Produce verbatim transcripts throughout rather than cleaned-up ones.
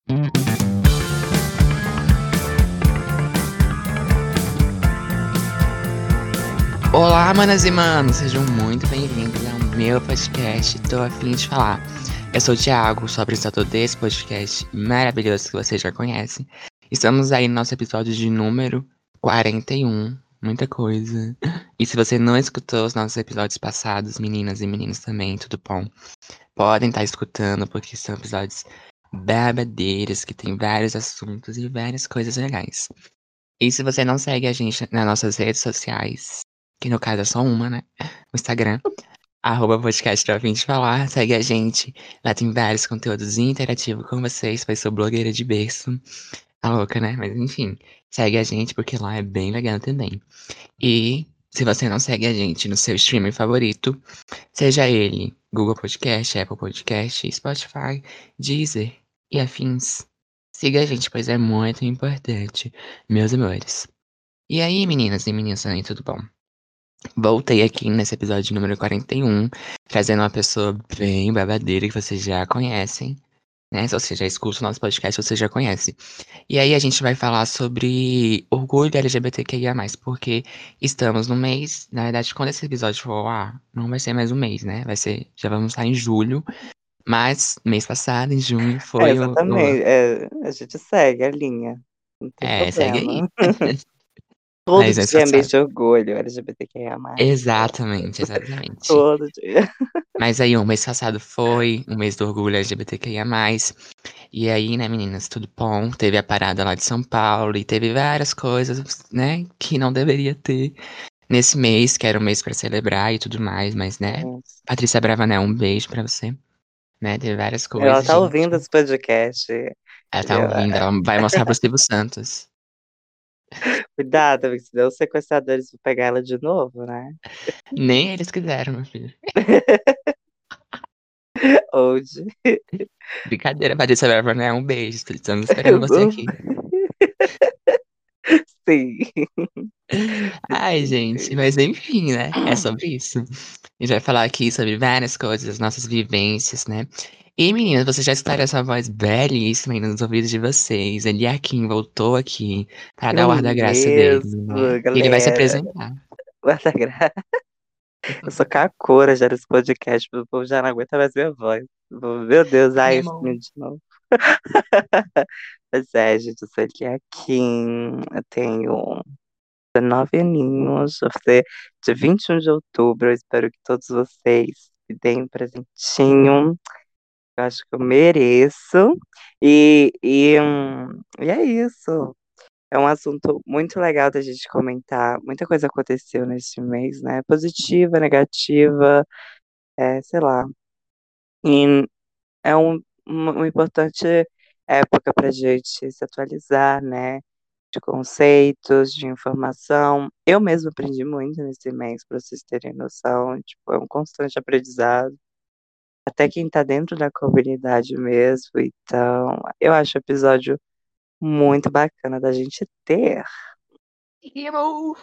Olá, manas e manos, sejam muito bem-vindos ao meu podcast Tô a fim de falar. Eu sou o Thiago, sou apresentador desse podcast maravilhoso que vocês já conhecem. Estamos aí no nosso episódio de número quarenta e um, muita coisa. E se você não escutou os nossos episódios passados, meninas e meninos também, tudo bom? Podem estar escutando, porque são episódios babadeiros, que tem vários assuntos e várias coisas legais. E se você não segue a gente nas nossas redes sociais, que no caso é só uma, né? O Instagram, arroba podcast pra vim te falar, segue a gente. Lá tem vários conteúdos interativos com vocês, pois sou blogueira de berço. Tá louca, né? Mas enfim, segue a gente porque lá é bem legal também. E se você não segue a gente no seu streaming favorito, seja ele Google Podcast, Apple Podcast, Spotify, Deezer e afins, siga a gente, pois é muito importante, meus amores. E aí, meninas e meninos também, tudo bom? Voltei aqui nesse episódio número quarenta e um, trazendo uma pessoa bem babadeira que vocês já conhecem, né? Se você já escuta o nosso podcast, você já conhece. E aí a gente vai falar sobre orgulho L G B T Q I A mais, porque estamos no mês, na verdade, quando esse episódio for ao ar, não vai ser mais um mês, né? Vai ser, já vamos estar em julho, mas mês passado, em junho, É, foi o, o- exatamente. É, a gente segue a linha. Não tem É, segue aí. problema. Todo Mas mês dia é mês passado. de orgulho, L G B T Q I A mais. Exatamente, exatamente. Todo dia. Mas aí, o mês passado foi o mês do orgulho L G B T Q I A mais. E aí, né, meninas, tudo bom? Teve a parada lá de São Paulo e teve várias coisas, né, que não deveria ter nesse mês, que era um mês pra celebrar e tudo mais, mas, né, Nossa. Patrícia Bravanel, um beijo pra você, né, teve várias Ela coisas, tá gente. ouvindo esse podcast, Ela tá entendeu? ouvindo, ela vai mostrar pro Silvio Santos. Cuidado, porque senão os sequestradores vão pegar ela de novo, né? Nem eles quiseram, meu filho. Hoje. Brincadeira, Patrícia Bravanel, um beijo, estamos esperando você aqui. Sim. Ai, gente, mas enfim, né? É sobre isso. A gente vai falar aqui sobre várias coisas, nossas vivências, né? E meninas, vocês já escutaram essa voz belíssima aí nos ouvidos de vocês. Ele Kim voltou aqui para dar Eu o ar da graça dele, né? mesmo, E ele vai se galera. apresentar. Guarda gra- Eu sou Kakura já nesse podcast, o povo já não aguenta mais minha voz. Meu Deus, Ai, ai, esse amor. menino de novo. Pois é, gente, eu sou a Kim, eu tenho dezenove aninhos, eu vou ser dia vinte e um de outubro, eu espero que todos vocês me deem um presentinho, eu acho que eu mereço, e, e, hum, e é isso, é um assunto muito legal da gente comentar, muita coisa aconteceu neste mês, né, positiva, negativa, é, sei lá, e é um, uma, uma importante época para gente se atualizar, né? De conceitos, de informação. Eu mesma aprendi muito nesse mês, para vocês terem noção. Tipo, é um constante aprendizado. Até quem tá dentro da comunidade mesmo. Então, eu acho o episódio muito bacana da gente ter. Ih, amor.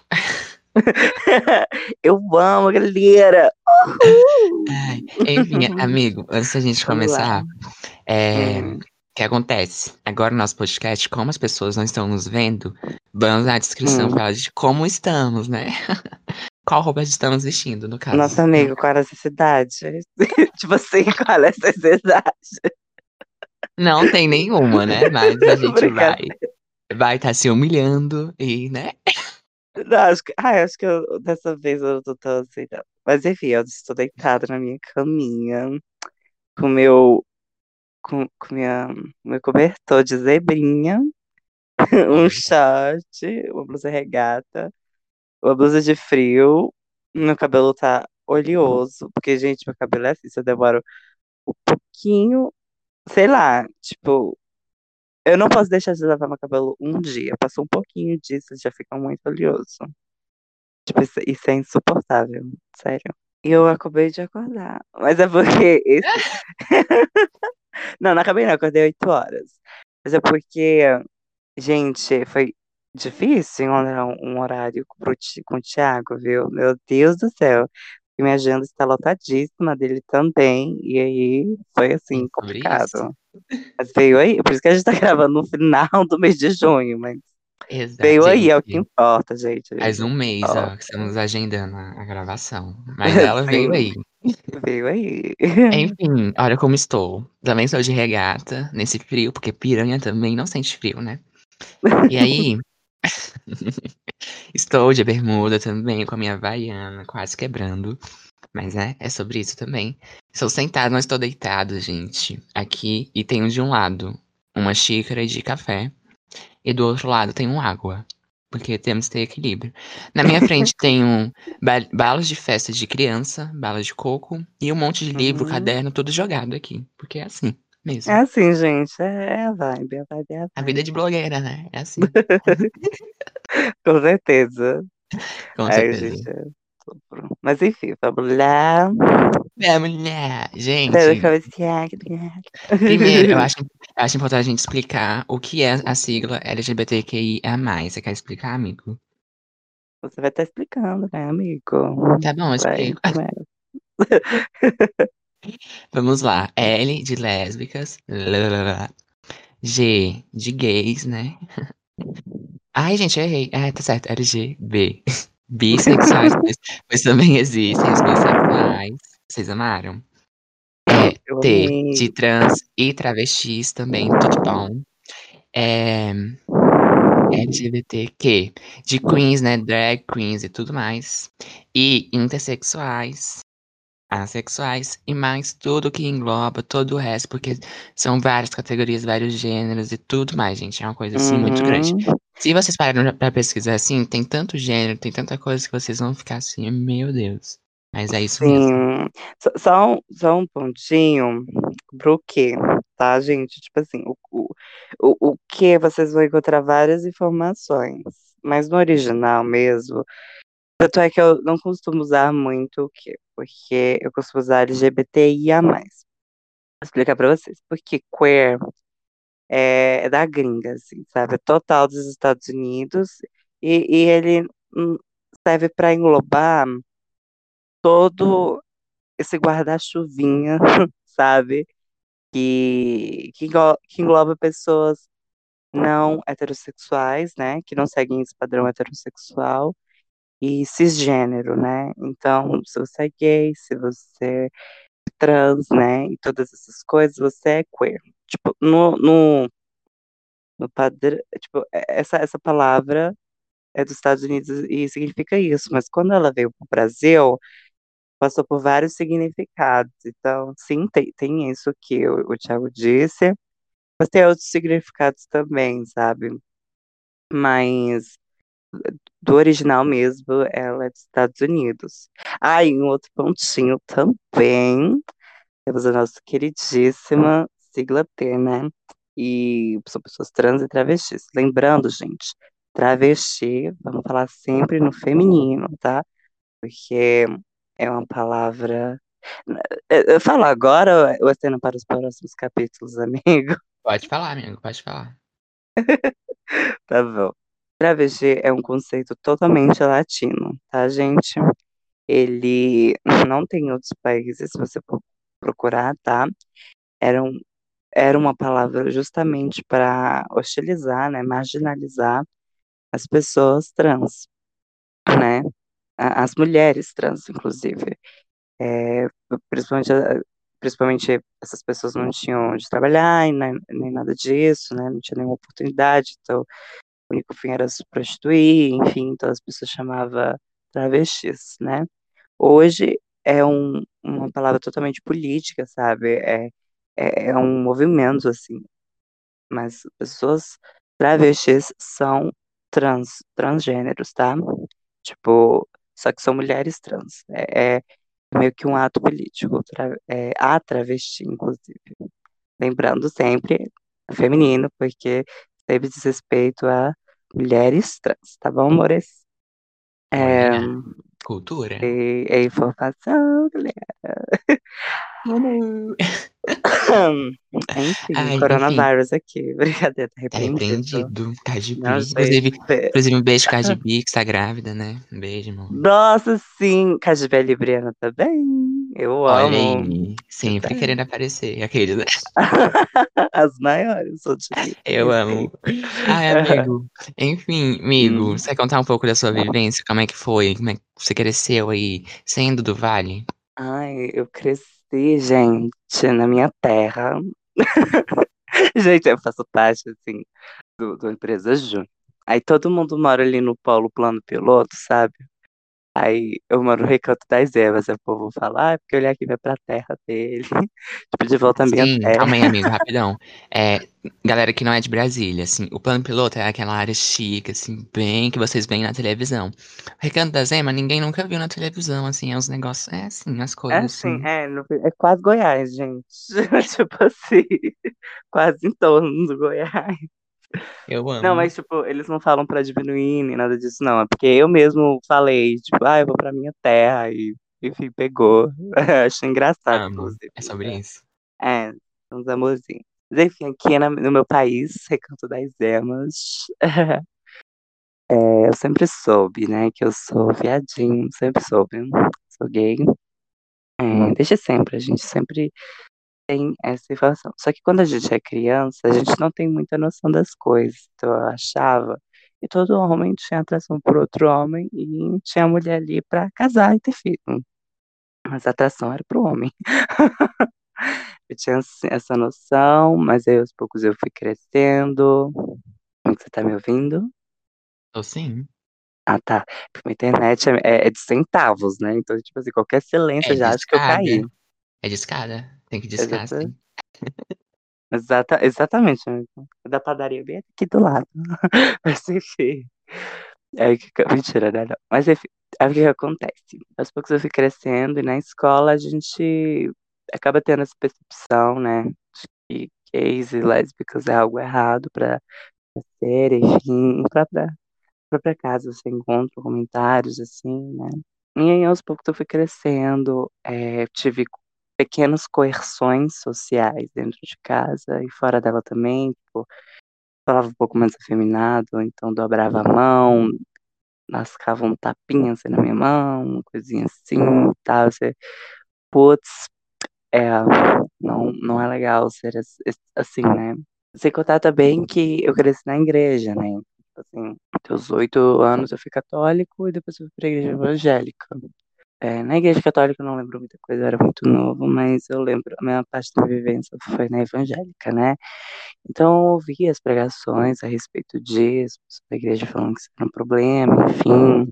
Eu amo, galera! Ai, enfim, Uhul! amigo, antes da gente Vamos lá. começar, é... Hum, o que acontece? Agora no nosso podcast, como as pessoas não estão nos vendo, vamos na descrição hum. falar de como estamos, né? Qual roupa estamos vestindo, no Nosso caso. amigo, qual é a necessidade? Tipo assim, qual é a necessidade? Não tem nenhuma, né? Mas a gente vai Brincadeira. vai estar se humilhando e, né? Não, acho que, ah, acho que eu- dessa vez eu não tô tão assim, não. Mas enfim, eu estou deitada na minha caminha, com meu, com, com minha, meu cobertor de zebrinha, um short, uma blusa regata, uma blusa de frio. Meu cabelo tá oleoso, porque, gente, meu cabelo é assim, se eu demoro um pouquinho, sei lá, tipo, eu não posso deixar de lavar meu cabelo um dia. Passou um pouquinho disso, já fica muito oleoso. Tipo, isso, isso é insuportável, sério. E eu acabei de acordar. Mas é porque esse. Não, não acabei não, acordei oito horas. Mas é porque, gente, foi difícil encontrar um, um horário pro, Ti- com o Thiago, viu? Meu Deus do céu. E minha agenda está lotadíssima dele também. E aí foi É assim, sobre isso. complicado. Mas veio aí, por isso que a gente tá gravando no final do mês de junho, mas Exato, veio aí, é o que gente. importa, gente. É Faz o um que mês, ó, que importa. estamos agendando a, a gravação. Mas ela veio Sim, aí. veio aí. Enfim, olha como estou. Também sou de regata, nesse frio, porque piranha também não sente frio, né? E aí, estou de bermuda também, com a minha havaiana, quase quebrando. Mas é, é sobre isso também. Estou sentado, não estou deitado, gente. Aqui, e tenho de um lado uma xícara de café, e do outro lado tem um água. Porque temos que ter equilíbrio. Na minha frente tem um ba balas de festa de criança, bala de coco, e um monte de livro, Uhum. caderno, tudo jogado aqui. Porque é assim É mesmo. assim, gente. É a vibe, a vibe é a A vida vibe. de blogueira, né? É assim. Com certeza. Com Ai, certeza. gente. é tudo. Mas enfim, vamos lá. Vamos lá, Para gente. começar. Primeiro, eu acho, eu acho importante a gente explicar o que é a sigla L G B T Q I A mais. Você quer explicar, amigo? Você vai estar explicando, né, amigo? Tá bom, eu Vai, explico. começa. Vamos lá. L de lésbicas. Lelelele. G de gays, né? Ai, gente, eu errei. É, tá certo. L G B. Bissexuais, pois, pois também existem os bissexuais. Vocês amaram? É, Eu T amei. de trans e travestis também, tudo bom. É, L G B T Q, de queens, né, drag queens e tudo mais. E intersexuais, assexuais e mais tudo que engloba todo o resto, porque são várias categorias, vários gêneros e tudo mais, gente. É uma coisa assim muito grande. Uhum. Se vocês pararam pra pesquisar assim, tem tanto gênero, tem tanta coisa que vocês vão ficar assim, meu Deus. Mas é isso mesmo. Sim. Só, só um, só um pontinho pro quê, tá, gente? Tipo assim, o, o, o, o que vocês vão encontrar várias informações, mas no original mesmo. Tanto é que eu não costumo usar muito o quê? Porque eu costumo usar L G B T I A mais. Vou explicar pra vocês. Porque queer é, é da gringa, assim, sabe? É total dos Estados Unidos. E, e ele hum, serve pra englobar todo esse guarda-chuvinha, sabe? Que, que, englo- que engloba pessoas não heterossexuais, né? Que não seguem esse padrão heterossexual. E cisgênero, né? Então, se você é gay, se você é trans, né? E todas essas coisas, você é queer. Tipo, no, no, no padrão, tipo, é- essa, essa palavra é dos Estados Unidos e significa isso, mas quando ela veio para o Brasil, passou por vários significados. Então, sim, tem, tem isso que o, o Thiago disse, mas tem outros significados também, sabe? Mas do original mesmo, ela é dos Estados Unidos. Ah, e um outro pontinho também, temos a nossa queridíssima sigla T, né? E são pessoas trans e travestis. Lembrando, gente, travesti, vamos falar sempre no feminino, tá? Porque é uma palavra. Eu eu falo agora ou eu ceno para os próximos capítulos, amigo? Pode falar, amigo, pode falar. Tá bom. Travesti é um conceito totalmente latino, tá, gente? Ele não tem em outros países, se você pro- procurar, tá? Era, um, era uma palavra justamente para hostilizar, né? Marginalizar as pessoas trans, né? A- As mulheres trans, inclusive. É, principalmente, a- principalmente essas pessoas não tinham onde trabalhar e nem, nem nada disso, né? Não tinha nenhuma oportunidade, então o único fim era se prostituir, enfim, então as pessoas chamavam travestis, né? Hoje é um, uma palavra totalmente política, sabe? É, é, é um movimento, assim, mas pessoas travestis são trans, transgêneros, tá? Tipo, só que são mulheres trans. É, é meio que um ato político, tra- é, a travesti, inclusive. Lembrando sempre feminino, porque teve desrespeito a mulheres trans, tá bom, amores? É, Olha, cultura. é, é informação, galera. Uhul. Enfim, Ai, enfim, coronavírus aqui. Brincadeira, tá tá repreendido. repreendido. Cardi B. Não, gente. Inclusive, be- inclusive, um beijo, Cardi B, que está grávida, né? Um beijo, amor. Nossa, sim. Cajibé Libriana também. Eu Olha amo. aí, sempre Sério. querendo aparecer, aquele, né? As maiores, sou de Eu amo. Ai, amigo. Enfim, amigo, Hum. você quer contar um pouco da sua vivência? Como é que foi? Como é que você cresceu aí, sendo do Vale? Ai, eu cresci, gente, na minha terra. Gente, eu faço parte, assim, do, do Empresa Júnior. Aí todo mundo mora ali no Polo Plano Piloto, sabe? Aí eu moro no Recanto das Ervas, aí o povo fala, ah, é porque eu olhei aqui vai pra terra dele. Tipo, de volta à minha Sim, calma aí, terra. amigo, rapidão. É, galera que não é de Brasília, assim, o plano piloto é aquela área chique, assim, bem que vocês veem na televisão. O Recanto da Zema, ninguém nunca viu na televisão, assim, é os negócios, é assim, as É coisas, assim, assim. é, no- é quase Goiás, gente. Tipo assim, quase em torno do Goiás. Eu Não, amo. mas, tipo, eles não falam pra diminuir nem nada disso, não. É porque eu mesmo falei, tipo, ah, eu vou pra minha terra e, enfim, pegou. Achei engraçado, Amo. inclusive. É sobre isso. É, uns amorzinhos. Mas, enfim, aqui na- no meu país, Recanto das Emas, é, eu sempre soube, né, que eu sou viadinho, sempre soube. Sou gay. É, desde sempre, a gente sempre tem essa informação. Só que quando a gente é criança, a gente não tem muita noção das coisas. Então eu achava que todo homem tinha atração por outro homem e tinha mulher ali pra casar e ter filho. Mas a atração era pro homem. Eu tinha assim, essa noção, mas aí aos poucos eu fui crescendo. Como que você tá me ouvindo? Tô sim. Ah, tá. Porque a internet é, é- é de centavos, né? Então, tipo assim, qualquer silêncio É eu de já acho que eu caí. escada. É de escada. Tem que discar, Exata, sim. exata, exatamente, amigo. Da padaria bem aqui do lado. Mas enfim. É que, mentira, né? Não. Mas enfim, é o que que acontece. Aos poucos eu fui crescendo e na escola a gente acaba tendo essa percepção, né? De que gays e lésbicas é algo errado pra ser, enfim, em própria, própria casa você encontra comentários assim, né? E aí aos poucos eu fui crescendo, é, tive pequenas coerções sociais dentro de casa e fora dela também, tipo, falava um pouco mais afeminado, então dobrava a mão, lascava um tapinha assim na minha mão, uma coisinha assim, tal, você, putz, é, não, não é legal ser as- es- assim, né? Sem contar também que eu cresci na igreja, né? Tipo assim, até os oito anos eu fui católico e depois eu fui pra igreja evangélica. É, na igreja católica eu não lembro muita coisa, eu era muito novo, mas eu lembro, a minha parte da vivência foi na evangélica, né? Então eu ouvi as pregações a respeito disso, da igreja falando que isso era um problema, enfim.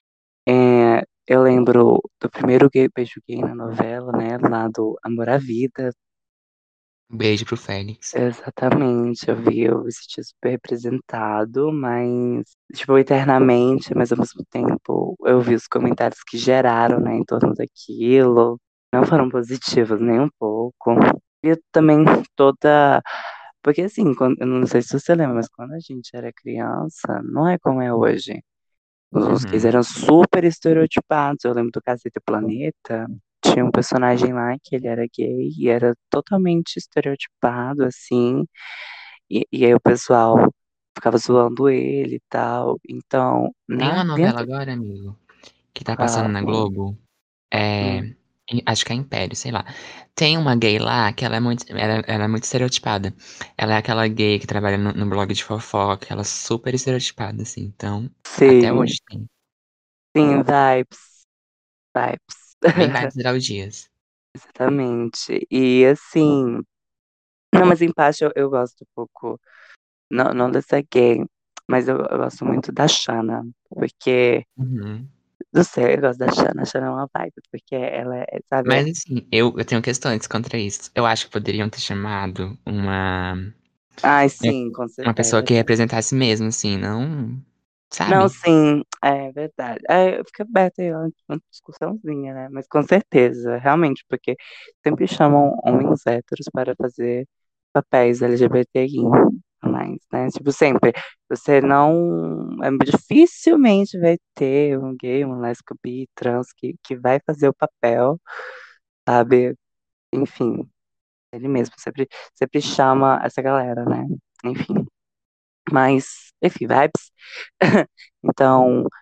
É, eu lembro do primeiro gay, beijo gay na novela, né? Lá do Amor à Vida. Um beijo pro Félix. Exatamente, eu vi, eu me senti super representado, mas, tipo, internamente, mas ao mesmo tempo eu vi os comentários que geraram, né, em torno daquilo. Não foram positivos nem um pouco. E também toda. Porque assim, quando, eu não sei se você lembra, mas quando a gente era criança, não é como é hoje. Os gays Uhum. eram super estereotipados. Eu lembro do Cacete Planeta. Tinha um personagem lá que ele era gay e era totalmente estereotipado, assim. E, e aí o pessoal ficava zoando ele e tal. Então, Tem na uma novela dentro. agora, amigo, que tá passando Qual? na Globo. É. Hum, em- Acho que é Império, sei lá. Tem uma gay lá que ela é muito, ela, ela é muito estereotipada. Ela é aquela gay que trabalha no, no blog de fofoca, ela é super estereotipada, assim. Então, até sim, hoje tem. sim, vibes, vibes. Bem vibes Léo Dias. Exatamente. E assim. Não, mas em parte eu, eu gosto um pouco. Não, não dessa gay, mas eu, eu gosto muito da Shanna. Porque. Uhum. Não sei, eu gosto da Shanna. A Shanna é uma vibe, porque ela é, sabe? Mas assim, eu, eu tenho questões contra isso. Eu acho que poderiam ter chamado uma, Ai, uma sim, com uma certeza. É pessoa que verdade. representasse mesmo, assim, não. Não, Sabe? sim, é verdade. É, fica aberta aí uma uma discussãozinha, né? Mas com certeza, realmente, porque sempre chamam homens héteros para fazer papéis L G B T I mais, né? Tipo, sempre. Você não. É, dificilmente vai ter um gay, um lésbico, bi, trans que, que vai fazer o papel, sabe? Enfim, ele mesmo sempre, sempre chama essa galera, né? Enfim. Mas, enfim, vibes. Então.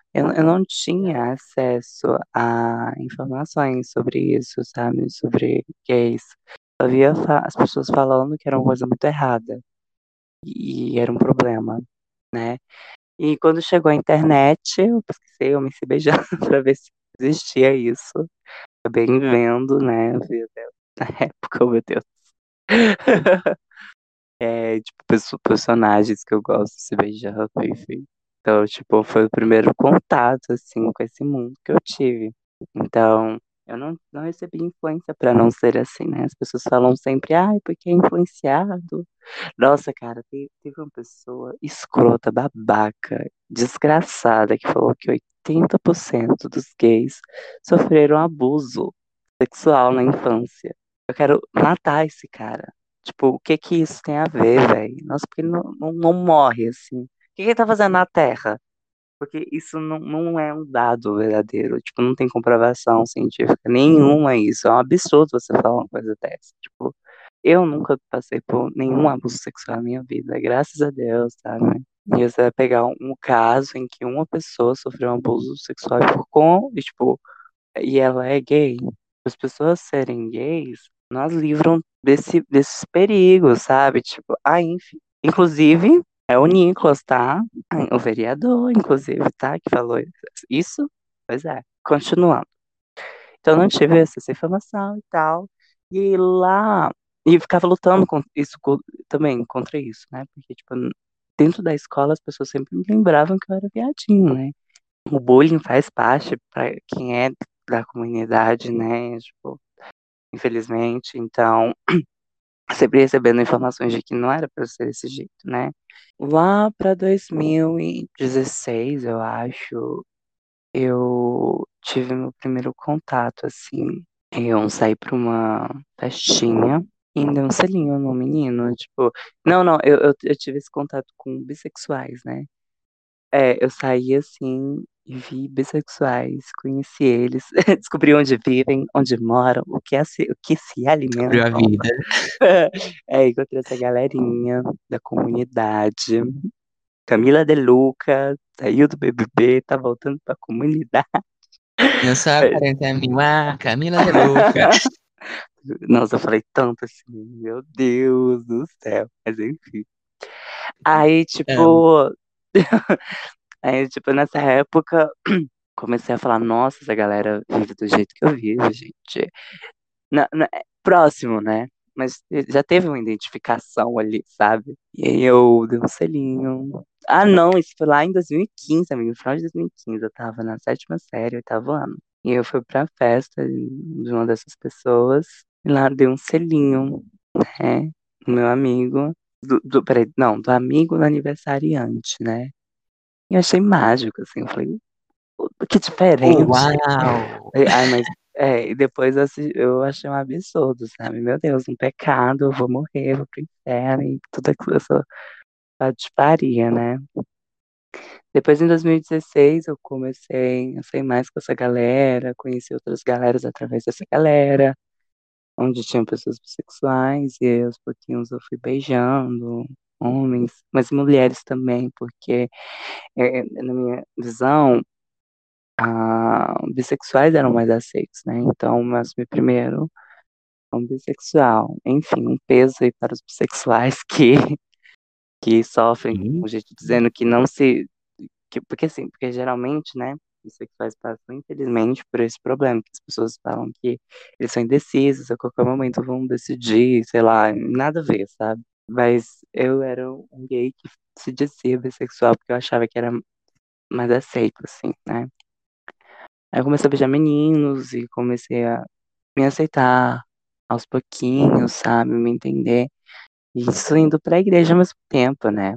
Eu, eu não tinha acesso a informações sobre isso, sabe? Sobre gays. Eu via fa- as pessoas falando que era uma coisa muito errada e era um problema, né? E quando chegou a internet, eu pesquisei homem se beijando pra ver se existia isso. Acabei vendo, né? Eu vi até na época, oh, meu Deus. É, tipo, perso- personagens que eu gosto se beijando, enfim. Então, tipo, foi o primeiro contato, assim, com esse mundo que eu tive. Então, eu não, não recebi influência pra não ser assim, né? As pessoas falam sempre, ai, porque é influenciado. Nossa, cara, te- teve uma pessoa escrota, babaca, desgraçada, que falou que oitenta por cento dos gays sofreram abuso sexual na infância. Eu quero matar esse cara. Tipo, o que que isso tem a ver, velho? Nossa, porque ele não, não, não morre, assim. O que que ele tá fazendo na Terra? Porque isso não, não é um dado verdadeiro. Tipo, não tem comprovação científica nenhuma isso. É um absurdo você falar uma coisa dessa. Tipo, eu nunca passei por nenhum abuso sexual na minha vida, graças a Deus, sabe? E você vai pegar um, um caso em que uma pessoa sofreu um abuso sexual por com, e, tipo, e ela é gay. As pessoas serem gays nós livram desse, desses perigos, sabe? Tipo, ah, enfim. Inclusive, é o Nicolas, tá? O vereador, inclusive, tá? Que falou isso. Pois é. Continuando. Então, eu não tive essa informação e tal. E lá. E ficava lutando com isso co- também, contra isso, né? Porque, tipo, dentro da escola as pessoas sempre me lembravam que eu era viadinho, né? O bullying faz parte para quem é da comunidade, né? Tipo, infelizmente. Então, sempre recebendo informações de que não era para ser desse jeito, né? Lá para dois mil e dezesseis, eu acho, eu tive meu primeiro contato, assim. Eu saí para uma festinha e dei um selinho no menino, tipo... Não, não, eu, eu, eu tive esse contato com bissexuais, né? É, eu saí assim e vi bissexuais, conheci eles, descobri onde vivem, onde moram, o que, é se, o que se Descobriu a alimentam. vida. É, encontrei essa galerinha da comunidade. Camila De Luca saiu do B B B, tá voltando pra comunidade. Eu sou a quarenta mil, ah, Camila de Luca. Nossa, eu falei tanto assim, meu Deus do céu. Mas enfim. Aí, Amo. tipo, aí, tipo, nessa época, comecei a falar, nossa, essa galera vive do jeito que eu vivo, gente. Na- na- é próximo, né? Mas já teve uma identificação ali, sabe? E aí eu dei um selinho. Ah, não, isso foi lá em dois mil e quinze, amigo. No final de dois mil e quinze, eu tava na sétima série, oitavo ano. E eu fui pra festa de uma dessas pessoas. E lá dei um selinho, né? No meu amigo. Do, do, peraí, não, do amigo do aniversariante, né? E eu achei mágico, assim. Eu falei, "Pô, que diferente." Uau! E- Ai, mas é, e depois eu, assi- eu achei um absurdo, sabe? Meu Deus, um pecado, eu vou morrer, eu vou pro inferno e tudo aquilo, essa patifaria, né? Depois, em dois mil e dezesseis, eu comecei a sair mais com essa galera, conheci outras galeras através dessa galera, onde tinham pessoas bissexuais, e aos pouquinhos eu fui beijando homens, mas mulheres também, porque, é, na minha visão, ah, bissexuais eram mais aceitos, né? Então, mas meu primeiro um bissexual. Enfim, um peso aí para os bissexuais que, que sofrem, Sim. o jeito dizendo que não se. Que, porque assim, porque geralmente, né, bissexuais passam, infelizmente, por esse problema, que as pessoas falam que eles são indecisos, a qualquer momento vão decidir, sei lá, nada a ver, sabe? Mas eu era um gay que se dizia bissexual porque eu achava que era mais aceito, assim, né? Aí eu comecei a beijar meninos e comecei a me aceitar aos pouquinhos, sabe? Me entender. Isso indo para a igreja ao mesmo tempo, né?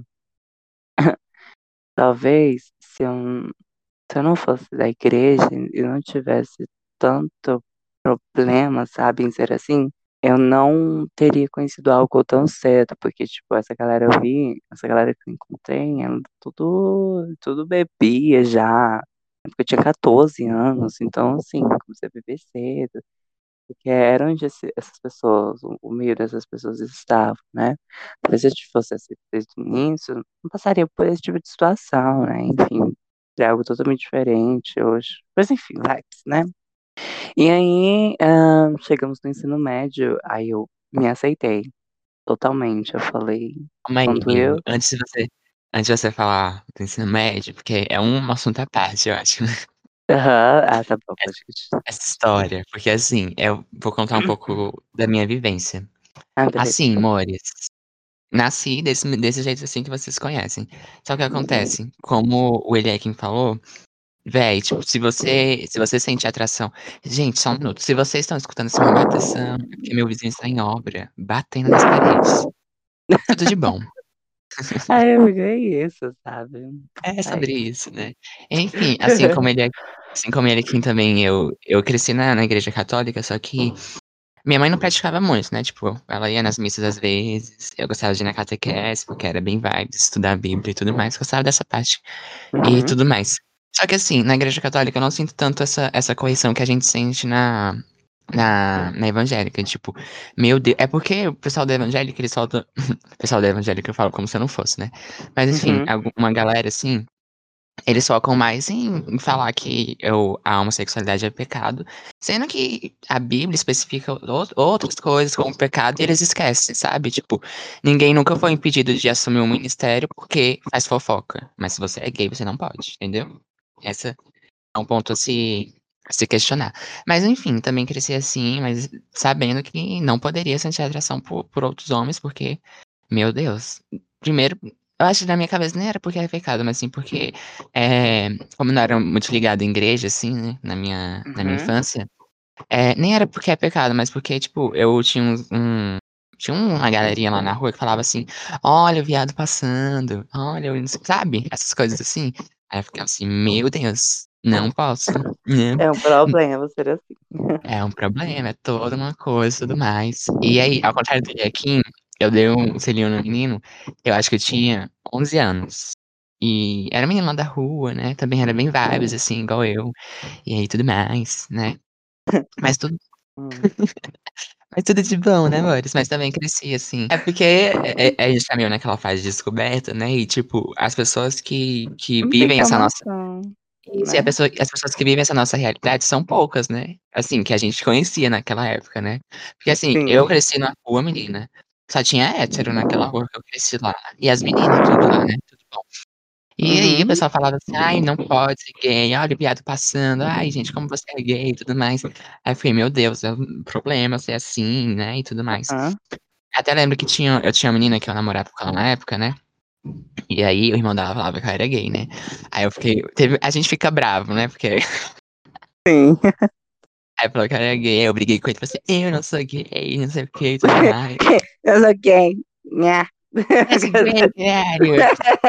Talvez se eu, se eu não fosse da igreja e não tivesse tanto problema, sabe, em ser assim, eu não teria conhecido álcool tão cedo, porque, tipo, essa galera eu vi, essa galera que eu encontrei, ela tudo, tudo bebia já. Porque eu tinha catorze anos, então, assim, comecei a beber cedo. Porque era onde esse- essas pessoas, o, o meio dessas pessoas estavam, né? Talvez se eu fosse assim desde o início, não passaria por esse tipo de situação, né? Enfim. de algo totalmente diferente hoje. Mas enfim, vibes, né? E aí, ah, chegamos no ensino médio, aí eu me aceitei totalmente. Eu falei, Calma aí, quando amigo. eu. Antes de você, antes de você falar do ensino médio, porque é um assunto à parte, eu acho, Aham, ah, tá bom, pode continuar. essa história. Porque assim, eu vou contar um pouco da minha vivência. Ah, beleza. Assim, Mores, nasci desse, desse jeito assim que vocês conhecem. Só que acontece, como o Eliakim falou, véi, tipo, se você, se você sente atração. Gente, só um minuto. Se vocês estão escutando assim uma batação, é porque meu vizinho está em obra, batendo nas paredes. Tudo de bom. Ai, amiga, é isso, sabe? É Ai. sobre isso, né. Enfim, assim como ele assim como ele aqui também, eu eu cresci na na igreja católica, só que minha mãe não praticava muito, né, tipo, ela ia nas missas às vezes, eu gostava de ir na catequese, porque era bem vibes, estudar a Bíblia e tudo mais, gostava dessa parte e Uhum, tudo mais. Só que assim, na igreja católica eu não sinto tanto essa essa correção que a gente sente na na na evangélica, tipo, meu Deus, é porque o pessoal da evangélica eles soltam o pessoal da evangélica eu falo como se eu não fosse, né, mas enfim, uhum, algu uma galera assim eles focam mais em em falar que o a homossexualidade é pecado, sendo que a Bíblia especifica ou outras coisas como pecado e eles esquecem, sabe, tipo, ninguém nunca foi impedido de assumir um ministério porque faz fofoca, mas se você é gay você não pode, entendeu? Essa é um ponto a se a se questionar. Mas enfim, também cresci assim, mas sabendo que não poderia sentir atração por por outros homens, porque, meu Deus, primeiro, eu acho que na minha cabeça nem era porque era pecado, mas sim porque, eh, como eu não era muito ligado em igreja, assim, né, na minha na minha uhum. infância, eh, nem era porque é pecado, mas porque, tipo, eu tinha uns um tinha uma galerinha lá na rua que falava assim: "Olha o viado passando, olha o", sabe, essas coisas assim. Aí eu ficava assim: "Meu Deus, não posso, não". É um problema ser assim. É um problema, é toda uma coisa e tudo mais. E aí, ao contrário do Joaquim, eu dei um selinho no menino, eu acho que eu tinha onze anos. E era menino lá da rua, né, também era bem vibes, assim, igual eu, e aí tudo mais, né. Mas tudo Hum. mas tudo de bom, né, amores, mas também cresci, assim. É porque, eh eh, a gente tá meio naquela fase de descoberta, né, e tipo, as pessoas que que Muita vivem essa nossa informação, isso, e a né? pessoa as pessoas que vivem essa nossa realidade são poucas, né, assim, que a gente conhecia naquela época, né. Porque, assim, eu Sim. cresci na rua, menina, só tinha hétero naquela rua que eu cresci lá, e as meninas tudo lá, né, tudo bom. E aí o Uhum. pessoal falava assim: "Ai, não pode ser gay, olha o viado passando, ai gente, como você é gay e tudo mais". Aí eu falei: "Meu Deus, é um problema ser assim, né, e tudo mais". Aham. Até lembro que tinha eu tinha uma menina que eu namorava com ela na época, né, e aí o irmão dela falava que eu era gay, né. Aí eu fiquei teve a gente fica bravo, né, porque Sim. aí falou que eu era gay, aí eu briguei com ele, falei assim: "Eu não sou gay, não sei o que e tudo mais". Eu sou gay. Nha. "Eu sou gay, caralho".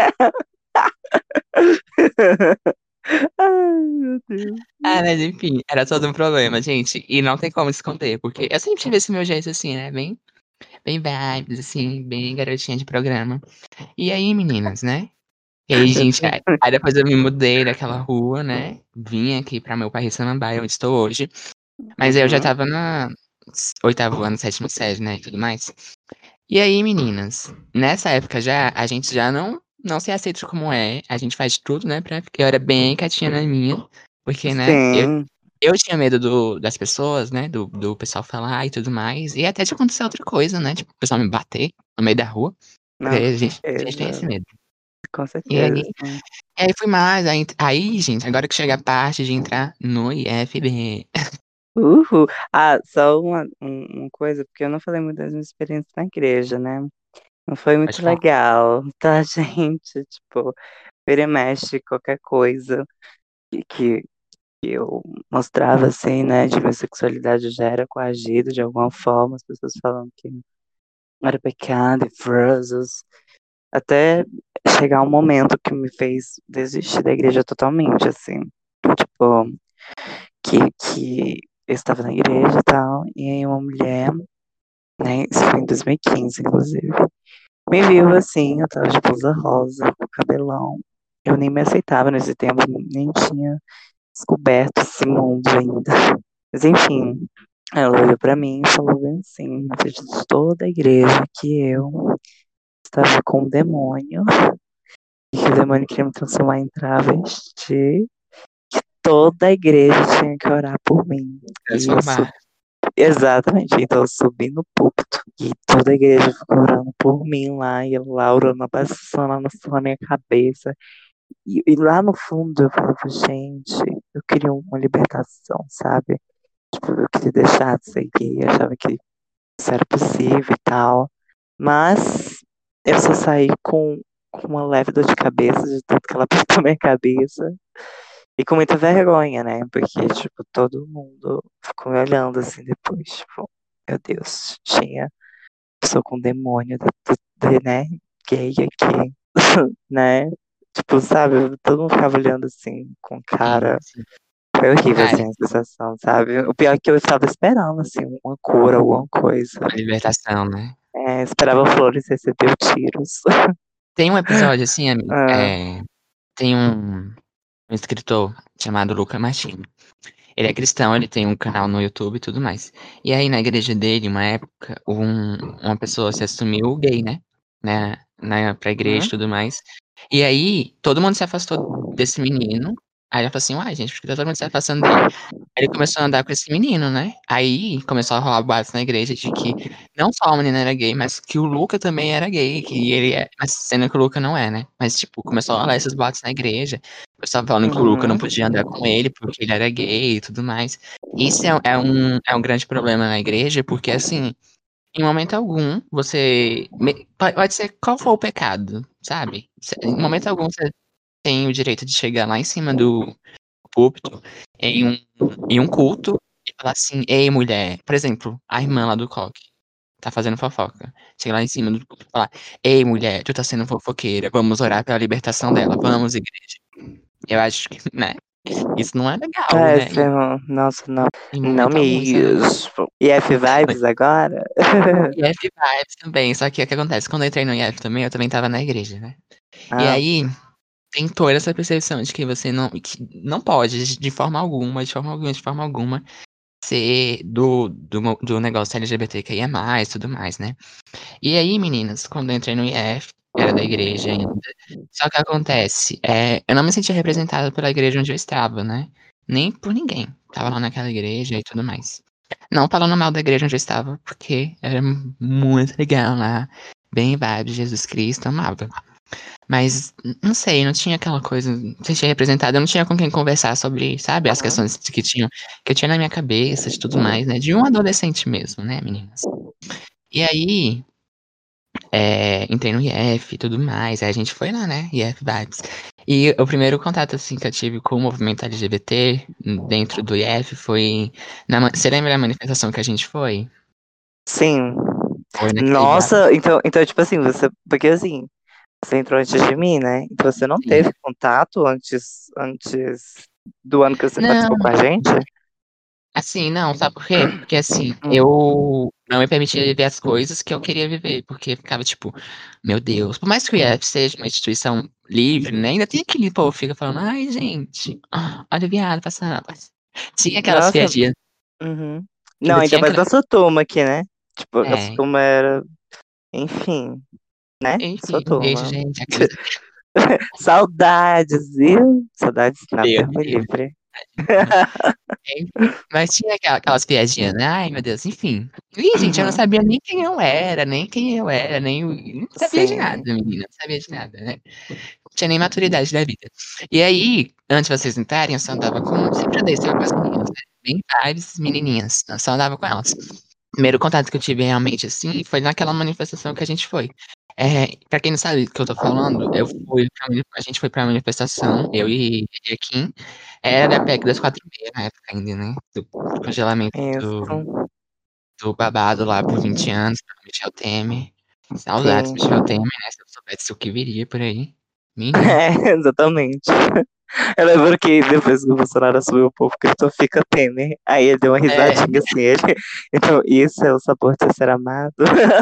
Ai, meu Deus. Ah, mas enfim, era todo um problema, gente, e não tem como esconder, porque eu sempre tive esse meu jeito assim, né, bem bem vibes, assim, bem garotinha de programa. E aí meninas, né, e aí gente, aí aí depois eu me mudei daquela rua, né, vim aqui pra meu país Samambaia, onde estou hoje, mas aí eu já Uhum. estava na s oitavo ano, sétima série, né, e tudo mais. E aí meninas, nessa época já, a gente já não não se aceita como é, a gente faz de tudo, né, pra porque eu era bem quietinha na minha, porque, né, eu Sim. eu tinha medo do das pessoas, né, do do pessoal falar e tudo mais, e até de acontecer outra coisa, né, tipo, o pessoal me bater no meio da rua, porque Não, com a gente a gente tem certeza. esse medo. Com E aí certeza, sim. e aí fui mais, aí ent aí gente, agora que chega a parte de entrar no I F B. Uhul. Ah, só uma, um- uma coisa, porque eu não falei muito das minhas experiências na igreja, né? Não foi Pode muito falar. legal, tá, gente? Tipo, vira e mexe, qualquer coisa que, que eu mostrava, assim, né, de minha sexualidade já era coagido de alguma forma, as pessoas falando que era pecado e frases, até chegar um momento que me fez desistir da igreja totalmente, assim. Tipo, que, que eu estava na igreja e tal, e aí uma mulher, né, isso foi em dois mil e quinze, inclusive, me viu assim, eu tava de blusa rosa, com cabelão. Eu nem me aceitava nesse tempo, nem tinha descoberto esse mundo ainda. Mas enfim, ela olhou pra mim e falou bem assim, na frente de toda a igreja, que eu estava com um demônio, que o demônio queria me transformar em travesti, que toda a igreja tinha que orar por mim. E eu Transformar. subi, exatamente, então eu subi no púlpito e toda a igreja ficou orando por mim lá, e eu lá orando, passando lá na minha cabeça. E, e lá no fundo eu falava, gente, eu queria uma libertação, sabe? Tipo, eu queria deixar de ser gay, eu achava que isso era possível e tal. Mas eu só saí com, com uma leve dor de cabeça de tanto que ela apertou minha cabeça. E com muita vergonha, né? Porque, tipo, todo mundo ficou me olhando assim depois. Tipo, meu Deus, tinha pessoa com demônio de, de, de, né? Gay aqui, né? Tipo, sabe? Todo mundo ficava olhando assim, com Sim, cara. sim. Foi horrível, Cara, assim, a sensação, sabe? O pior é que eu estava esperando, assim, uma cura, alguma coisa. a libertação, né? É, esperava flores e recebeu tiros. Tem um episódio assim, amigo, Ah, é, tem um, um escritor chamado Luca Martini. Ele é cristão, ele tem um canal no YouTube e tudo mais. E aí na igreja dele, uma época, um, uma pessoa se assumiu gay, né? né? Na, pra igreja e uhum. tudo mais. E aí todo mundo se afastou desse menino. Aí ela falou assim, uai, gente, por que tá todo mundo se afastando dele? Aí ele começou a andar com esse menino, né? Aí começou a rolar boatos na igreja de que não só o menino era gay, mas que o Luca também era gay, que ele é. Mas sendo que o Luca não é, né? Mas, tipo, começou a rolar esses boatos na igreja. O pessoal falando que o Luca não Uhum. podia andar com ele porque ele era gay e tudo mais. Isso é, é um, é um grande problema na igreja, porque assim, em momento algum, você. me- Pode pode ser qual for o pecado, sabe? Cê- Em momento algum você tem o direito de chegar lá em cima do púlpito, em um, em um culto, e falar assim: Ei, mulher. Por exemplo, a irmã lá do coque tá fazendo fofoca. Chega lá em cima do púlpito e falar: Ei, mulher, tu tá sendo fofoqueira. Vamos orar pela libertação dela. Vamos, igreja. Eu acho que, né? Isso não é legal, É, né? você não, nossa, não, Em não momento algum, isso é legal. me. E F Vibes agora? E F Vibes também, só que o que acontece? Quando eu entrei no I F também, eu também tava na igreja, né? E Ah, aí, tem toda essa percepção de que você não, que não pode, de forma alguma, de forma alguma, de forma alguma, ser do, do, mo- do negócio L G B T Q I A mais, tudo mais, né? E aí, meninas, quando eu entrei no I F, era da igreja ainda. Só que acontece, é, eu não me sentia representada pela igreja onde eu estava, né? Nem por ninguém. Tava lá naquela igreja e tudo mais. Não falando mal da igreja onde eu estava, porque era muito legal lá. Bem vibe, Jesus Cristo, amava. Mas, não sei, não tinha aquela coisa, não se sentia representada, eu não tinha com quem conversar sobre, sabe, as uhum. questões que tinham, que eu tinha na minha cabeça, de tudo mais, né? De um adolescente mesmo, né, meninas? E aí, é, entrei no I F e tudo mais. Aí a gente foi lá, né? I F Vibes. E o primeiro contato, assim, que eu tive com o movimento L G B T dentro do I F foi. Na, ma- você lembra da manifestação que a gente foi? Sim. Foi naquele bar. Nossa, então, então, tipo assim, você. Porque assim, você entrou antes de mim, né? Então você não Sim. teve contato antes, antes do ano que você Não, participou com a gente? assim, não, sabe por quê? Porque assim, Hum. eu não me permitia viver as coisas que eu queria viver, porque ficava tipo, meu Deus, por mais que o I F seja uma instituição livre, né? Ainda tem aquele povo que fica falando, ai, gente, ah, olha o viado passando. Tinha aquelas Nossa, piadinhas. uhum. Não, Ainda ainda tinha mais aquela. da sua turma aqui, né? Tipo, a sua É, turma era. Enfim, né? Sua enfim, um beijo, turma. gente. Aqueles. Saudades, viu? Saudades nada, Deus Deus me me livre. livre. Tadinha. Enfim, mas tinha aquela- aquelas piadinhas, né? Ai, meu Deus, enfim. Ih, gente, eu não Uhum. sabia nem quem eu era, nem quem eu era, nem. o- Não sabia de nada, Sim. menina. Não sabia de nada, né? Não tinha nem maturidade da vida. E aí, antes de vocês entrarem, eu só andava com. Sempre andei só com as meninas, né? Bem várias menininhas. Eu só andava com elas. O primeiro contato que eu tive realmente, assim, foi naquela manifestação que a gente foi. É, pra quem não sabe do que eu tô falando, eu fui pra, mani- a gente foi pra manifestação, eu e, e a Kim, era da P E C das quatro e meia na época ainda, né? Do congelamento do, Isso. do babado lá por vinte anos, pra Michel Temer. Saudades, Sim. Michel Temer, né? Se eu soubesse o que viria por aí. Menino. É, exatamente. Eu lembro que depois que o Bolsonaro assumiu, o povo gritou, fica Temer. Aí ele deu uma É, risadinha assim, ele. Então, isso é o sabor de ser amado.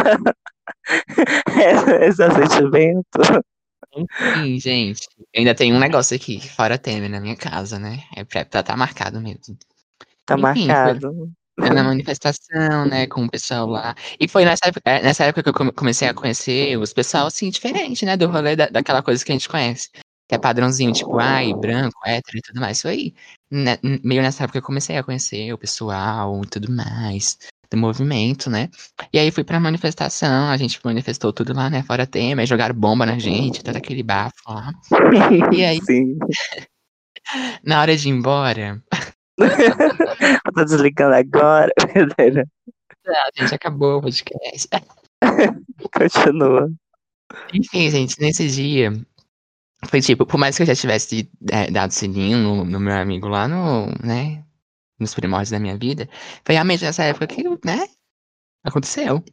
Esse é o sentimento. enfim, gente. Ainda tem um negócio aqui, fora Temer, na minha casa, né? É pra, pra tá marcado mesmo. Tá Enfim, foi, marcado. na manifestação, né, com o pessoal lá. E foi nessa época, é, nessa época que eu come- comecei a conhecer os pessoal, assim, diferente, né, do rolê da, daquela coisa que a gente conhece. Que é padrãozinho, tipo, ai, branco, hétero e tudo mais. Foi né, n- meio nessa época que eu comecei a conhecer o pessoal e tudo mais, do movimento, né. E aí fui pra manifestação, a gente manifestou tudo lá, né, fora tema, aí jogaram bomba na gente, todo aquele bafo lá. E aí, Sim. na hora de ir embora, Eu tô desligando agora. Brincadeira. a gente acabou o podcast. Continua. Enfim, gente, nesse dia foi tipo, por mais que eu já tivesse é, dado sininho no, no meu amigo lá no, né, nos primórdios da minha vida, foi realmente nessa época que, né, aconteceu.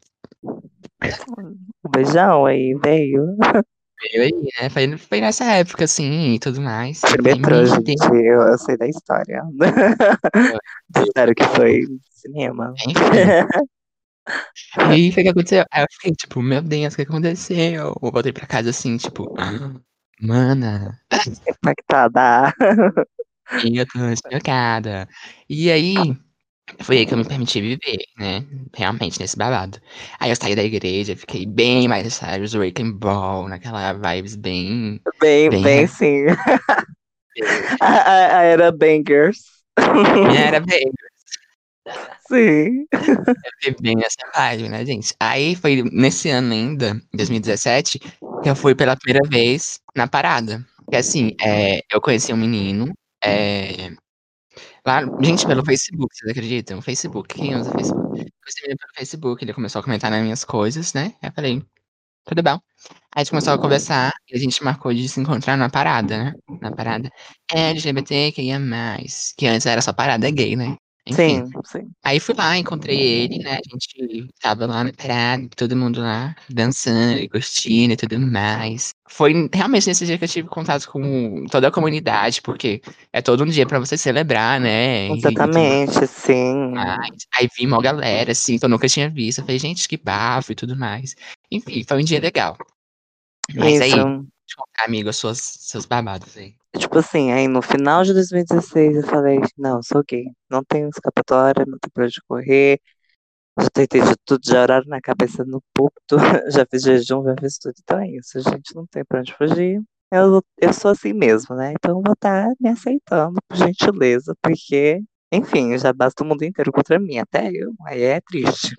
Um beijão aí, veio. Veio aí, né, foi, foi nessa época, assim, e tudo mais. E Foi eu no falei, metrô, meu gente. Deus, Eu, eu sei da história. foi, Disseram que foi, foi cinema. enfim. E aí foi o que aconteceu. Aí eu fiquei, tipo, meu Deus, o que aconteceu? Eu voltei pra casa assim, tipo, ah, mana, Impactada. eu tô chocada. E aí, foi aí que eu me permiti viver, né? Realmente, nesse babado. Aí eu saí da igreja, fiquei bem mais Cyrus Wrecking Ball, naquela vibes bem, Bem, bem bem heavy. sim. A, a, a era Bangers. Era bem, Sim. fiquei bem nessa vibe, né, gente? Aí foi nesse ano ainda, dois mil e dezessete, que eu fui pela primeira vez na parada. Que assim, é, eu conheci um menino, é, lá, gente, pelo Facebook, vocês acreditam? Facebook, quem usa Facebook? Conheci um menino pelo Facebook, ele começou a comentar nas minhas coisas, né? Aí eu falei, tudo bom. Aí a gente começou a conversar e a gente marcou de se encontrar na parada, né? Na parada L G B T Q I A mais, que antes era só parada gay, né? Enfim. Sim, sim. Aí fui lá, encontrei ele, né? A gente tava lá na parada, todo mundo lá dançando e curtindo e tudo mais. Foi realmente nesse dia que eu tive contato com toda a comunidade, porque é todo um dia pra você celebrar, né? E, e tudo Exatamente, mais. sim. Aí vi uma galera, assim, que eu nunca tinha visto. Eu falei, gente, que bafo e tudo mais. Enfim, foi um dia legal. Mas aí, Isso. deixa eu contar, amigo, as suas, seus babados aí. Tipo assim, aí no final de dois mil e dezesseis eu falei, não, sou gay. Não tenho escapatória, não tem pra onde correr. Já tentei de tudo, já oraram na cabeça no púlpito, já fiz jejum, já fiz tudo. Então é isso, gente, não tem pra onde fugir. Eu, eu sou assim mesmo, né? Então eu vou estar me aceitando, por gentileza, porque, enfim, já basta o mundo inteiro contra mim, até eu. Aí é triste.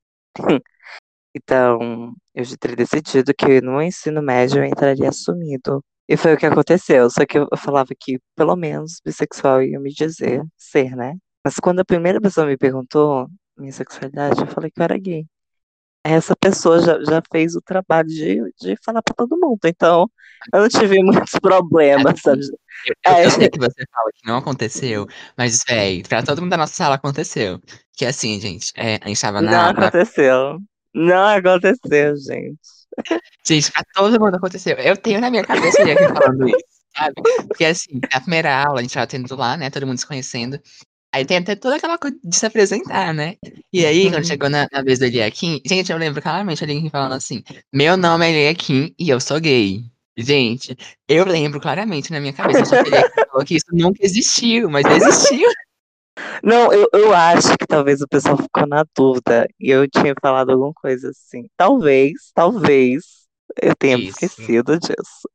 Então, eu já teria decidido que no ensino médio eu entraria assumido. E foi o que aconteceu. Só que eu eu falava que pelo menos bissexual ia me dizer ser, né? Mas quando a primeira pessoa me perguntou minha sexualidade, eu falei que eu era gay. Essa pessoa já, já fez o trabalho de, de falar pra todo mundo. Então, eu não tive muitos problemas, sabe? Assim, eu, eu, É, eu sei que você fala que não aconteceu, mas, véi, pra todo mundo da nossa sala aconteceu. Que assim, gente, é, a gente tava não na, na. aconteceu. Não aconteceu, gente. Gente, pra todo mundo aconteceu. Eu tenho na minha cabeça ele aqui falando isso, sabe? Porque assim, na primeira aula, a gente tava tendo lá, né? Todo mundo se conhecendo. Aí tem até toda aquela coisa de se apresentar, né? E aí, quando Uhum. chegou na, na vez do Eliakim, gente, eu lembro claramente o Eliakim falando assim: Meu nome é Eliakim e eu sou gay. Gente, eu lembro claramente na minha cabeça, só que o Eliakim falou que isso nunca existiu, mas existiu. Não, eu, eu acho que talvez o pessoal ficou na dúvida e eu tinha falado alguma coisa assim. Talvez, talvez eu tenha me Isso. esquecido disso.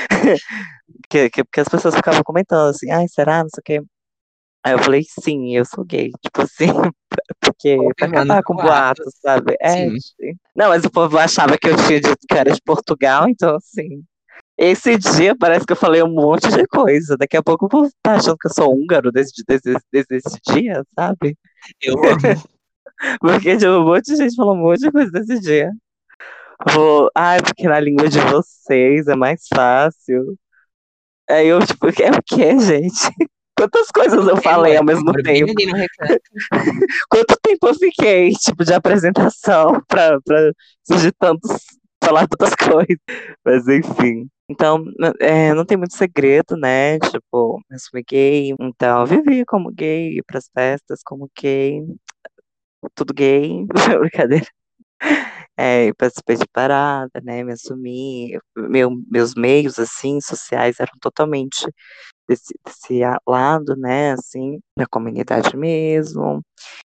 Que, que, porque as pessoas ficavam comentando assim, ai, será? Não sei o quê. Aí eu falei, sim, eu sou gay. Tipo assim, porque pra Confirmando acabar com boatos. boatos, sabe? É, Sim. sim. Não, mas o povo achava que eu tinha dito que era de Portugal, então assim. Esse dia parece que eu falei um monte de coisa. Daqui a pouco o povo tá achando que eu sou húngaro desde, desde, desde esse dia, sabe? Eu amo. Porque tipo, um monte de gente falou um monte de coisa desse dia. Vou, ai, porque na língua de vocês é mais fácil. Aí eu, tipo, é o quê, gente? Quantas coisas eu É, falei ué, ao mesmo agora bem tempo? ali no recanto. Quanto tempo eu fiquei, tipo, de apresentação pra, pra surgir tantos, falar tantas coisas. Mas enfim. Então, n- é, não tem muito segredo, né? Tipo, eu sou gay, então eu vivi como gay, ia pras festas como gay, tudo gay, brincadeira. É, eu participei de parada, né? Me assumi. Meu, meus meios, assim, sociais eram totalmente desse, desse a- lado, né? Assim, da comunidade mesmo.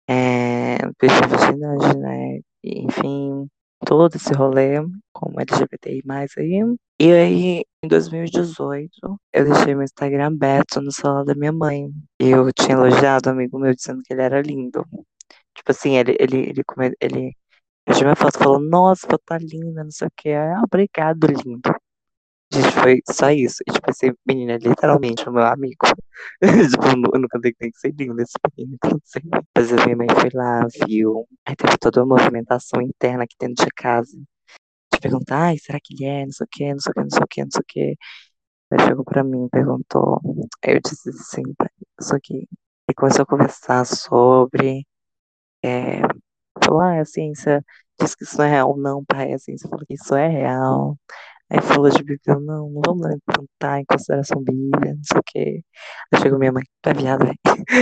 é, perdi a virgindade, né? E, enfim, todo esse rolê como L G B T I mais aí. E aí, em dois mil e dezoito, eu deixei meu Instagram aberto no celular da minha mãe. E eu tinha elogiado um amigo meu dizendo que ele era lindo. Tipo assim, ele, ele, ele, come- ele, eu tirei uma foto e falou, nossa, foto tá linda, não sei o que. Ah, obrigado, lindo. Gente, foi só isso. E, tipo, esse menino é literalmente o meu amigo. Tipo, eu nu- eu nunca tentei ser lindo esse menino, inclusive. Mas a minha mãe foi lá, viu. Aí teve toda uma movimentação interna aqui dentro de casa. De perguntar, ai, será que ele é? Não sei o que, não sei o que, não sei o que, não sei o que. Aí chegou pra mim e perguntou. Aí eu disse assim, pai, isso aqui. E começou a conversar sobre. É, falou, ah, a ciência diz que isso não é real. Não, pai, a ciência falou que isso é real. Aí falou de Bíblia, eu, não, não vamos levantar em consideração Bíblia, não sei o quê. Aí chegou minha mãe, tá viada, velho.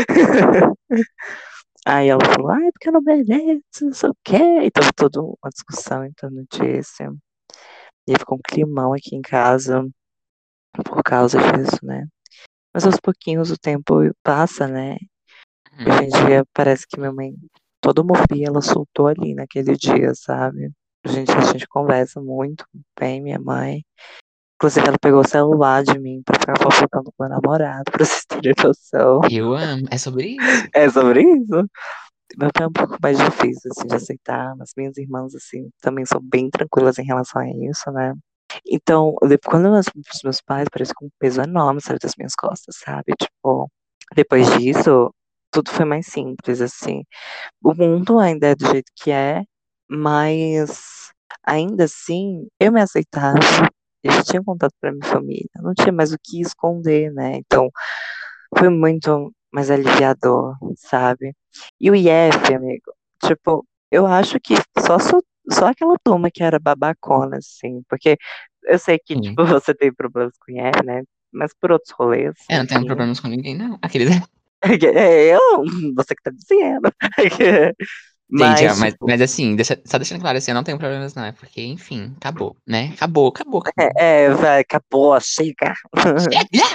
Aí ela falou, ai, porque eu não mereço, não sei o quê. E teve toda uma discussão em torno disso. E aí ficou um climão aqui em casa por causa disso, né? Mas aos pouquinhos o tempo passa, né? E hoje Hum. em dia parece que minha mãe, todo movia, ela soltou ali naquele dia, sabe? Hoje em dia a gente conversa muito bem, minha mãe. Inclusive, ela pegou o celular de mim pra ficar fofocando com meu namorado, pra vocês terem noção. Eu amo. É sobre isso. É sobre isso? Meu pai é um pouco mais difícil, assim, de aceitar, mas minhas irmãs, assim, também são bem tranquilas em relação a isso, né? Então, de- quando meus, os meus pais, parece que um peso enorme saiu das minhas costas, sabe? Tipo, depois disso, tudo foi mais simples, assim. O mundo ainda é do jeito que é, mas ainda assim, eu me aceitava. Eu já tinha contato pra minha família, não tinha mais o que esconder, né? Então, foi muito mais aliviador, sabe? E o I F, amigo, tipo, eu acho que só, só, só aquela turma que era babacona, assim, porque eu sei que, Sim. tipo, você tem problemas com I F, né? Mas por outros rolês, Eu não tenho enfim. problemas com ninguém, não. Aquele... É eu, você que tá dizendo. Gente, é, Mas, mas, tipo, mas assim, deixa- só deixando claro assim, eu não tenho problemas, não. É porque, enfim, acabou, né? Acabou, acabou, acabou. é, é, vai, acabou, chega. Chega!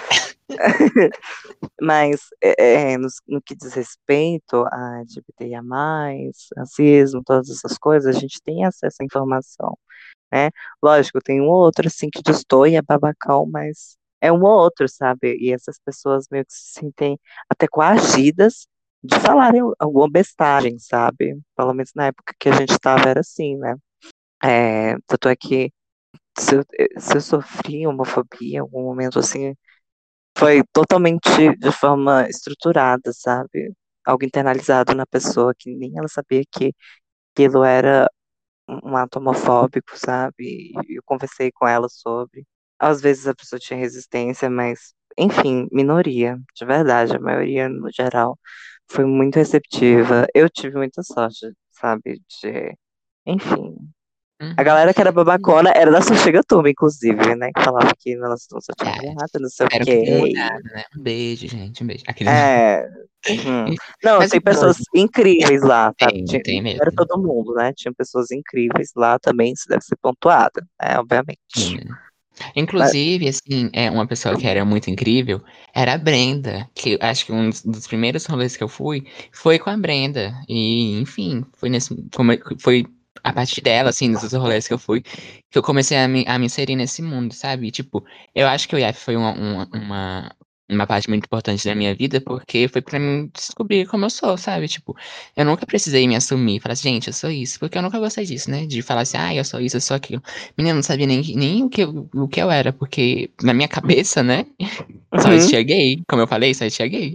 Mas é, é, no, no que diz respeito a L G B T I A mais, racismo, todas essas coisas, a gente tem acesso à informação, né? Lógico, tem um ou outro assim que destoia, é babacão, mas é um ou outro, sabe? E essas pessoas meio que se sentem até coagidas de falarem alguma bestagem, sabe? Pelo menos na época que a gente estava era assim, né? É, tanto é que se eu, se eu sofri homofobia em algum momento assim, foi totalmente de forma estruturada, sabe? Algo internalizado na pessoa que nem ela sabia que aquilo era um um ato homofóbico, sabe? E eu conversei com ela sobre. Às vezes a pessoa tinha resistência, mas, enfim, minoria, de verdade, a maioria no geral foi muito receptiva. Eu tive muita sorte, sabe? De, enfim. A Uhum. galera que era babacona era da Chega Turma, inclusive, né? Que falava que nossa, não só tinha Tá, gata, não sei o espero que tenha quê. mudado, né? Um beijo, gente, um beijo. Aquele... É. Uhum. Não, Mas tem o pessoas doido incríveis lá, sabe? tem, Tinha- tem não era mesmo. todo mundo, né? Tinha pessoas incríveis lá também, isso deve ser pontuado, né? Obviamente. Tinha. Mas, Inclusive, assim, é uma pessoa que era muito incrível era a Brenda, que eu acho que um dos dos primeiros rolês que eu fui foi com a Brenda. E, enfim, foi nesse, come- foi a partir dela, assim, nesses rolês que eu fui, que eu comecei a me, a me inserir nesse mundo, sabe? E, tipo, eu acho que o I F foi uma, uma, uma, uma parte muito importante da minha vida, porque foi pra mim descobrir como eu sou, sabe? Tipo, eu nunca precisei me assumir, falar assim, gente, eu sou isso, porque eu nunca gostei disso, né? De falar assim, ah, eu sou isso, eu sou aquilo. Menina, eu não sabia nem, nem o que, eu- o que eu era, porque na minha cabeça, né? Só uhum, existia gay. Como eu falei, só existia gay.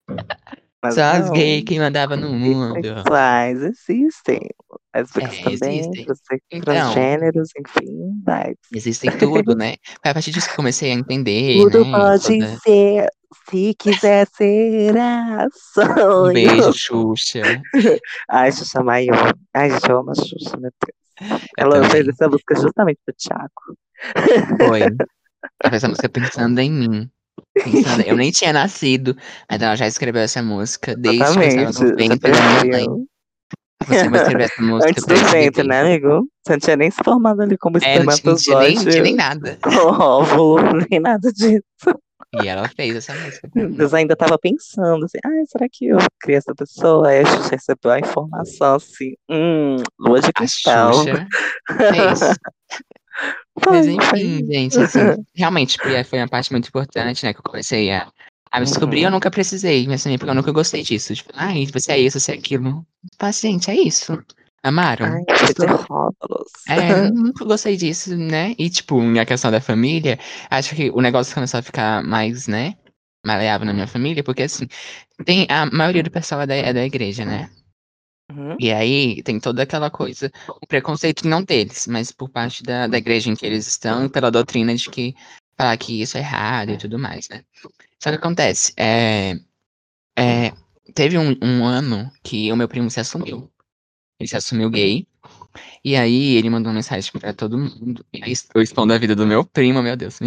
mas Só as não, gays que mandavam no mundo. bissexuais existem, lésbicas É, também, existem. trans- Então, transgêneros, enfim, vibes. existem tudo, né? Foi a partir disso que eu comecei a entender, Tudo né? pode Toda... ser, se quiser será Um beijo, sonho. Xuxa. Ai, Xuxa maior. Ai, gente, eu amo a Xuxa, meu Deus. Eu Ela fez também. essa música justamente pro Thiago. Foi. Ela fez essa música pensando em mim. Pensando, eu nem tinha nascido, mas ela já escreveu essa música desde que eu estava Exatamente, no já ventre da minha mãe. previu. Você vai escrever essa música Antes pra do esse ventre, bebê. né, amigo? Você não tinha nem se formado ali como É, não tinha, não tinha nem, espermatozoide, não tinha nem nada. óvulo, nem nada disso. E ela fez essa música pra mim. Deus ainda estava pensando assim, ah, será que eu criei essa pessoa? Aí a gente recebeu a informação assim, hum, lua de A cristal. Xuxa fez. Mas Foi, foi. enfim, gente, assim, realmente, tipo, foi uma parte muito importante, né, que eu comecei a, a me descobrir. Eu Uhum. nunca precisei, mas também porque eu nunca gostei disso. Tipo, ai, você é isso, você é aquilo. Mas, gente, é isso. Amaram? Ai, Você- tudo rótulos. É, nunca gostei disso, né? E, tipo, minha questão da família, acho que o negócio começou a ficar mais, né, maleável na minha família, porque, assim, tem, a maioria do pessoal é da, é da igreja, né? Uhum. E aí tem toda aquela coisa, o preconceito não deles, mas por parte da, da igreja em que eles estão, e pela doutrina de que falar que isso é errado e tudo mais, né? Só que acontece, é, é, teve um, um ano que o meu primo se assumiu. Ele se assumiu gay, e aí ele mandou uma mensagem pra todo mundo. E aí eu expondo a vida do meu primo, meu Deus.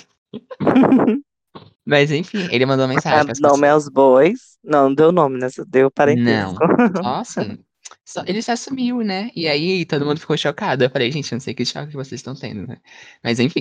Mas enfim, ele mandou uma mensagem Dá pras nome pessoas. aos bois. Não, não deu nome, né? Só deu parentesco. Não, só assim. Só, ele se assumiu, né? E aí todo mundo ficou chocado. Eu falei, gente, eu não sei que choque que vocês estão tendo, né? Mas enfim,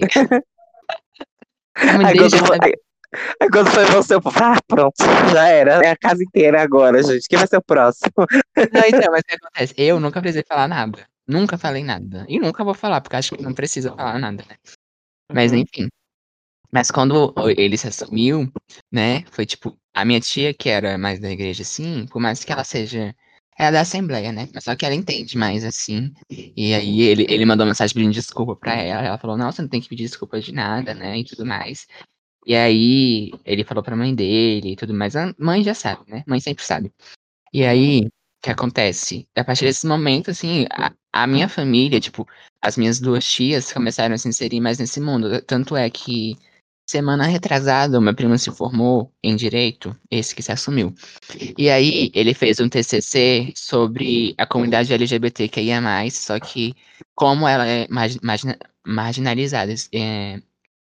a mãe Aí dele quando já foi, sabe. aí, aí quando foi você, eu falei, ah, pronto, já era. É a casa inteira agora, gente. Quem vai ser o próximo? Não, então, mas o que acontece? Eu nunca precisei falar nada. Nunca falei nada. E nunca vou falar, porque acho que não precisa falar nada, né? Mas Uhum. enfim. Mas quando ele se assumiu, né? Foi tipo, a minha tia, que era mais da igreja, assim, por mais que ela seja. Ela é da Assembleia, né? Mas só que ela entende mais assim. E aí ele, ele mandou mensagem pedindo desculpa pra ela. Ela falou, não, você não tem que pedir desculpa de nada, né? E tudo mais. E aí ele falou pra mãe dele e tudo mais. A mãe já sabe, né? Mãe sempre sabe. E Uhum. aí, o que acontece? A partir desse momento, assim, a, a minha família, tipo, as minhas duas tias começaram a se inserir mais nesse mundo. Tanto é que semana retrasada, o meu primo se formou em direito, esse que se assumiu. E aí, ele fez um T C C sobre a comunidade L G B T Q I A mais, só que como ela é margi- margina- marginalizada, é,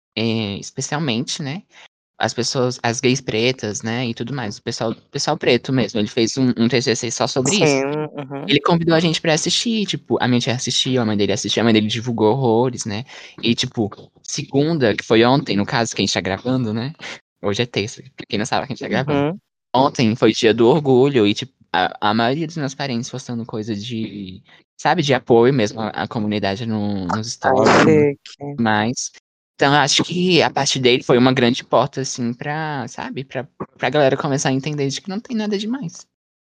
é, especialmente, né? As pessoas, as gays pretas, né, e tudo mais, o pessoal, pessoal preto mesmo, ele fez um, um T C C só sobre isso. Sim, uhum. Ele convidou a gente pra assistir, tipo, a minha tia assistiu, a mãe dele assistiu, a mãe dele divulgou horrores, né, e tipo, segunda, que foi ontem, no caso, que a gente tá gravando, né, hoje é terça, pra quem não sabe que a gente tá gravando. Uhum. Ontem foi dia do orgulho e, tipo, a, a maioria dos meus parentes postando coisa de, sabe, de apoio mesmo à, à comunidade no, nos Ai, stories, tudo chique. mais. Então, eu acho que a partir dele foi uma grande porta, assim, pra, sabe, pra, pra galera começar a entender de que não tem nada demais.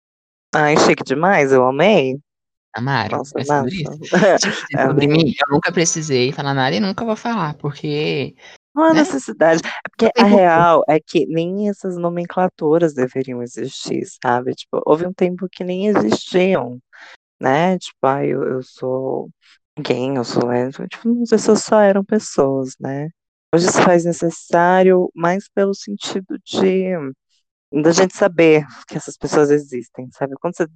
Ai, chique demais, eu amei. Amaram, Nossa, é sobre massa. isso. Gente, sobre Amei. mim, eu nunca precisei falar nada e nunca vou falar, porque, Não há né, necessidade. É não porque a tem porquê. real é que nem essas nomenclaturas deveriam existir, sabe? Tipo, houve um tempo que nem existiam, né? Tipo, ah, eu, eu sou gay, eu sou lésbica. Tipo, as pessoas só eram pessoas, né? Hoje se faz necessário mais pelo sentido de da gente saber que essas pessoas existem, sabe? Quando você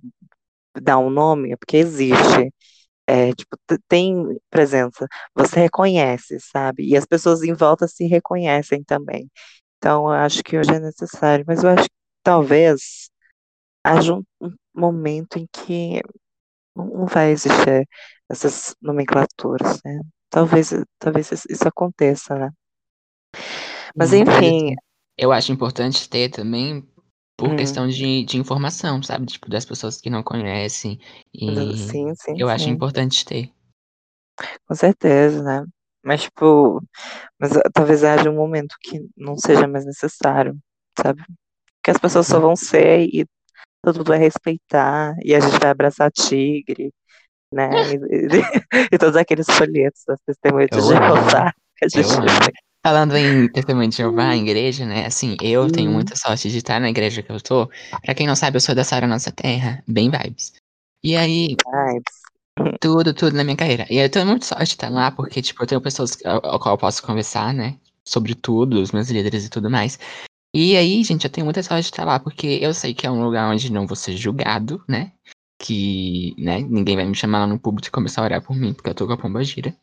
dá um nome, é porque existe. É, tipo, t- tem presença, você reconhece, sabe? E as pessoas em volta se reconhecem também. Então, eu acho que hoje é necessário, mas eu acho que talvez haja um, um momento em que não não vai existir essas nomenclaturas, né? Talvez, talvez isso isso aconteça, né? Mas Sim, mas enfim, assim, eu acho importante ter também por hum, questão de, de informação, sabe? Tipo, das pessoas que não conhecem. E sim, sim, eu acho sim, importante ter. com certeza, né? Mas, tipo, mas ah, talvez haja um momento que não seja mais necessário, sabe? Que as pessoas só Uhum. vão ser e todo mundo vai respeitar, e a gente vai abraçar tigre, né? E, e- e todos aqueles folhetos das testemunhas de Eu amo, Jeová que a eu gente amo. vê. Falando em testemunho de Jeová, em igreja, né? Assim, eu tenho Hum, muita sorte de estar na igreja que eu tô. Pra quem não sabe, eu sou da Sara Nossa Terra, bem vibes. E aí, vibes. tudo, tudo na minha carreira. E aí eu tenho muita sorte de estar lá, porque, tipo, eu tenho pessoas ao, ao qual eu posso conversar, né? Sobre tudo, os meus líderes e tudo mais. E aí, gente, eu tenho muita sorte de estar lá, porque eu sei que é um lugar onde não vou ser julgado, né? Que, né, ninguém vai me chamar lá no público e começar a orar por mim, porque eu tô com a pomba gira.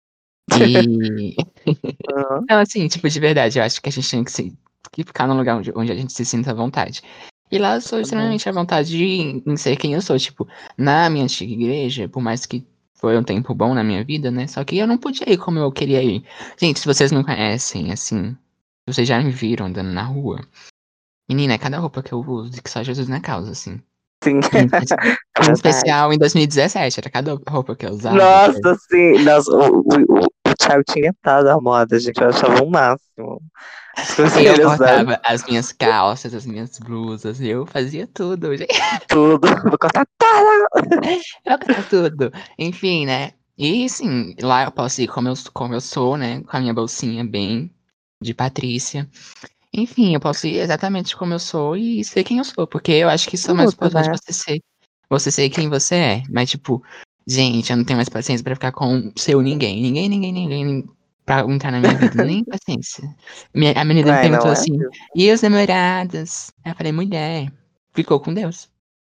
E. Uhum, Então, assim, tipo, de verdade, eu acho que a gente tem que, se, que ficar num lugar onde, onde a gente se sinta à vontade. E lá eu sou uhum. extremamente à vontade de, em ser quem eu sou. Tipo, na minha antiga igreja, por mais que foi um tempo bom na minha vida, né? Só que eu não podia ir como eu queria ir. Gente, se vocês não conhecem, assim. Vocês já me viram andando na rua? Menina, é cada roupa que eu uso que só Jesus na causa, assim. Sim, Em, especi- é em verdade. especial em dois mil e dezessete, era cada roupa que eu usava. Que eu, Nossa, sim. Nossa, o, o, o, o Thiago tinha entrado à moda, gente. Eu achava o máximo. As coisas que eu ele usava, cortava as minhas calças, as minhas blusas, eu fazia tudo, gente. tudo. Vou cortar tudo. Eu cortava tudo. Enfim, né? E sim, lá eu posso ir como eu, como eu sou, né? Com a minha bolsinha bem de Patrícia. Enfim, eu posso ir exatamente como eu sou e ser quem eu sou, porque eu acho que isso é mais Tudo, importante né? você ser. Você ser quem você é. Mas, tipo, gente, eu não tenho mais paciência pra ficar com seu ninguém. Ninguém, ninguém, ninguém pra entrar na minha vida. Nem paciência. Minha- a menina me Ai, perguntou não é? assim: e os namorados? Aí eu falei, mulher, ficou com Deus.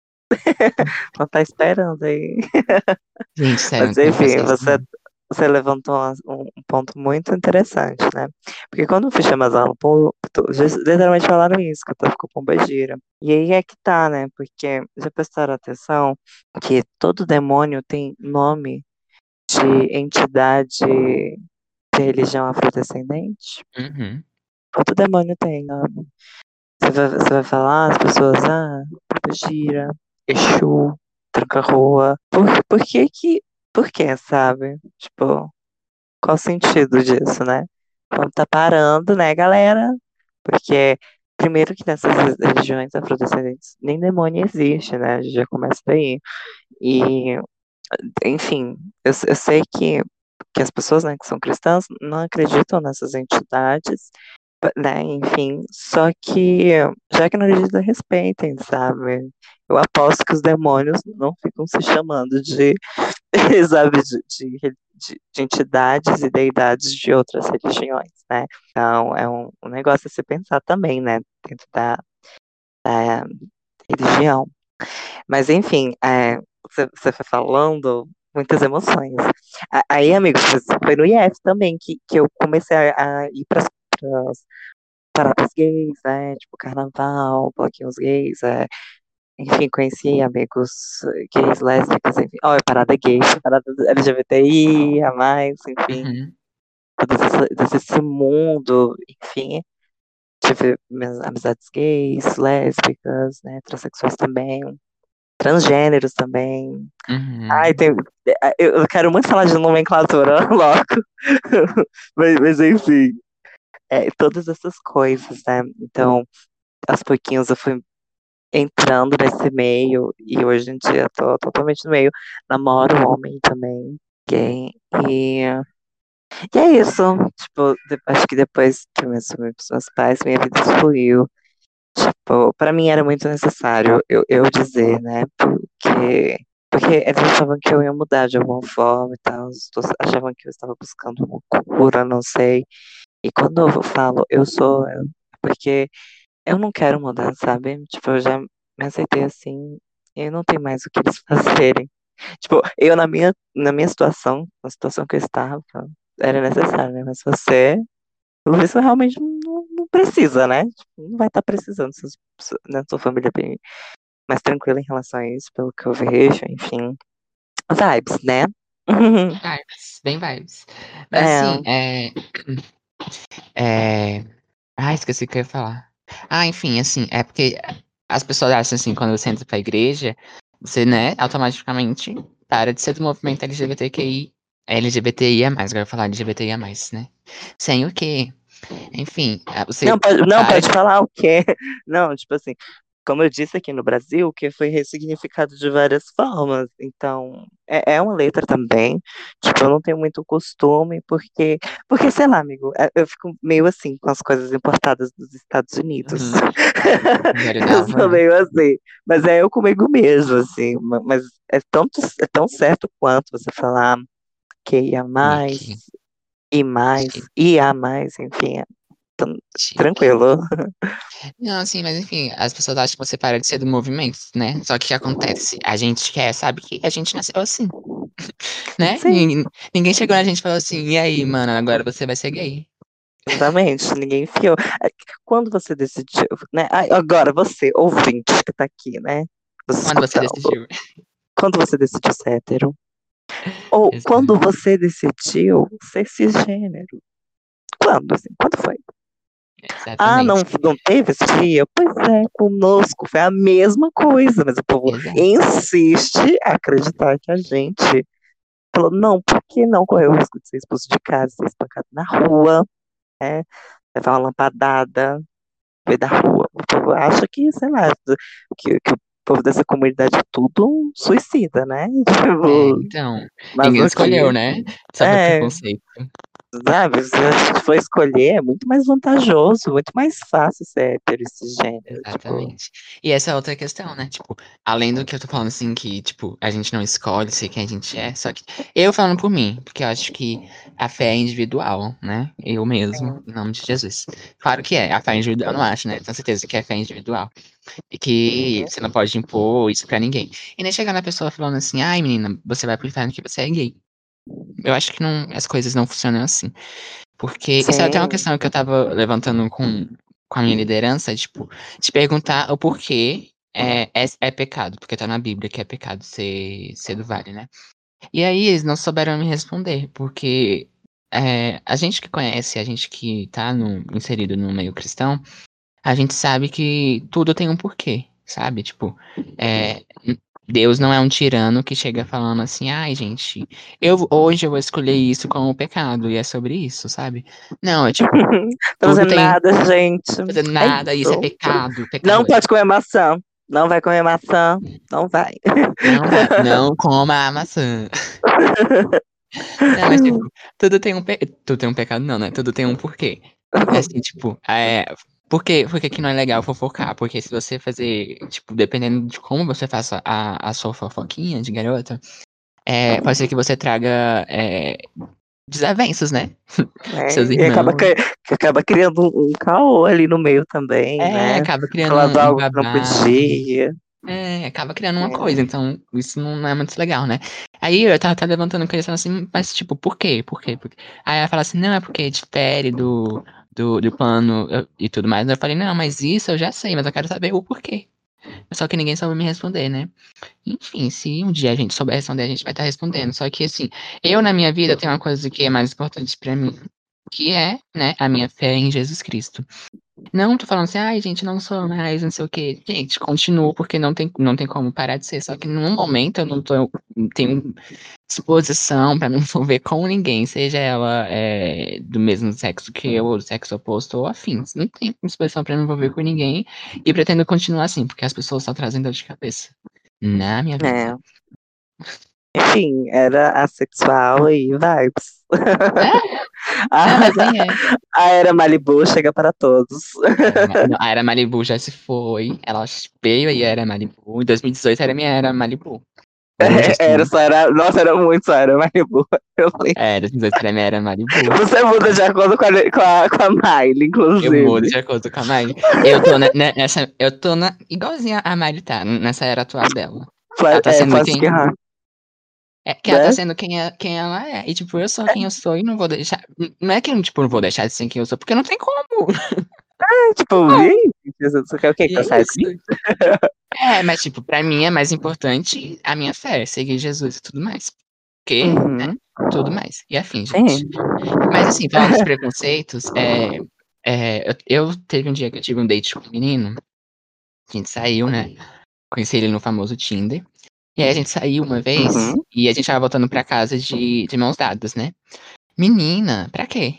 Não tá esperando aí. Gente, sério, eu Mas não tenho enfim, paciência, você, não. você levantou um, um ponto muito interessante, né? Porque quando eu fui chamar no público, literalmente falaram isso, que eu tava com pombagira. E aí é que tá, né? Porque já prestaram atenção que todo demônio tem nome de entidade de religião afrodescendente? Uhum, Todo demônio tem nome. Você vai, você vai falar, as pessoas, ah, pombagira, Exu, tranca-rua. Por, por que que, por que, sabe? Tipo, qual o sentido disso, né? Vamos tá parando, né, galera? Porque, primeiro que nessas religiões afrodescendentes nem demônio existe, né? A gente já começa daí. E, enfim, eu, eu sei que, que as pessoas, né, que são cristãs não acreditam nessas entidades, né? Enfim, só que, já que não acreditam, respeitem, sabe? Eu aposto que os demônios não ficam se chamando de sabe, de, de, de- de entidades e deidades de outras religiões, né? Então, é um, um negócio a se pensar também, né? Dentro da, da religião. Mas, enfim, é, você, você foi falando muitas emoções. A- Aí, amigos, foi no I F também que, que eu comecei a, a ir para as paradas gays, né? Tipo, carnaval, bloquinhos gays, é, enfim, conheci amigos gays, lésbicas, enfim. Ó, é parada gay, parada L G B T I, a mais, enfim. uhum, Todo esse, todo esse mundo, enfim. Tive minhas amizades gays, lésbicas, né, transexuais também, transgêneros também. Ai, uhum, tem, eu eu quero muito falar de nomenclatura logo, mas, mas enfim, é, todas essas coisas, né? Então, aos pouquinhos eu fui entrando nesse meio e hoje em dia tô totalmente no meio. Namoro um homem também, gay. E, e é isso. Tipo, de- acho que depois que eu me assumi pros meus pais, minha vida fluiu. Tipo, pra mim era muito necessário eu, eu dizer, né? Porque, porque eles achavam que eu ia mudar de alguma forma e tal. Os dois achavam que eu estava buscando uma cura, não sei. E quando eu falo eu sou, eu- porque eu não quero mudar, sabe? Tipo, eu já me aceitei assim e não tem mais o que eles fazerem. Tipo, eu na minha, na minha situação, na situação que eu estava, era necessário, né? Mas você, pelo visto, realmente não, não precisa, né? Tipo, não vai estar precisando. Seus, né? Sua família é bem mais tranquila em relação a isso, pelo que eu vejo, enfim. Vibes, né? vibes, bem vibes. Mas assim, É, é. É. Ah, esqueci o que eu ia falar. Ah, enfim, assim, é porque as pessoas acham assim, quando você entra pra igreja, você, né, automaticamente para de ser do movimento L G B T Q I, L G B T I a mais, agora eu vou falar L G B T I a mais, né? Sem o quê? Enfim, ah, não, você pode, não, para pode de. falar o quê? Não, tipo assim, como eu disse aqui no Brasil, que foi ressignificado de várias formas. Então, é, é uma letra também. Tipo, eu não tenho muito costume, porque, porque, sei lá, amigo, é- eu fico meio assim com as coisas importadas dos Estados Unidos. Uhum, Gary Eu sou Nava, meio assim. Mas é eu comigo mesmo, assim. ma- Mas é tão, é tão certo quanto você falar que ia mais, chique, e mais, chique, e a mais, enfim, é tão chique. tranquilo. Não, assim, mas enfim, as pessoas acham que você para de ser do movimento, né? Só que o que acontece? A gente quer, sabe que a gente nasceu assim, né? Sim. Ninguém, ninguém chegou na gente e falou assim, e aí, mano, agora você vai ser gay. Exatamente, ninguém enfiou. É, quando você decidiu, né? Ah, agora você, ouvinte que tá aqui, né? Você Quando você escutando. decidiu. Quando você decidiu ser hétero? Ou Exato. quando você decidiu ser cisgênero? Quando, assim? Quando foi? Ah, não, Exatamente. não teve esse dia? Pois é, conosco foi a mesma coisa, mas o povo Exato. insiste a acreditar que a gente falou, não, por que não correr o risco de ser expulso de casa, ser espancado na rua, né? Levar uma lampadada no meio da rua. O povo acha que, sei lá, que, que o povo dessa comunidade é tudo um suicida, né? É, Tipo, então, ninguém escolheu, masoquista. né? Sofre É, preconceito. sabe, se a gente for escolher, é muito mais vantajoso, muito mais fácil ser hétero esse gênero, tipo. Exatamente. E essa é outra questão, né? Tipo, além do que eu tô falando assim, que, tipo, a gente não escolhe ser quem a gente é, só que eu falando por mim, porque eu acho que a fé é individual, né? Eu mesmo, em nome de Jesus. Claro que é, a fé é individual, eu não acho, né? Tenho certeza que a fé é individual. E que você não pode impor isso pra ninguém. E nem chegar na pessoa falando assim, ai, menina, você vai pro inferno que você é gay. Eu acho que não, as coisas não funcionam assim. Porque isso é até uma Sim. questão que eu tava levantando com, com a minha liderança, tipo, de perguntar o porquê é, é, é pecado, porque tá na Bíblia que é pecado ser, ser do vale, né? E aí eles não souberam me responder, porque é, a gente que conhece, a gente que tá no, inserido no meio cristão, a gente sabe que tudo tem um porquê, sabe? Tipo, é, Deus não é um tirano que chega falando assim, ai, gente, eu hoje eu vou escolher isso como pecado, e é sobre isso, sabe? Não, é tipo, Tá tudo fazendo tem nada, gente. fazendo É nada, isso é isso. pecado, Não pecado é. pode comer maçã. Não vai comer maçã. Não vai. Não vai, não coma a maçã. Não, mas tipo, tudo tem um pe... tudo tem um pecado, não, né? Tudo tem um porquê. É assim, tipo, é. Por que, por que que não é legal fofocar? Porque se você fazer, tipo, dependendo de como você faça a, a sua fofoquinha de garota, é, pode ser que você traga é, desavenças, né? Seus Né? E acaba, irmãos. cri- que acaba criando um, um caô ali no meio também, É, né? acaba criando Falando um, um algo que não babado. podia. É, acaba criando uma coisa, É. então isso não é muito legal, né? Aí eu tava, tava levantando questão assim, mas tipo, por quê? Por quê? Por quê? Aí ela fala assim, não, é porque difere do, do, do plano eu- e tudo mais. Eu falei, não, mas isso eu já sei, mas eu quero saber o porquê. Só que ninguém soube me responder, né? Enfim, se um dia a gente souber responder, a gente vai estar respondendo. Só que assim, eu na minha vida tenho uma coisa que é mais importante pra mim, que é, né, a minha fé em Jesus Cristo. Não tô falando assim, ai, gente, não sou mais, não sei o quê. Gente, continuo porque não tem, não tem como parar de ser. Só que num momento eu não tô, não tenho disposição pra me envolver com ninguém, seja ela é, do mesmo sexo que eu, ou do sexo oposto, ou afins. Não tenho disposição pra me envolver com ninguém e pretendo continuar assim, porque as pessoas só trazem dor de cabeça na minha vida. É. Enfim, era assexual e vibes. É, é, A, mas nem é. a era Malibu chega para todos. Era, Ma- não, a Era Malibu já se foi. Ela veio e era Malibu. Em dois mil e dezoito era minha Era Malibu. Hoje, Era assim, só era. Nossa, era muito só era Malibu. Eu lembro. é, dois mil e dezoito pra mim era Malibu. Você muda de acordo com a, com a, com a Miley, Eu mudo inclusive. de acordo com a Miley. Eu tô ne- ne- nessa. Eu tô na. Igualzinha a Miley tá, nessa era atual dela. Pla- Ela tá É, sendo Plastic quem. Heart, É, que ela tá né? sendo quem, é, quem ela é. E, tipo, eu sou quem eu sou e não vou deixar. Não é que eu, tipo, não vou deixar de ser quem eu sou, porque não tem como. É, tipo, e Não. aí? Você quer o quê? E Que eu é saia isso. daqui? É, mas, tipo, pra mim é mais importante a minha fé, seguir Jesus e tudo mais. Que, né? Uhum. Tudo mais. E afim, gente. Sim. Mas, assim, falando dos preconceitos, é, é, eu, eu teve um dia que eu tive um date com um menino. A gente saiu, né? Conheci ele no famoso Tinder. E aí a gente saiu uma vez Uhum. e a gente tava voltando pra casa de, de mãos dadas, né? Menina, pra quê?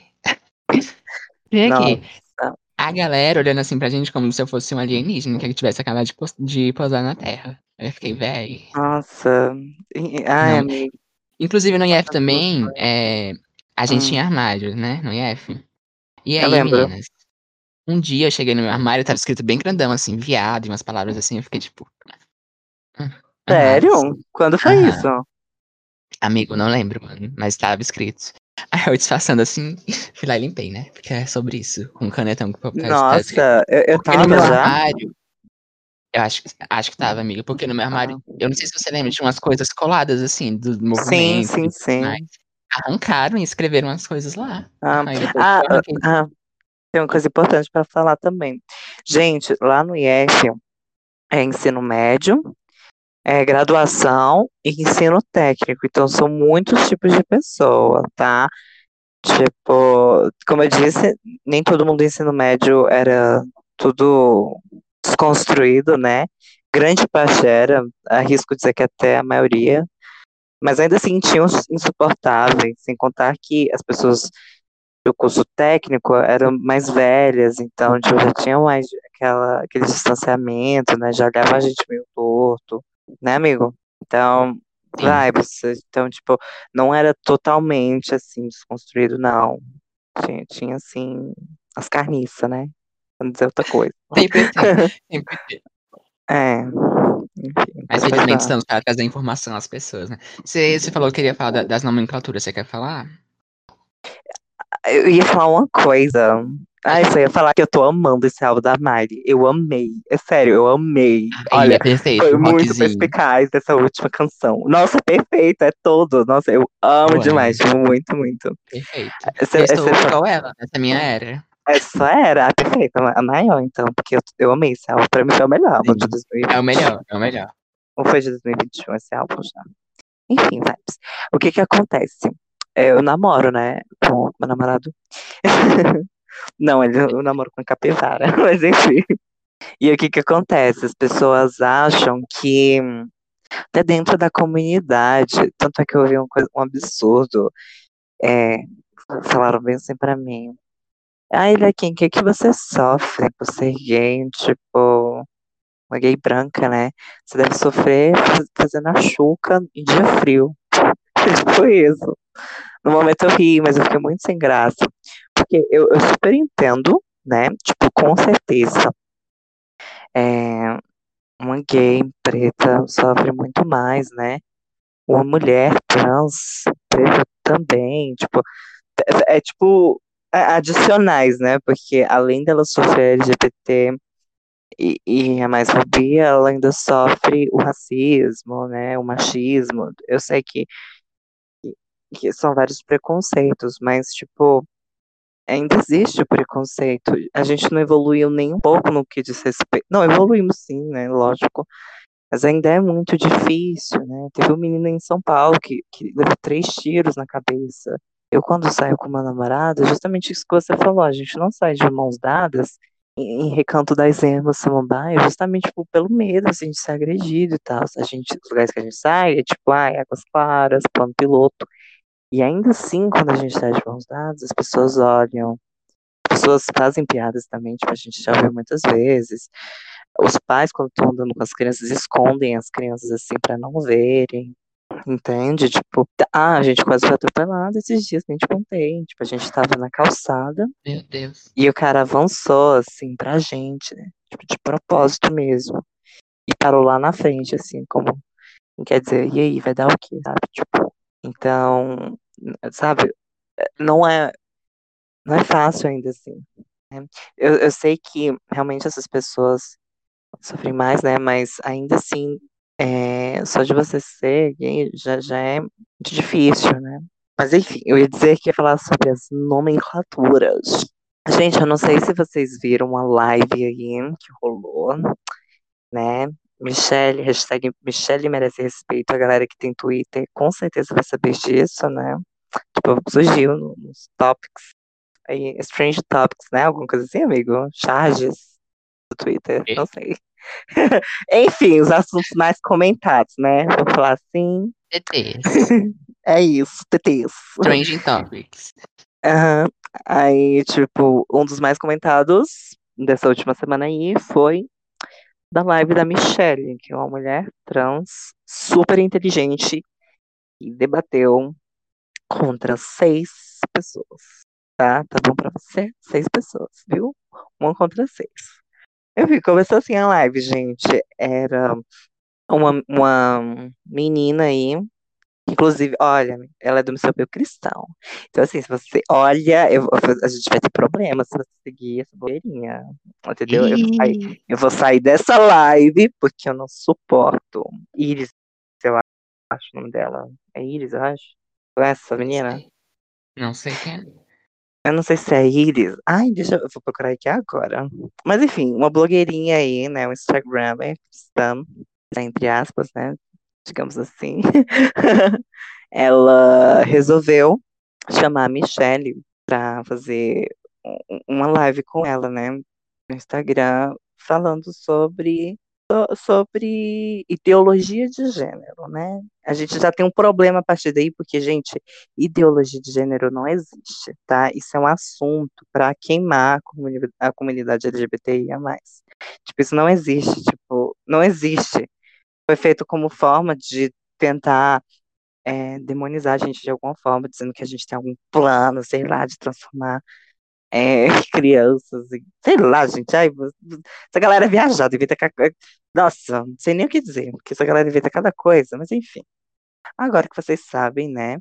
Pra quê? Nossa. A galera olhando assim pra gente como se eu fosse um alienígena que tivesse acabado de, pos- de pousar na Terra. Aí eu fiquei, véi. Nossa. E- Ai, Não. amiga. Inclusive no I F também, é, a gente Hum, tinha armários, né? No I F. E eu aí, lembro. meninas, um dia eu cheguei no meu armário e tava escrito bem grandão, assim, viado, e umas palavras assim, eu fiquei tipo, "Hum, armários. Sério? Quando foi isso? Aham. Amigo, não lembro, mano, mas tava escrito. Aí eu disfarçando assim, fui lá e limpei, né? Porque é sobre isso, com um canetão que o tá, tá escrito. Nossa, eu, eu Porque no tava meu já? armário, eu acho, que- acho que tava, amigo, porque no meu armário, Ah, eu não sei se você lembra, tinha umas coisas coladas assim, do sim, movimento sim, e tudo mais. sim. Arrancaram e escreveram as coisas lá. Ah, Aí depois ah, eu arranquei. ah, tem uma coisa importante para falar também. Gente, lá no I F é ensino médio, é graduação e ensino técnico. Então são muitos tipos de pessoa, tá? Tipo, como eu disse, nem todo mundo do ensino médio era tudo desconstruído, né? Grande parte era, arrisco dizer que até a maioria, mas ainda assim tinham os insuportáveis, sem contar que as pessoas do curso técnico eram mais velhas, então tipo, já tinham mais aquela, aquele distanciamento, né? Já olhava a gente meio torto, né, amigo? Então, Sim. vai, você, então, tipo, não era totalmente assim desconstruído, não. Tinha, tinha assim, as carniças, né? Pra não dizer outra coisa. Sempre tem, sempre tem. É, enfim, Mas pode felizmente continuar. estamos para trazer informação às pessoas, né? Você, você falou que queria falar da- das nomenclaturas, você quer falar? Eu ia falar uma coisa. Ah, Pode isso eu falar. ia falar que eu tô amando esse álbum da Miley. Eu amei. É sério, eu amei. Aí, é Olha, perfeito, foi um muito rockzinho. perspicaz essa última canção. Nossa, perfeito, é todo. Nossa, eu amo Eu demais, amo. tipo, muito, muito. Perfeito. Essa, Eu essa, estou igual ela, essa é a minha era. essa era a perfeita, a maior, então, porque eu, eu amei esse álbum. Pra mim foi o melhor álbum de Sim. É o dois mil e vinte. melhor, é o melhor. Ou foi de dois mil e vinte e um esse álbum já? Enfim, vibes. O que que acontece? É, eu namoro, né, com meu namorado. Não, ele, eu namoro com capivara, mas enfim. E o que que acontece? As pessoas acham que até dentro da comunidade, tanto é que eu ouvi um, coisa- um absurdo, é, falaram bem assim pra mim. Ai, Lequim, o que que você sofre por ser gay? Tipo, uma gay branca, né? Você deve sofrer faz- fazendo a chuca em dia frio. Foi isso. No momento eu ri, mas eu fiquei muito sem graça. Porque eu, eu super entendo, né? Tipo, com certeza. É, uma gay preta sofre muito mais, né? Uma mulher trans preta também, tipo, é, é tipo a- adicionais, né? Porque além dela sofrer L G B T e, e a mais fobia, ela ainda sofre o racismo, né? O machismo. Eu sei que, que são vários preconceitos, mas tipo, ainda existe o preconceito. A gente não evoluiu nem um pouco no que diz respeito. Não, evoluímos sim, né? Lógico. Mas ainda é muito difícil, né? Teve um menino em São Paulo que, que levou três tiros na cabeça. Eu, quando saio com uma namorada, é justamente isso que você falou, a gente não sai de mãos dadas em, em Recanto das Emas, Samambaia, justamente tipo, pelo medo assim, de ser agredido e tal. A gente, os lugares que a gente sai é tipo, ai, Águas Claras, plano piloto. E ainda assim, quando a gente sai de mãos dadas, as pessoas olham, as pessoas fazem piadas também, tipo, a gente já ouviu muitas vezes. Os pais, quando estão andando com as crianças, escondem as crianças assim pra não verem, entende? Tipo, ah, a gente quase foi atropelado esses dias, nem te contei. Tipo, a gente tava na calçada Meu Deus. e o cara avançou assim pra gente, né? Tipo, de propósito mesmo. E parou lá na frente, assim, como quer dizer, e aí, vai dar o quê, sabe? Tipo, então, sabe, não é, não é fácil ainda assim, né? Eu, eu sei que realmente essas pessoas sofrem mais, né? Mas ainda assim, é, só de você ser gay já, já é muito difícil, né? Mas enfim, eu ia dizer que ia falar sobre as nomenclaturas. Gente, eu não sei se vocês viram a live aí que rolou, né? Michelle, hashtag Michelle merece respeito. A galera que tem Twitter com certeza vai saber disso, né? Tipo, surgiu no- nos topics, aí, Strange Topics, né? Alguma coisa assim, amigo? Charges do Twitter, não E? sei. Enfim, os assuntos mais comentados, né? Vou falar assim. T Ts. É isso, T Ts. Trending Topics. Aham. Aí, tipo, um dos mais comentados dessa última semana aí foi da live da Michelle, que é uma mulher trans super inteligente e debateu contra seis pessoas, tá? Tá bom pra você? Seis pessoas, viu? Uma contra seis. Eu vi, começou assim a live, gente. Era uma, uma menina aí. Inclusive, olha, ela é do meu cristão. Então, assim, se você olha, eu, a gente vai ter problema se você seguir essa blogueirinha. Entendeu? Eu vou sair, Ih, eu vou sair dessa live porque eu não suporto. Iris, eu acho o nome dela. É Iris, eu acho. Conhece essa não menina? sei. Não sei quem é. Eu não sei se é Iris. Ai, deixa eu, eu vou procurar aqui agora. Mas enfim, uma blogueirinha aí, né? Um Instagrammer cristã, entre aspas, né? Digamos assim. Ela resolveu chamar a Michelle pra fazer um- uma live com ela, né? No Instagram, falando sobre, so- sobre ideologia de gênero, né? A gente já tem um problema a partir daí, porque, gente, ideologia de gênero não existe, tá? Isso é um assunto para queimar a comuni- a comunidade LGBTIA+. Tipo, isso não existe, tipo, não existe. Foi feito como forma de tentar é, demonizar a gente de alguma forma, dizendo que a gente tem algum plano, sei lá, de transformar é, crianças, em- sei lá, gente. Ai, vo- essa galera é viajada, inventa. ca- Nossa, não sei nem o que dizer, porque essa galera inventa cada coisa, mas enfim. Agora que vocês sabem, né,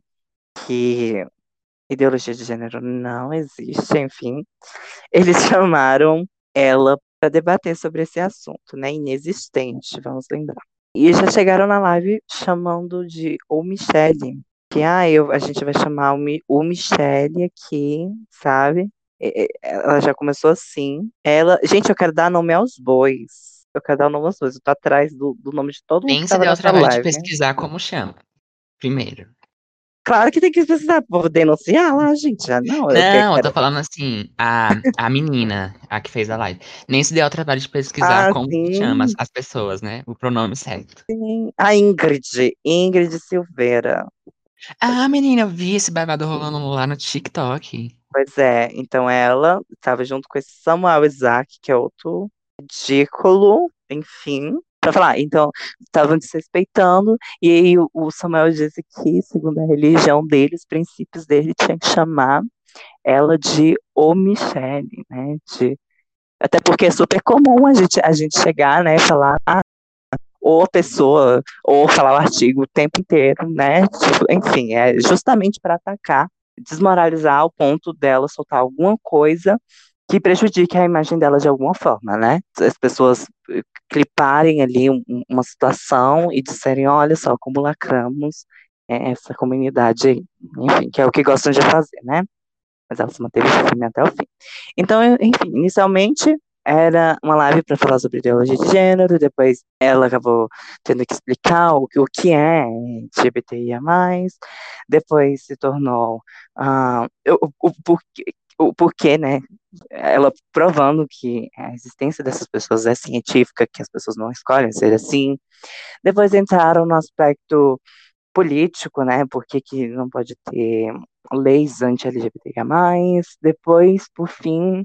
que ideologia de gênero não existe, enfim, eles chamaram ela para debater sobre esse assunto, né, inexistente, vamos lembrar. E já chegaram na live chamando de o Michele, que ah, eu, a gente vai chamar o, Mi, o Michele aqui, sabe? E- e- Ela já começou assim. Ela, gente, eu quero dar nome aos bois. Eu quero dar nome aos bois. Eu tô atrás do, do nome de todo mundo Nem que se tava der o nessa trabalho de live. pesquisar como chama, primeiro. Claro que tem que precisar, vou denunciar lá, gente. Já não, eu que- Não, eu quero. tô falando assim, a, a menina, a que fez a live. Nem se der o trabalho de pesquisar Ah, como que chama as, sim, as pessoas, né? O pronome certo. sim. A Ingrid, Ingrid Silveira. Ah, menina, eu vi esse babado rolando lá no TikTok. Pois é, então ela estava junto com esse Samuel Isaac, que é outro ridículo, enfim, pra falar. Então, estavam desrespeitando, e aí o o Samuel disse que, segundo a religião dele, os princípios dele, tinha que chamar ela de O Michele, né? De, até porque é super comum a gente, a gente chegar, né, e falar, ah, ou a pessoa, ou falar o artigo o tempo inteiro, né? Tipo, enfim, é justamente para atacar, desmoralizar ao ponto dela soltar alguma coisa que prejudique a imagem dela de alguma forma, né? As pessoas eh, cliparem ali um- um- uma situação e disserem, olha só como lacramos eh, essa comunidade aí. Enfim, que é o que gostam de fazer, né? Mas ela se manteve firme até o fim. Então, eu- enfim, inicialmente era uma live para falar sobre ideologia de gênero, depois ela acabou tendo que explicar o, que- o que é L G B T I A mais, depois se tornou ah, o, o, porquê, o porquê, né? Ela provando que a existência dessas pessoas é científica, que as pessoas não escolhem ser assim. Depois entraram no aspecto político, né? Por que que não pode ter leis anti-L G B T Q I A mais? Depois, por fim,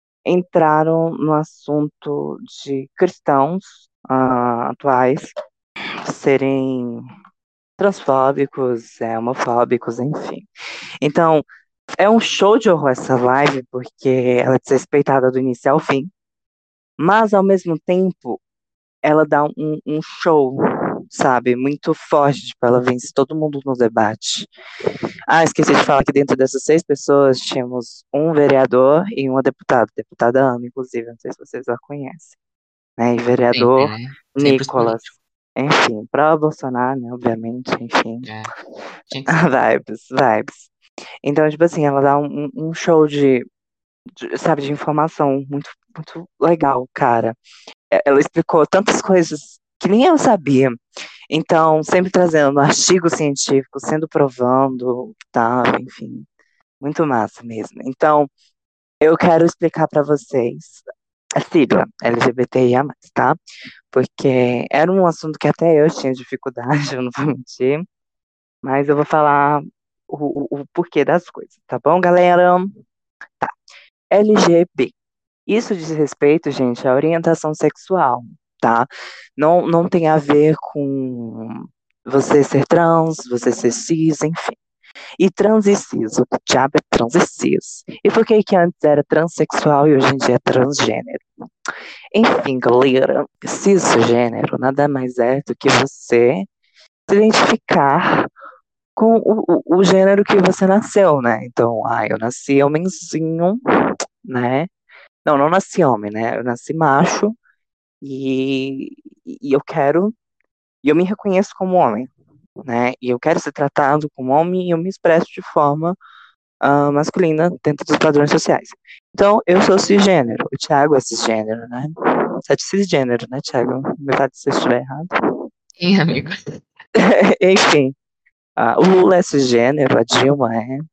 entraram no assunto de cristãos ah, atuais serem transfóbicos, é, homofóbicos, enfim. Então, é um show de horror essa live, porque ela é desrespeitada do início ao fim, mas ao mesmo tempo ela dá um, um show, sabe, muito forte, tipo, ela vence todo mundo no debate. Ah, esqueci de falar que dentro dessas seis pessoas tínhamos um vereador e uma deputada, deputada Ana, inclusive, não sei se vocês a conhecem, né, e Sempre, vereador né? Sempre os Nicolas, políticos. enfim, pró-Bolsonaro, né, obviamente, enfim, É, tinha que ser. vibes, vibes. Então, tipo assim, ela dá um, um um show de, de, sabe, de informação muito, muito legal, cara. É, ela explicou tantas coisas que nem eu sabia. Então, sempre trazendo artigos científicos, sendo provando, tá, enfim, muito massa mesmo. Então, eu quero explicar para vocês a sigla L G B T I A mais, tá? Porque era um assunto que até eu tinha dificuldade, eu não vou mentir, mas eu vou falar o, o, o porquê das coisas, tá bom, galera? Tá. L G B. Isso diz respeito, gente, à orientação sexual, tá? Não, não tem a ver com você ser trans, você ser cis, enfim. E trans e cis, o diabo é trans e cis. E por que que antes era transexual e hoje em dia é transgênero? Enfim, galera, cisgênero nada mais é do que você se identificar com o, o, o gênero que você nasceu, né? Então, ah, eu nasci homenzinho, né? Não, não nasci homem, né? Eu nasci macho e, e eu quero, e eu me reconheço como homem, né? E eu quero ser tratado como homem e eu me expresso de forma ah, masculina dentro dos padrões sociais. Então, eu sou cisgênero. O Thiago é cisgênero, né? Você é cisgênero, né, Thiago? Me fala se eu estiver errado. Sim, amigo. Enfim, ah, o Lula é cisgênero, a Dilma é.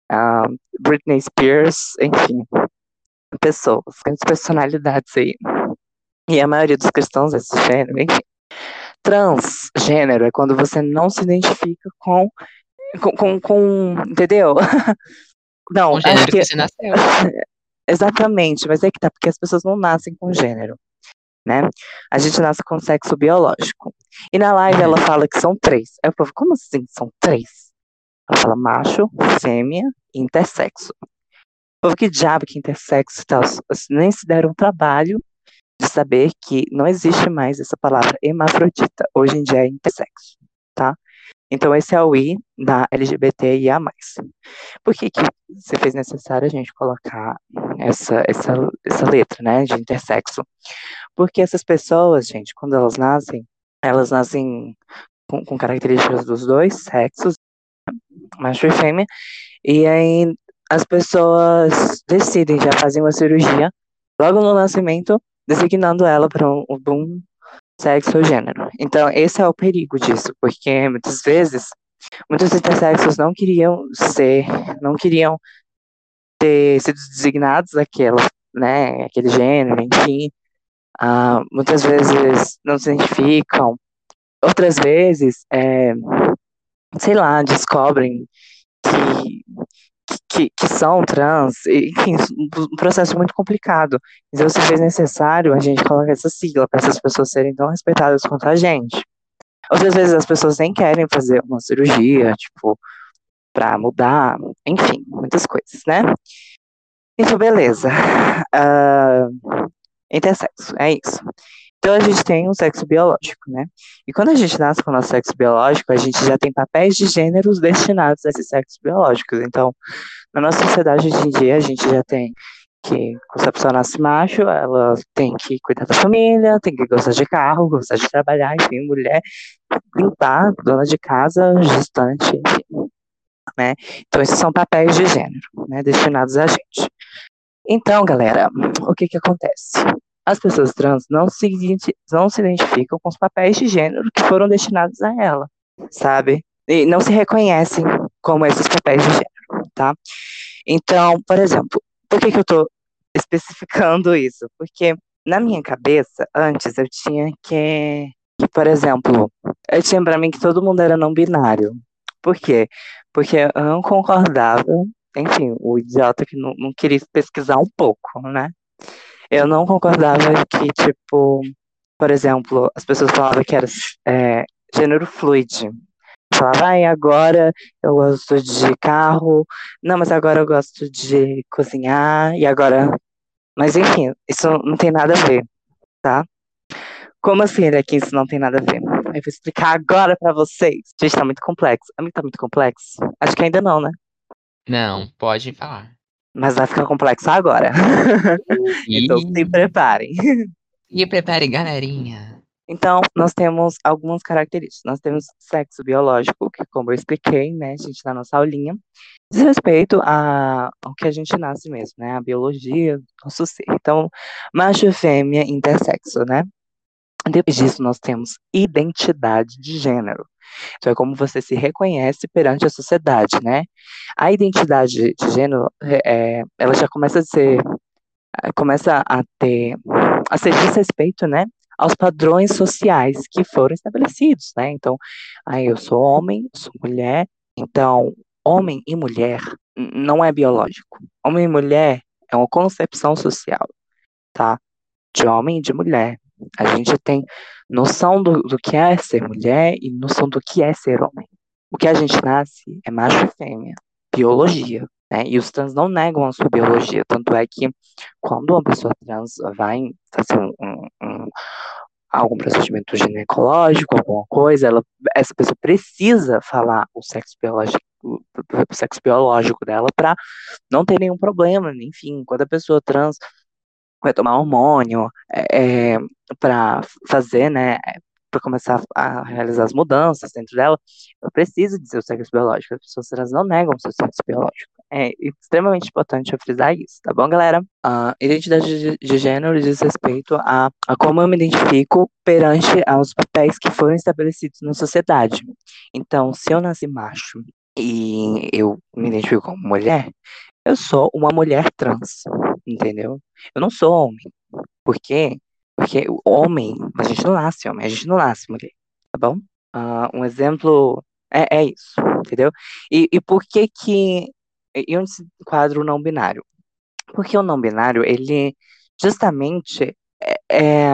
a Britney Spears, enfim, pessoas, grandes personalidades aí. E a maioria dos cristãos desse gênero, enfim. Transgênero é quando você não se identifica com, com, com, com entendeu? Não, Com o acho gênero que que você nasceu. exatamente, mas é que tá, porque as pessoas não nascem com gênero, né? A gente nasce com sexo biológico. E na live ela Uhum. fala que são três. Aí o povo, como assim são três? Ela fala macho, fêmea e intersexo. O povo, que diabo que intersexo e tal, nem se deram o trabalho de saber que não existe mais essa palavra hermafrodita. Hoje em dia é intersexo, tá? Então esse é o I da L G B T I A mais. Por que que se fez necessário a gente colocar essa, essa, essa letra, né, de intersexo? Porque essas pessoas, gente, quando elas nascem, elas nascem com, com características dos dois sexos, macho e fêmea, e aí as pessoas decidem, já fazem uma cirurgia logo no nascimento, designando ela para um, um sexo ou gênero. Então, esse é o perigo disso, porque muitas vezes, muitos intersexos não queriam ser, não queriam ter sido designados aquela, né, aquele gênero, enfim. Ah, muitas vezes não se identificam, outras vezes, é, sei lá, descobrem que, que, que são trans, enfim, um processo muito complicado. Então, se fez necessário a gente colocar essa sigla para essas pessoas serem tão respeitadas quanto a gente. Outras vezes as pessoas nem querem fazer uma cirurgia, tipo, pra mudar, enfim, muitas coisas, né? Então, beleza. Uh, intersexo, é isso. Então a gente tem um sexo biológico, né? E quando a gente nasce com o nosso sexo biológico, a gente já tem papéis de gêneros destinados a esses sexos biológicos. Então, na nossa sociedade hoje em dia, a gente já tem que, quando a pessoa nasce macho, ela tem que cuidar da família, tem que gostar de carro, gostar de trabalhar, enfim, mulher, limpar, dona de casa, gestante, enfim, né? Então, esses são papéis de gênero, né, destinados a gente. Então, galera, o que que acontece? As pessoas trans não se, não se identificam com os papéis de gênero que foram destinados a ela, sabe? E não se reconhecem como esses papéis de gênero, tá? Então, por exemplo, por que que eu tô especificando isso? Porque na minha cabeça, antes, eu tinha que, que, por exemplo, eu tinha pra mim que todo mundo era não binário. Por quê? Porque eu não concordava, enfim, o idiota que não, não queria pesquisar um pouco, né? Eu não concordava que, tipo, por exemplo, as pessoas falavam que era é, gênero fluide. Falava, ai, agora eu gosto de carro, não, mas agora eu gosto de cozinhar, e agora. Mas enfim, isso não tem nada a ver, tá? Como assim, né, que isso não tem nada a ver? Eu vou explicar agora pra vocês. Gente, tá muito complexo. A mim tá muito complexo? Acho que ainda não, né? Não, pode falar. Mas vai ficar complexo agora. Então se E, preparem. e prepare, galerinha. Então, nós temos algumas características. Nós temos sexo biológico, que como eu expliquei, né, gente, na nossa aulinha, diz respeito a, ao que a gente nasce mesmo, né, a biologia do nosso ser. Então, macho, fêmea, intersexo, né? Depois disso, nós temos identidade de gênero. Então, é como você se reconhece perante a sociedade, né? A identidade de gênero, é, ela já começa a ser, começa a ter, a ser desrespeito, né? Aos padrões sociais que foram estabelecidos, né? Então, aí eu sou homem, eu sou mulher, então, homem e mulher não é biológico. Homem e mulher é uma concepção social, tá? De homem e de mulher. A gente tem noção do, do que é ser mulher e noção do que é ser homem. O que a gente nasce é macho e fêmea, biologia, né? E os trans não negam a sua biologia, tanto é que quando uma pessoa trans vai fazer um, um, um algum procedimento ginecológico, alguma coisa, ela, essa pessoa precisa falar o sexo biológico, o sexo biológico dela para não ter nenhum problema. Enfim, quando a pessoa trans vai tomar hormônio é, é, para fazer, né, para começar a realizar as mudanças dentro dela, ela precisa de seu sexo biológico. As pessoas trans não negam seu sexo biológico. É extremamente importante eu frisar isso, tá bom, galera? A identidade de, de gênero diz respeito a, a como eu me identifico perante aos papéis que foram estabelecidos na sociedade. Então, se eu nasci macho, e eu me identifico como mulher, eu sou uma mulher trans, entendeu? Eu não sou homem. Por quê? Porque o homem, a gente não nasce homem, a gente não nasce mulher, tá bom? Ah, um exemplo é, é isso, entendeu? E, e por que que. E onde se enquadra o não binário? Porque o não binário, ele justamente é, é,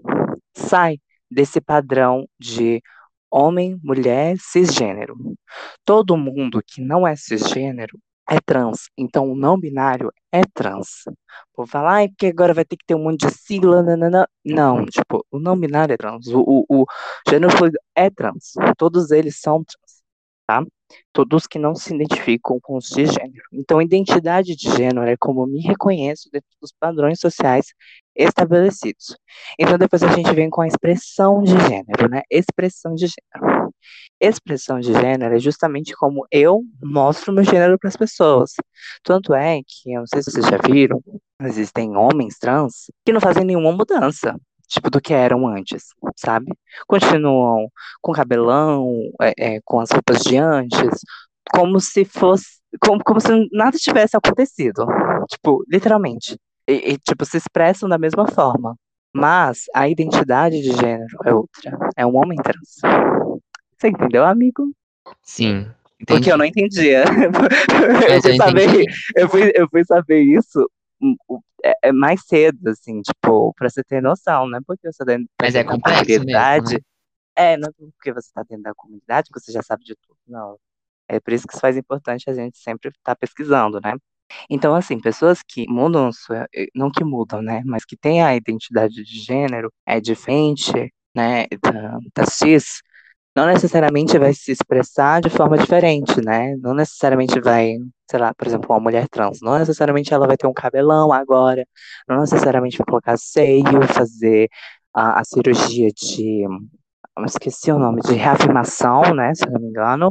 sai desse padrão de homem, mulher, cisgênero. Todo mundo que não é cisgênero é trans. Então, o não binário é trans. Vou falar, ai, porque agora vai ter que ter um monte de sigla, nananã. Não, tipo, o não binário é trans. O, o, o gênero fluido é trans. Todos eles são trans, tá? Todos que não se identificam com o cisgênero. Então, identidade de gênero é como eu me reconheço dentro dos padrões sociais estabelecidos. Então, depois a gente vem com a expressão de gênero, né? Expressão de gênero. Expressão de gênero é justamente como eu mostro meu gênero para as pessoas. Tanto é que, eu não sei se vocês já viram, existem homens trans que não fazem nenhuma mudança, tipo, do que eram antes, sabe? Continuam com cabelão, é, é, com as roupas de antes, como se fosse, como, como se nada tivesse acontecido. Tipo, literalmente. E, e, tipo, se expressam da mesma forma. Mas a identidade de gênero é outra. É um homem trans. Você entendeu, amigo? Sim, Porque eu não entendi. entendia. Eu Mas eu fui saber, entendi. eu fui, eu fui saber isso hum, hum, é, é mais cedo, assim, tipo, pra você ter noção, não é porque você tá dentro, tá Mas é dentro da complexo mesmo, comunidade, né? é, não é porque você tá dentro da comunidade que você já sabe de tudo, não. É por isso que isso faz importante a gente sempre estar pesquisando, né? Então, assim, pessoas que mudam, sua, eh, não que mudam, né, mas que têm a identidade de gênero é diferente, né, da, da cis, não necessariamente vai se expressar de forma diferente, né? Não necessariamente vai, sei lá, por exemplo, uma mulher trans, não necessariamente ela vai ter um cabelão agora, não necessariamente vai colocar seio, fazer a, a cirurgia de, eu esqueci o nome, de reafirmação, né, se eu não me engano,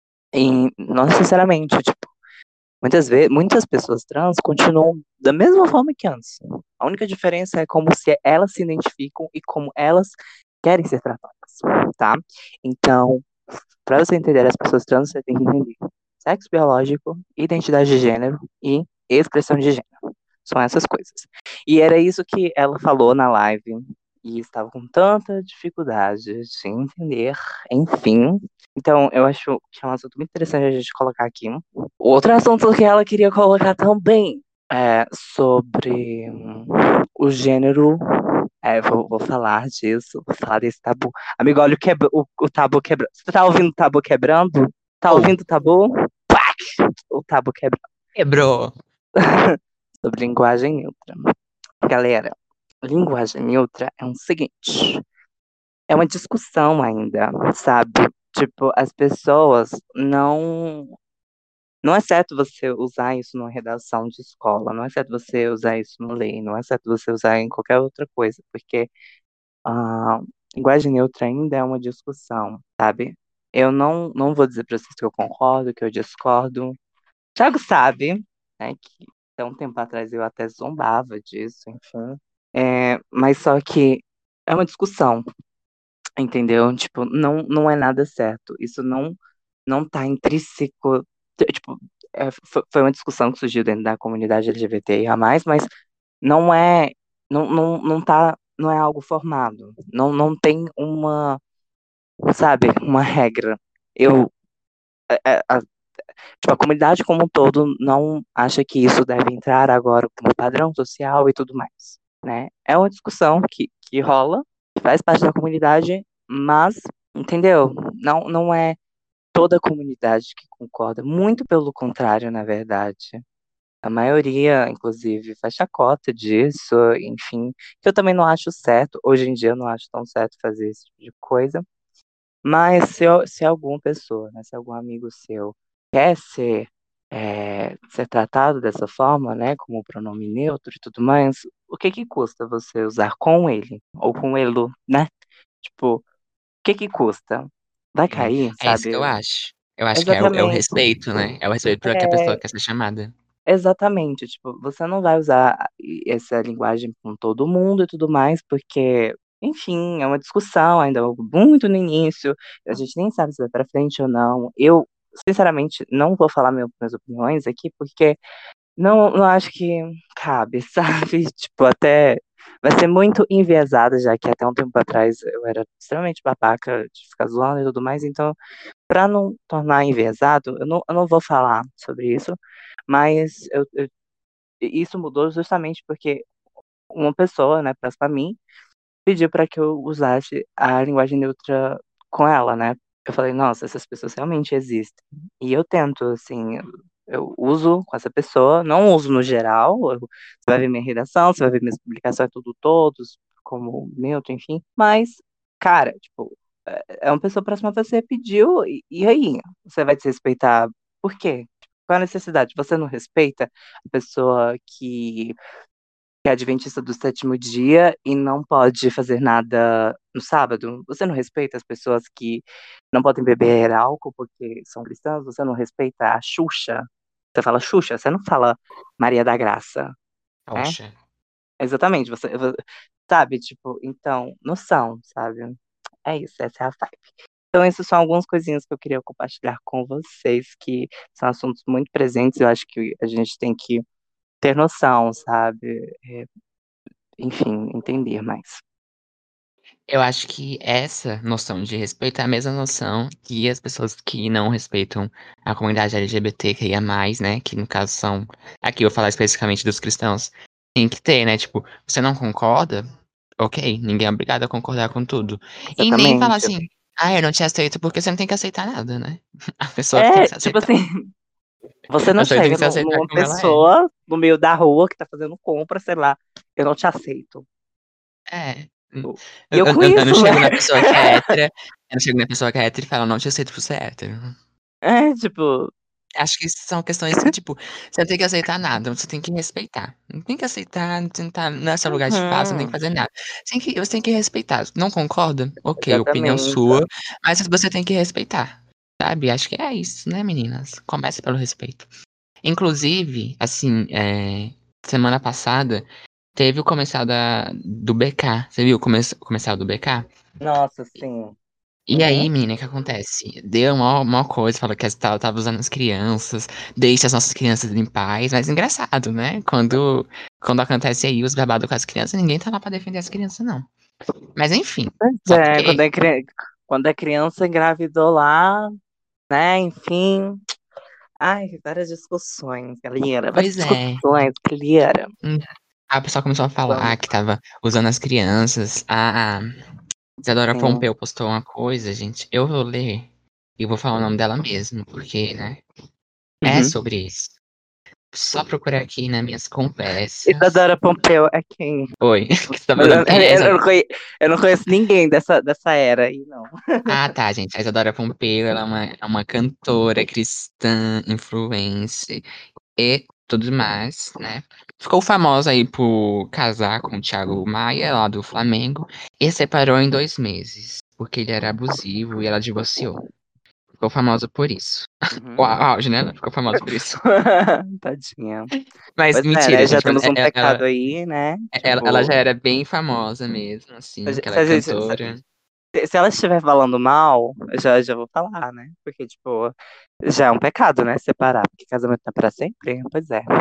e não necessariamente, tipo, muitas vezes, muitas pessoas trans continuam da mesma forma que antes. A única diferença é como se elas se identificam e como elas querem ser tratadas, tá? Então, para você entender as pessoas trans, você tem que entender sexo biológico, identidade de gênero e expressão de gênero. São essas coisas. E era isso que ela falou na live. E estava com tanta dificuldade de entender, enfim. Então, eu acho que é um assunto muito interessante a gente colocar aqui. Outro assunto que ela queria colocar também é sobre hum, o gênero. É, vou, vou falar disso, vou falar desse tabu. Amigo, olha o, quebra, o, o tabu quebrando. Você tá ouvindo o tabu quebrando? Tá Ou, ouvindo o tabu? Pac! O tabu quebrando. quebrou. Sobre linguagem neutra. Galera, linguagem neutra é o seguinte: é uma discussão ainda, sabe? Tipo, as pessoas não. Não é certo você usar isso numa redação de escola, não é certo você usar isso no lei, não é certo você usar em qualquer outra coisa, porque a linguagem neutra ainda é uma discussão, sabe? Eu não, não vou dizer para vocês que eu concordo, que eu discordo. Thiago sabe, né, que até um tempo atrás eu até zombava disso, enfim. É, mas só que é uma discussão, entendeu? Tipo, não, não é nada certo. Isso não não tá intrínseco, tipo, é, fo- foi uma discussão que surgiu dentro da comunidade L G B T I A mais, mas não é, não, não, não tá, não é algo formado. Não, não tem uma, sabe, uma regra. Eu, é, a, tipo, a comunidade como um todo não acha que isso deve entrar agora como padrão social e tudo mais, né? É uma discussão que, que rola, que faz parte da comunidade, mas, entendeu? Não, não é toda a comunidade que concorda, muito pelo contrário, na verdade. A maioria, inclusive, faz chacota disso, enfim, que eu também não acho certo. Hoje em dia eu não acho tão certo fazer esse tipo de coisa. Mas se, eu- se alguma pessoa, né, se algum amigo seu quer ser, é, ser tratado dessa forma, né, como pronome neutro e tudo mais, o que que custa você usar com ele? Ou com ele, né? Tipo, o que que custa? Vai cair, É, é isso que eu sabe? acho. Eu acho que é o, é o Exatamente. respeito, né? É o respeito por que a pessoa É, quer ser chamada. exatamente. Tipo, você não vai usar essa linguagem com todo mundo e tudo mais, porque, enfim, é uma discussão ainda muito no início. A gente nem sabe se vai pra frente ou não. Eu sinceramente, não vou falar meu- minhas opiniões aqui, porque não, não acho que cabe, sabe? Tipo, até vai ser muito enviesada, já que até um tempo atrás eu era extremamente babaca de ficar zoando e tudo mais, então, pra não tornar enviesado, eu não, eu não vou falar sobre isso, mas eu, eu- isso mudou justamente porque uma pessoa, né, próxima a mim, pediu para que eu usasse a linguagem neutra com ela, né? Eu falei, nossa, essas pessoas realmente existem. E eu tento, assim, eu, eu uso com essa pessoa, não uso no geral. eu- você vai ver minha redação, você vai ver minhas publicações, tudo todos, como neutro, enfim. Mas, cara, tipo, é é uma pessoa próxima a você, pediu, e, e aí? Você vai desrespeitar por quê? Qual a necessidade? Você não respeita a pessoa que que é adventista do sétimo dia e não pode fazer nada no sábado? Você não respeita as pessoas que não podem beber álcool porque são cristãs? Você não respeita a Xuxa? Você fala Xuxa, você não fala Maria da Graça, né? Poxa. Exatamente, você, vo- sabe, tipo, então, noção, sabe? É isso, essa é a vibe. Então, essas são algumas coisinhas que eu queria compartilhar com vocês, que são assuntos muito presentes, eu acho que a gente tem que ter noção, sabe? É, enfim, entender mais. Eu acho que essa noção de respeito é a mesma noção que as pessoas que não respeitam a comunidade L G B T Q I A mais, né? Que no caso são. Aqui eu vou falar especificamente dos cristãos. Tem que ter, né? Tipo, você não concorda? Ok, ninguém é obrigado a concordar com tudo. E nem falar Exatamente. assim, ah, eu não te aceito porque você não tem que aceitar nada, né? A pessoa que tem que É, se tipo aceitar. assim, você A não pessoa tem chega que se nu- aceitar numa como ela é. pessoa no meio da rua que tá fazendo compra, sei lá, eu não te aceito. É. Hum. Tipo, e Eu, eu eu, com eu não isso, né? chego na pessoa que é hétera, eu não chego na pessoa que é hétera e falo, não te aceito por ser hétero. É, tipo, Acho que são questões que, tipo, você não tem que aceitar nada, você tem que respeitar. Não tem que aceitar, não tem que estar não é seu lugar de fala, você não tem que uhum, fazer nada. Você tem que, você tem que respeitar. Não concorda? Ok, opinião exatamente. sua, mas você tem que respeitar. Sabe? Acho que é isso, né, meninas? Começa pelo respeito. Inclusive, assim, é, semana passada teve o comercial da, do B K. Você viu o come- o comercial do B K? Nossa, sim. E Uhum. aí, menina, o que acontece? Deu uma, uma coisa, falou que as- tava, tava usando as crianças, deixa as nossas crianças em paz, mas engraçado, né? Quando, quando acontece aí os babados com as crianças, ninguém tá lá pra defender as crianças, não. Mas enfim, Pois só é, quando porque. é, cri- quando é criança engravidou lá, né, enfim. Ai, várias discussões, galera. Várias Pois é. discussões, galera. hum, A pessoa começou a falar Vamos, que tava usando as crianças. A Isadora sim. Pompeu postou uma coisa, gente. Eu vou ler e vou falar o nome dela mesmo, porque, né? É Uhum. sobre isso. Só procurar aqui nas minhas conversas. Isadora Pompeu é quem? Oi, que você tá Eu, falando quem é eu- eu essa? não conhe- eu não conheço ninguém dessa, dessa era aí, não. Ah, tá, gente. A Isadora Pompeu, ela é uma, é uma cantora cristã, influencer e tudo mais, né? Ficou famosa aí por casar com o Thiago Maia, lá do Flamengo, e separou em dois meses, porque ele era abusivo e ela divorciou. Ficou famosa por isso. O Uhum. auge, né? Ela ficou famosa por isso. Tadinha. Mas Pois é, mentira, né? Já gente. Mas temos é- um é- pecado ela, aí, né? ela, ela já Tipo, era bem famosa mesmo, se, a assim, gente- que ela se é a gente- se- cantora. se ela estiver falando mal, eu já, já vou falar, né? Porque, tipo, já é um pecado, né? Separar. Porque casamento não é pra sempre. Pois é.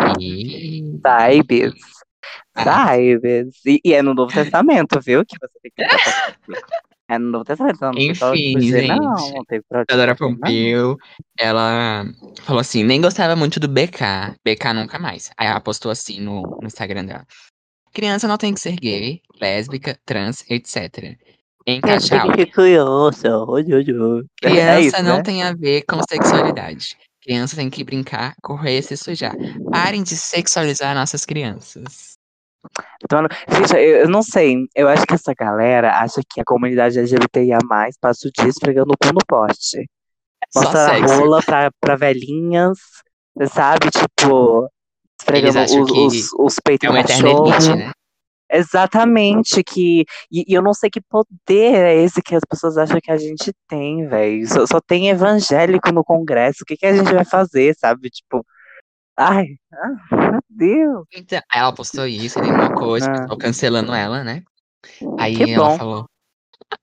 E... Vibes. Ah, Vibes. E, e é no Novo Testamento, viu? Que você tem que lidar com essas coisas. É no Novo Testamento, então não tem pra onde enfim, fugir, não. gente. Não tem pra onde Teodora fugir, não. Pompeu, ela falou assim, nem gostava muito do B K. B K nunca mais. Aí ela postou assim no, no Instagram dela. Criança não tem que ser gay, lésbica, trans, etcétera. Em caixa Respeite que alta. criança. Oi, oi, oi. É Criança isso, não né? tem a ver com sexualidade. Criança tem que brincar, correr e se sujar. Parem de sexualizar nossas crianças. Então, gente, eu, eu não sei. Eu acho que essa galera acha que a comunidade LGBTIA+, passa o dia esfregando o cu no poste. Só Mostra a sexo. rola pra, pra velhinhas, sabe? Tipo, Eles esfregando acham os, os, que os peitos é em uma eterna elite, cachorro. né? Exatamente, que. E, e eu não sei que poder é esse que as pessoas acham que a gente tem, velho. Só, só tem evangélico no Congresso. O que, que a gente vai fazer, sabe? Tipo, ai, ah, meu Deus. Então, aí ela postou isso, e tem uma coisa, o Ah, pessoal cancelando ela, né? que Aí ela bom. falou.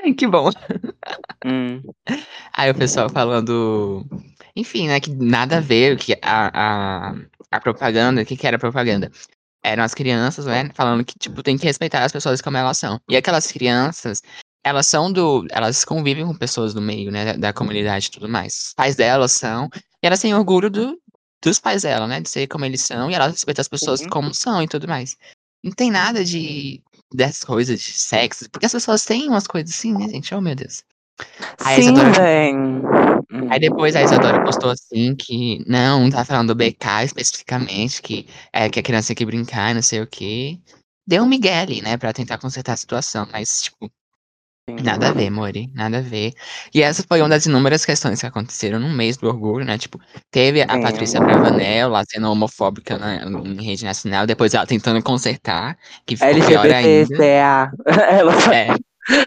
Que bom. Hum, Aí o pessoal falando, enfim, né, que nada a ver, que a, a, a propaganda, o que que era a propaganda? Eram as crianças, né, falando que, tipo, tem que respeitar as pessoas como elas são. E aquelas crianças, elas são do, elas convivem com pessoas do meio, né, da, da comunidade e tudo mais. Os pais delas são, e elas têm orgulho do, dos pais dela, né, de ser como eles são, e elas respeitam as pessoas sim. como são e tudo mais. Não tem nada de, dessas coisas de sexo, porque as pessoas têm umas coisas assim, né, gente? Oh, meu Deus. Aí a Sim, Isadora velho. Aí depois a Isadora postou assim que não, tá falando do B K especificamente, que é que a criança tem que brincar, não sei o quê. Deu um migué ali, né, pra tentar consertar a situação, mas, tipo, nada a ver, Mori, nada a ver. E essa foi uma das inúmeras questões que aconteceram no mês do orgulho, né, tipo, teve a Patrícia Sim. Bravanel lá sendo homofóbica na, em rede nacional, depois ela tentando consertar, que ficou pior ainda. L G B T C A. Ela só... É,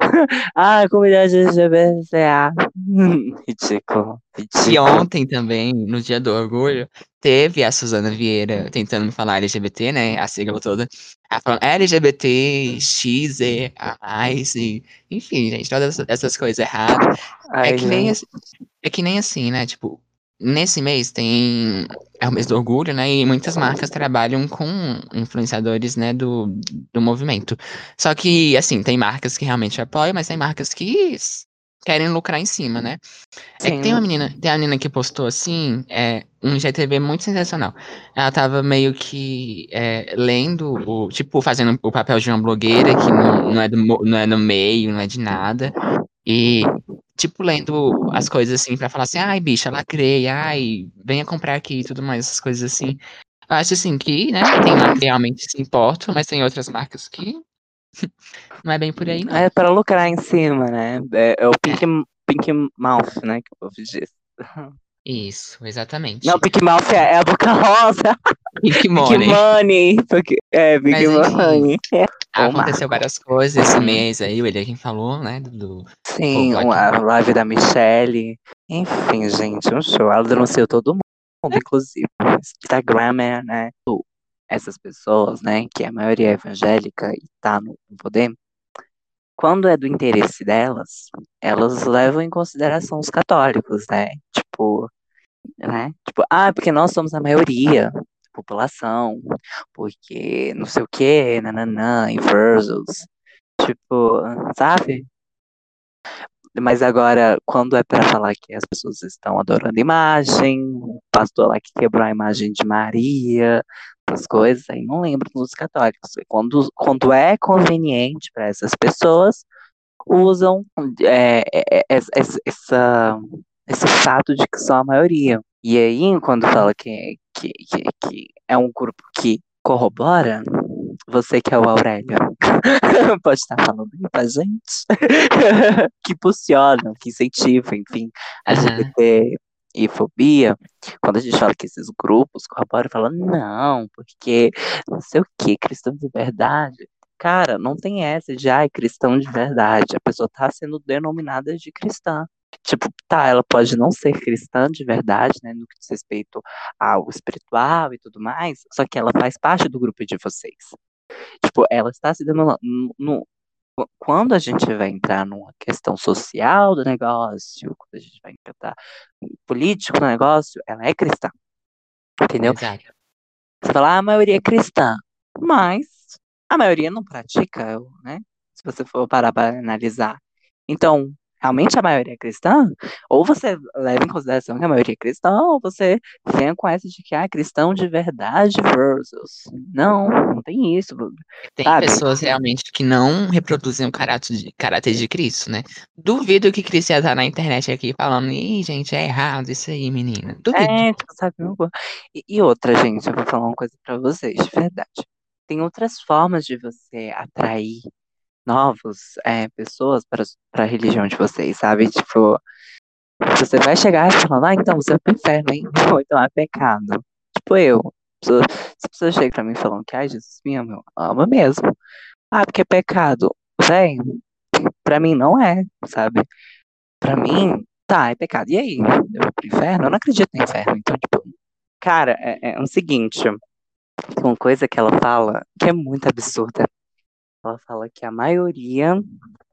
Ah, comunidade L G B T C A. Ridículo, e ridículo. ontem também, no dia do orgulho, teve a Suzana Vieira tentando me falar L G B T, né? A sigla toda. Ela falando L G B T, X, E, A mais, e, enfim, gente, todas essas coisas erradas. É Ai, que nem, gente. assim- é que nem assim, né? Tipo, nesse mês tem. É o mês do orgulho, né? E muitas marcas trabalham com influenciadores, né, do, do movimento. Só que, assim, tem marcas que realmente apoiam, mas tem marcas que s- querem lucrar em cima, né? É que tem uma Sim. menina, tem uma menina que postou assim, é, um I G T V muito sensacional. Ela tava meio que é, lendo, o, tipo, fazendo o papel de uma blogueira que não, não é do, mo- não é no meio, não é de nada. E, tipo, lendo as coisas assim pra falar assim, ai, bicha, lacrei, ai, venha comprar aqui e tudo mais, essas coisas assim. Eu acho assim que, né, tem marcas que realmente se importam, mas tem outras marcas que não é bem por aí, não. É pra lucrar em cima, né? É, é o Pink, É, Pink Mouth, né? Que o povo diz. isso, Não, exatamente. Pink Mouth é, é a boca rosa. Pink Pink Money. Money. Porque, é, Pink Mas enfim. Money. É. Ô, Aconteceu Marco. várias coisas esse Hum. mês aí, o ele é quem falou, né? Do, do Sim, povo lá que. a live da Michelle. Enfim, gente, um show. Ela denunciou todo mundo, inclusive. Instagram, né? Essas pessoas, né? Que a maioria é evangélica e tá no poder. Quando é do interesse delas, elas levam em consideração os católicos, né? Tipo, né? Tipo, ah, porque nós somos a maioria da população, porque não sei o quê, nananã, inversos, tipo, sabe? Mas agora, quando é para falar que as pessoas estão adorando imagem, o pastor lá que quebrou a imagem de Maria, essas coisas, aí não lembro dos católicos. Quando, quando é conveniente para essas pessoas, usam é, é, é, essa, essa- esse fato de que são a maioria. E aí, quando fala que, que, que, que é um grupo que corrobora, você que é o Aurélio, pode estar falando aí pra gente, que impulsionam, que incentivam, enfim, Aham. L G B T e fobia, quando a gente fala que esses grupos corroboram, fala, não, porque não sei o que, cristão de verdade. Cara, não tem essa de, ai, cristão de verdade. A pessoa tá sendo denominada de cristã. Tipo, tá, ela pode não ser cristã de verdade, né, no que diz respeito ao espiritual e tudo mais, só que ela faz parte do grupo de vocês. Tipo, ela está se denominando. No, quando a gente vai entrar numa questão social do negócio, quando a gente vai entrar político no negócio, ela é cristã, entendeu? Exato. Você fala, ah, a maioria é cristã, mas a maioria não pratica, né? Se você for parar para analisar. Então, realmente a maioria é cristã? Ou você leva em consideração que a maioria é cristã, ou você vem com essa de que ah, cristão de verdade versus. Não, não tem isso, Tem sabe? pessoas realmente que não reproduzem o caráter de, caráter de Cristo, né? Duvido que Cristo ia estar na internet aqui falando, ih, gente, é errado isso aí, menina. Duvido. É, tipo, sabe? Não vou- E, e outra, gente, eu vou falar uma coisa pra vocês, de verdade. Tem outras formas de você atrair novos é, pessoas para para a religião de vocês, sabe? Tipo, você vai chegar falando, ah, então você é pro inferno, hein? Ou então é pecado. Tipo, eu. Se se a pessoa chega pra mim falando que, ai, Jesus me ama, ama mesmo. Ah, porque é pecado. Véi, pra mim não é, sabe? Pra mim, tá, é pecado. E aí? Eu vou pro inferno? Eu não acredito no inferno. Então, tipo, cara, é, é o seguinte, uma coisa que ela fala que é muito absurda. Ela fala que a maioria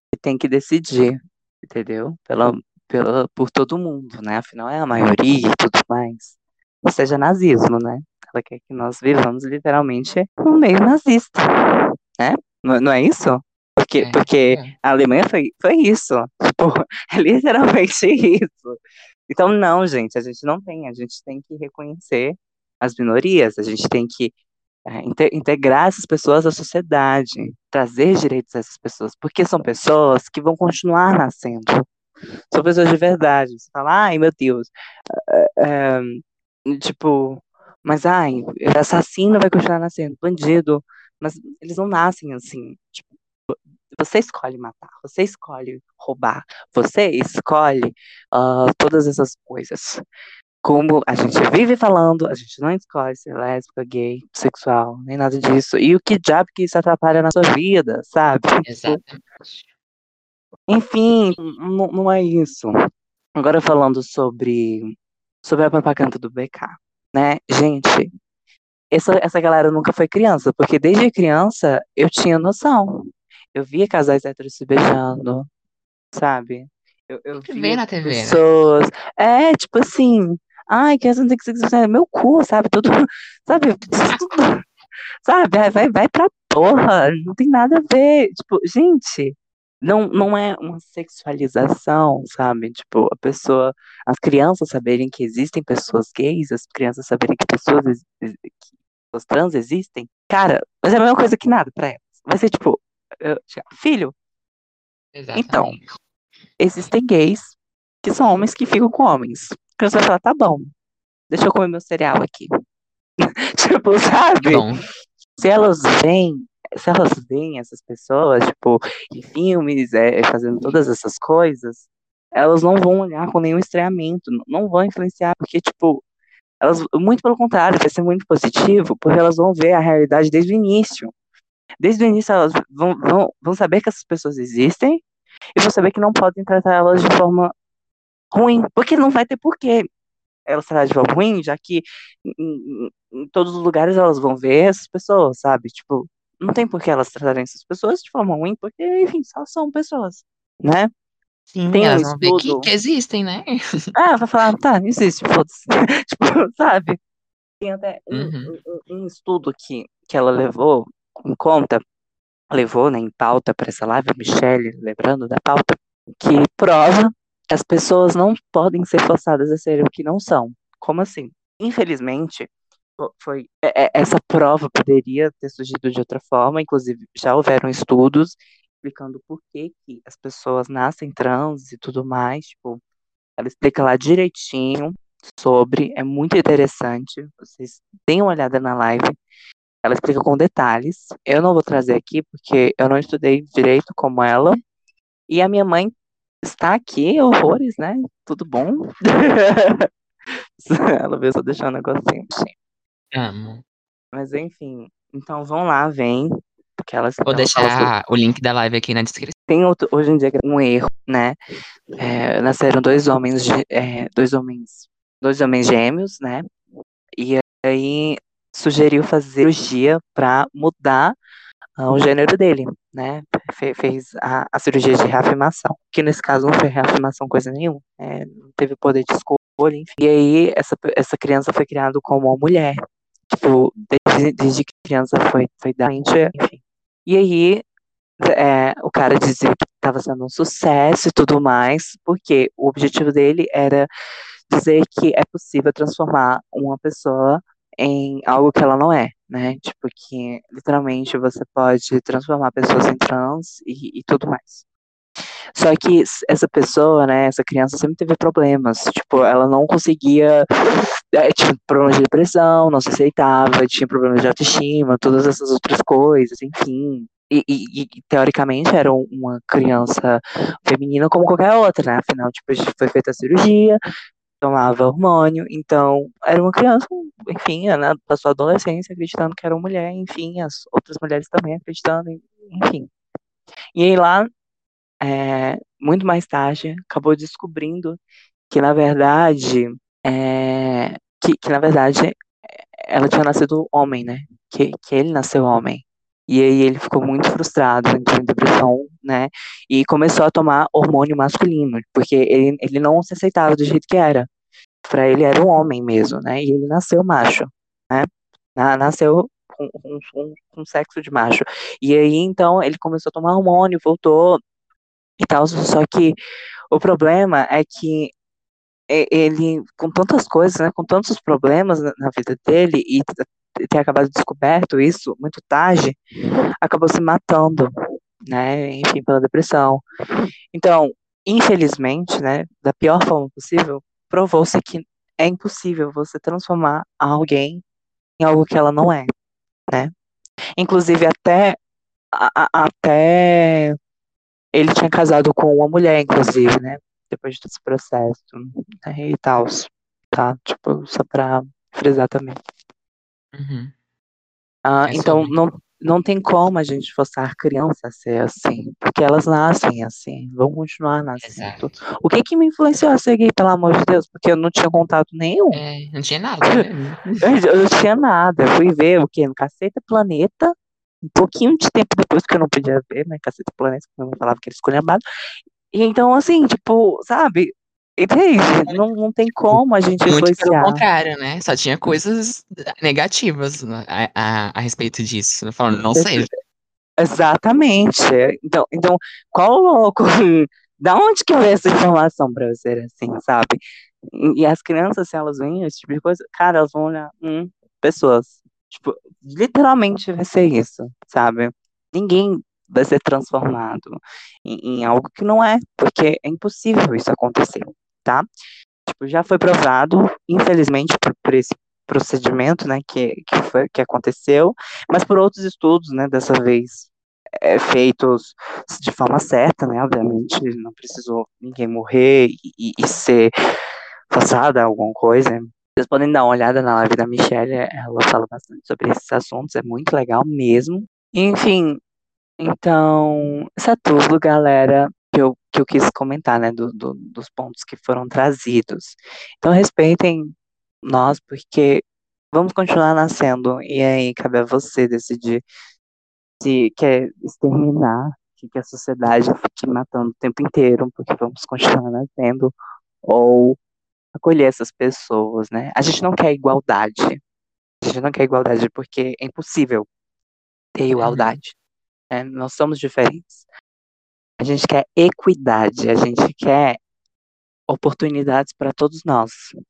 tem que decidir, entendeu? Pela, pela, por todo mundo, né? Afinal, é a maioria e tudo mais. Ou seja, nazismo, né? Ela quer que nós vivamos literalmente no meio nazista, né? Não, não é isso? Porque, É, porque é. a Alemanha foi, foi isso. Tipo, é literalmente isso. Então, não, gente, a gente não tem. A gente tem que reconhecer as minorias, a gente tem que é, inte- integrar essas pessoas à sociedade, trazer direitos a essas pessoas, porque são pessoas que vão continuar nascendo, são pessoas de verdade. Você fala, ai meu Deus, é, tipo, mas ai, assassino vai continuar nascendo, bandido, mas eles não nascem assim. Tipo, você escolhe matar, você escolhe roubar, você escolhe ah, todas essas coisas. Como a gente vive falando, a gente não escolhe ser lésbica, gay, sexual, nem nada disso. E o que diabo que isso atrapalha na sua vida, sabe? Tipo, Exatamente. enfim, n- não é isso. Agora falando sobre, sobre a propaganda do B K, né? Gente, essa, essa galera nunca foi criança, porque desde criança eu tinha noção. Eu via casais héteros se beijando, sabe? Eu, eu Sempre vê via na T V, né? pessoas. É, tipo assim. Ai, que essa não tem que ser meu cu, sabe? Tudo, sabe? Tudo, sabe? Vai, vai, vai pra porra. Não tem nada a ver. Tipo, gente, não, não é uma sexualização, sabe? Tipo, a pessoa, as crianças saberem que existem pessoas gays, as crianças saberem que pessoas, ex- ex- que pessoas trans existem. Cara, mas é a mesma coisa que nada pra elas. Vai ser tipo, eu- filho, então, Exatamente. existem gays que são homens que ficam com homens. A criança vai falar, tá bom, deixa eu comer meu cereal aqui. Tipo, Que sabe? bom. Se elas veem, se elas veem essas pessoas, tipo, em filmes, é, fazendo todas essas coisas, elas não vão olhar com nenhum estranhamento, n- não vão influenciar, porque, tipo, elas, muito pelo contrário, vai ser muito positivo, porque elas vão ver a realidade desde o início. Desde o início, elas vão, vão, vão saber que essas pessoas existem e vão saber que não podem tratar elas de forma ruim, porque não vai ter porquê elas tratarem de forma ruim, já que em, em- em todos os lugares elas vão ver essas pessoas, sabe? Tipo, não tem por que elas tratarem essas pessoas de forma ruim, porque, enfim, só são pessoas, né? Sim, Tem um elas vão ver que, estudo. que existem, né? Ah, vai falar, tá, não existe, foda-se. Tipo, sabe? Tem até um, Uhum. um, um um estudo que, que ela levou em conta, levou, né, em pauta para essa live, a Michelle, lembrando da pauta, que prova que as pessoas não podem ser forçadas a serem o que não são. Como assim? Infelizmente, fo- foi é- é- essa prova poderia ter surgido de outra forma, inclusive já houveram estudos explicando por que que as pessoas nascem trans e tudo mais, tipo, ela explica lá direitinho sobre, é muito interessante, vocês deem uma olhada na live, ela explica com detalhes. Eu não vou trazer aqui porque eu não estudei direito como ela, e a minha mãe está aqui, horrores, né? Tudo bom? Ela veio só deixar um negocinho. Amo. Mas enfim, então vão lá, vem, porque ela, Vou ela fala sobre. deixar o link da live aqui na descrição. Tem outro, hoje em dia um erro, né? É, nasceram dois homens, gê- é, dois homens, dois homens gêmeos, né? E aí sugeriu fazer cirurgia para mudar ah, o gênero dele, né? Fe- fez a, a cirurgia de reafirmação, que nesse caso não foi reafirmação coisa nenhuma, é, não teve poder de escolha, enfim. E aí essa, pe- essa criança foi criada como uma mulher, tipo, desde, desde criança foi, foi da mente, enfim. E aí é, o cara dizia que estava sendo um sucesso e tudo mais, porque o objetivo dele era dizer que é possível transformar uma pessoa em algo que ela não é, né? Tipo, que literalmente você pode transformar pessoas em trans e, e tudo mais. Só que s- essa pessoa, né, essa criança sempre teve problemas. Tipo, ela não conseguia. eh, Tinha problemas de depressão, não se aceitava, tinha problemas de autoestima, todas essas outras coisas, enfim. E, e- e, teoricamente era um- uma criança feminina como qualquer outra, né? Afinal, tipo, foi feita a cirurgia, tomava hormônio, então era uma criança, enfim, né, da sua adolescência, acreditando que era uma mulher, enfim, as outras mulheres também acreditando, enfim. E aí lá, é, muito mais tarde, acabou descobrindo que na verdade, é, que, que na verdade ela tinha nascido homem, né? Que, que ele nasceu homem. E aí ele ficou muito frustrado, entrou em depressão, né? E começou a tomar hormônio masculino, porque ele, ele não se aceitava do jeito que era. Pra ele era um homem mesmo, né? E ele nasceu macho, né? Na- Nasceu com, com, com, com sexo de macho. E aí, então, ele começou a tomar hormônio, voltou e tal. Só que o problema é que e- ele, com tantas coisas, né? Com tantos problemas na, na vida dele e t- ter acabado descoberto isso muito tarde, acabou se matando, né? Enfim, pela depressão. Então, infelizmente, né? Da pior forma possível, provou-se que é impossível você transformar alguém em algo que ela não é, né? Inclusive, até, a- a- até ele tinha casado com uma mulher, inclusive, né? Depois desse processo, né? E tal, tá? Tipo, só pra frisar também. Uhum. Ah, É então, sobre. não, não tem como a gente forçar a criança a ser assim, porque elas nascem assim, vão continuar nascendo. Exato. O que que me influenciou a ser gay, pelo amor de Deus? Porque eu não tinha contato nenhum. É, não tinha nada, né? Eu, eu não tinha nada. Eu fui ver o quê? No Caceta Planeta, um pouquinho de tempo depois que eu não podia ver, né? Caceta Planeta, que minha mãe falava que era esculhambado. E então, assim, tipo, sabe? Entende? Não, não tem Tipo, como a gente muito pelo influenciar. contrário, né? Só tinha coisas negativas a, a, a respeito disso. Falando, não seja. Exatamente. Então, então qual o louco? Da onde que veio essa informação pra eu ser assim, sabe? E, e as crianças, se elas veem esse tipo de coisa, cara, elas vão olhar, hum, pessoas. Tipo, literalmente vai ser isso, sabe? Ninguém vai ser transformado em, em algo que não é, porque é impossível isso acontecer, tá? Tipo, já foi provado, infelizmente, por, por esse procedimento, né, que, que, foi, que aconteceu, mas por outros estudos, né, dessa vez é, feitos de forma certa, né, obviamente, não precisou ninguém morrer e, e ser forçada a alguma coisa. Vocês podem dar uma olhada na live da Michelle, ela fala bastante sobre esses assuntos, é muito legal mesmo. Enfim, então, isso é tudo, galera, que eu, que eu quis comentar, né, do, do- dos pontos que foram trazidos. Então, respeitem nós, porque vamos continuar nascendo, e aí cabe a você decidir se quer exterminar, se quer a sociedade fique matando o tempo inteiro, porque vamos continuar nascendo, ou acolher essas pessoas, né? A gente não quer igualdade, a gente não quer igualdade porque é impossível ter Uhum. igualdade, né? Nós somos diferentes. A gente quer equidade, a gente quer oportunidades para todos nós.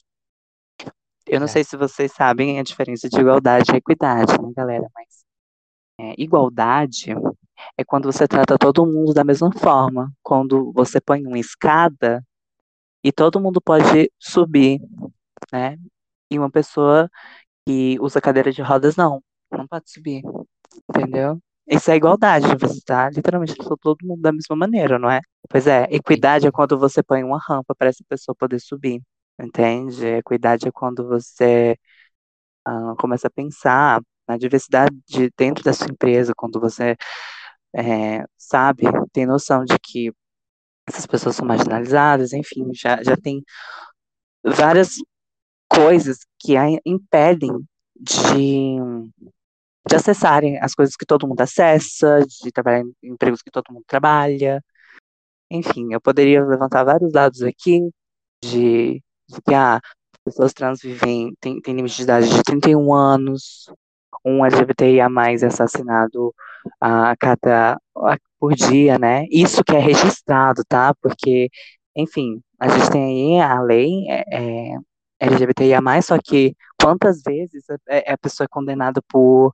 Eu não sei Exato. se vocês sabem a diferença de igualdade e equidade, né, galera? Mas é, igualdade é quando você trata todo mundo da mesma forma. Quando você põe uma escada e todo mundo pode subir, né? E uma pessoa que usa cadeira de rodas não, não pode subir, entendeu? Isso é igualdade, você tá literalmente tratando todo mundo da mesma maneira, não é? Pois é, equidade é Entendi. quando você põe uma rampa para essa pessoa poder subir, entende? Equidade é quando você ah, começa a pensar na diversidade de- dentro da sua empresa, quando você é, sabe, tem noção de que essas pessoas são marginalizadas, enfim, já, já tem várias coisas que a impedem de, de acessarem as coisas que todo mundo acessa, de trabalhar em empregos que todo mundo trabalha. Enfim, eu poderia levantar vários dados aqui de, de que ah, pessoas trans vivem, têm, têm limite de idade de trinta e um anos, um L G B T I a mais é assassinado a cada a- por dia, né? Isso que é registrado, tá? Porque, enfim, a gente tem aí a lei é, é, L G B T I a mais, só que quantas vezes é, é a pessoa é condenada por,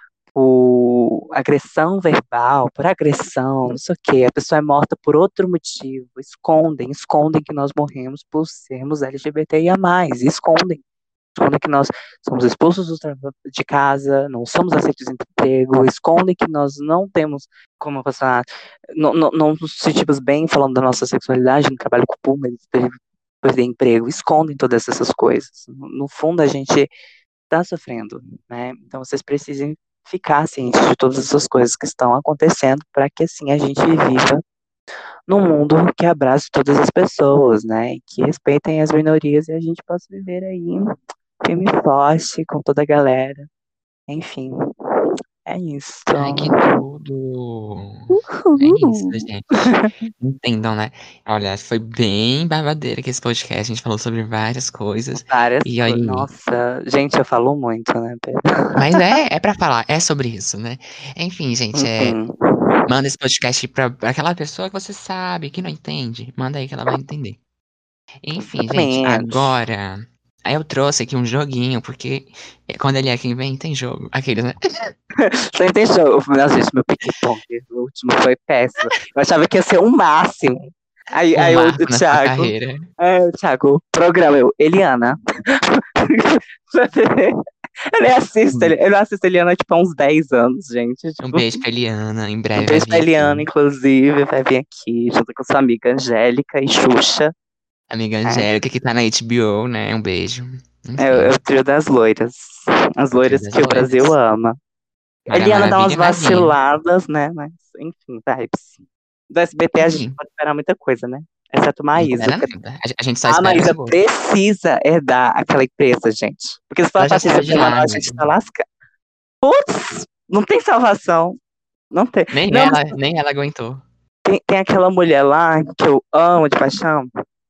por agressão verbal, por agressão, não sei o quê, a pessoa é morta por outro motivo, escondem, escondem que nós morremos por sermos L G B T I a mais, escondem. Escondem que nós somos expulsos do tra- de casa, não somos aceitos em emprego, escondem que nós não temos como passar, não, não, não nos sentimos bem falando da nossa sexualidade, no trabalho com o público, perder emprego, escondem todas essas coisas. No, no fundo, a gente está sofrendo, né? Então, vocês precisam ficar cientes de todas essas coisas que estão acontecendo para que assim a gente viva num mundo que abrace todas as pessoas, né? E que respeitem as minorias e a gente possa viver aí firme e forte com toda a galera. Enfim, É isso. Ai, que tudo! É isso, Uhul. gente. Entendam, né? Olha, foi bem babadeira que esse podcast. A gente falou sobre várias coisas. Várias E coisas. aí. Nossa, gente, eu falo muito, né, Pedro? Mas é, é pra falar, é sobre isso, né? Enfim, gente, é. Enfim. Manda esse podcast pra, pra aquela pessoa que você sabe, que não entende. Manda aí que ela vai entender. Enfim, gente, Exatamente. agora. Aí eu trouxe aqui um joguinho, porque quando ele é quem vem, tem jogo. Aqueles, né? Você entendeu? Nossa, gente, meu ping-pong, o último foi péssimo. Eu achava que ia ser um máximo. Aí, Um aí o, o marco na sua Thiago, carreira. é, o Thiago, programa, eu, Eliana. Eu nem assisto, ele, Um eu não assisto Eliana, tipo, há uns dez anos, gente. um Tipo, beijo pra Eliana. Em um breve vai beijo vir pra Eliana, aqui. inclusive, vai vir aqui, junto com sua amiga Angélica e Xuxa. Amiga É, Angélica, que tá na H B O, né? Um beijo. é, o é Enfim, o trio das loiras. As o trio loiras das que o Brasil loiras. ama. Mara Eliana dá umas Maravilha vai vir. vaciladas, né? Mas, enfim, vibes. Do S B T a gente Enfim, pode esperar muita coisa, né? Exceto não Maísa. espera Porque nada. A, a gente só a espera as Maísa boas. precisa herdar aquela empresa, gente. Porque se for a Ela já Patrícia saiu de Pilar, lá, a amiga. gente tá lascado. Putz, não tem salvação. Não tem. Nem Não, mas ela, nem ela aguentou. tem, tem aquela mulher lá que eu amo de paixão.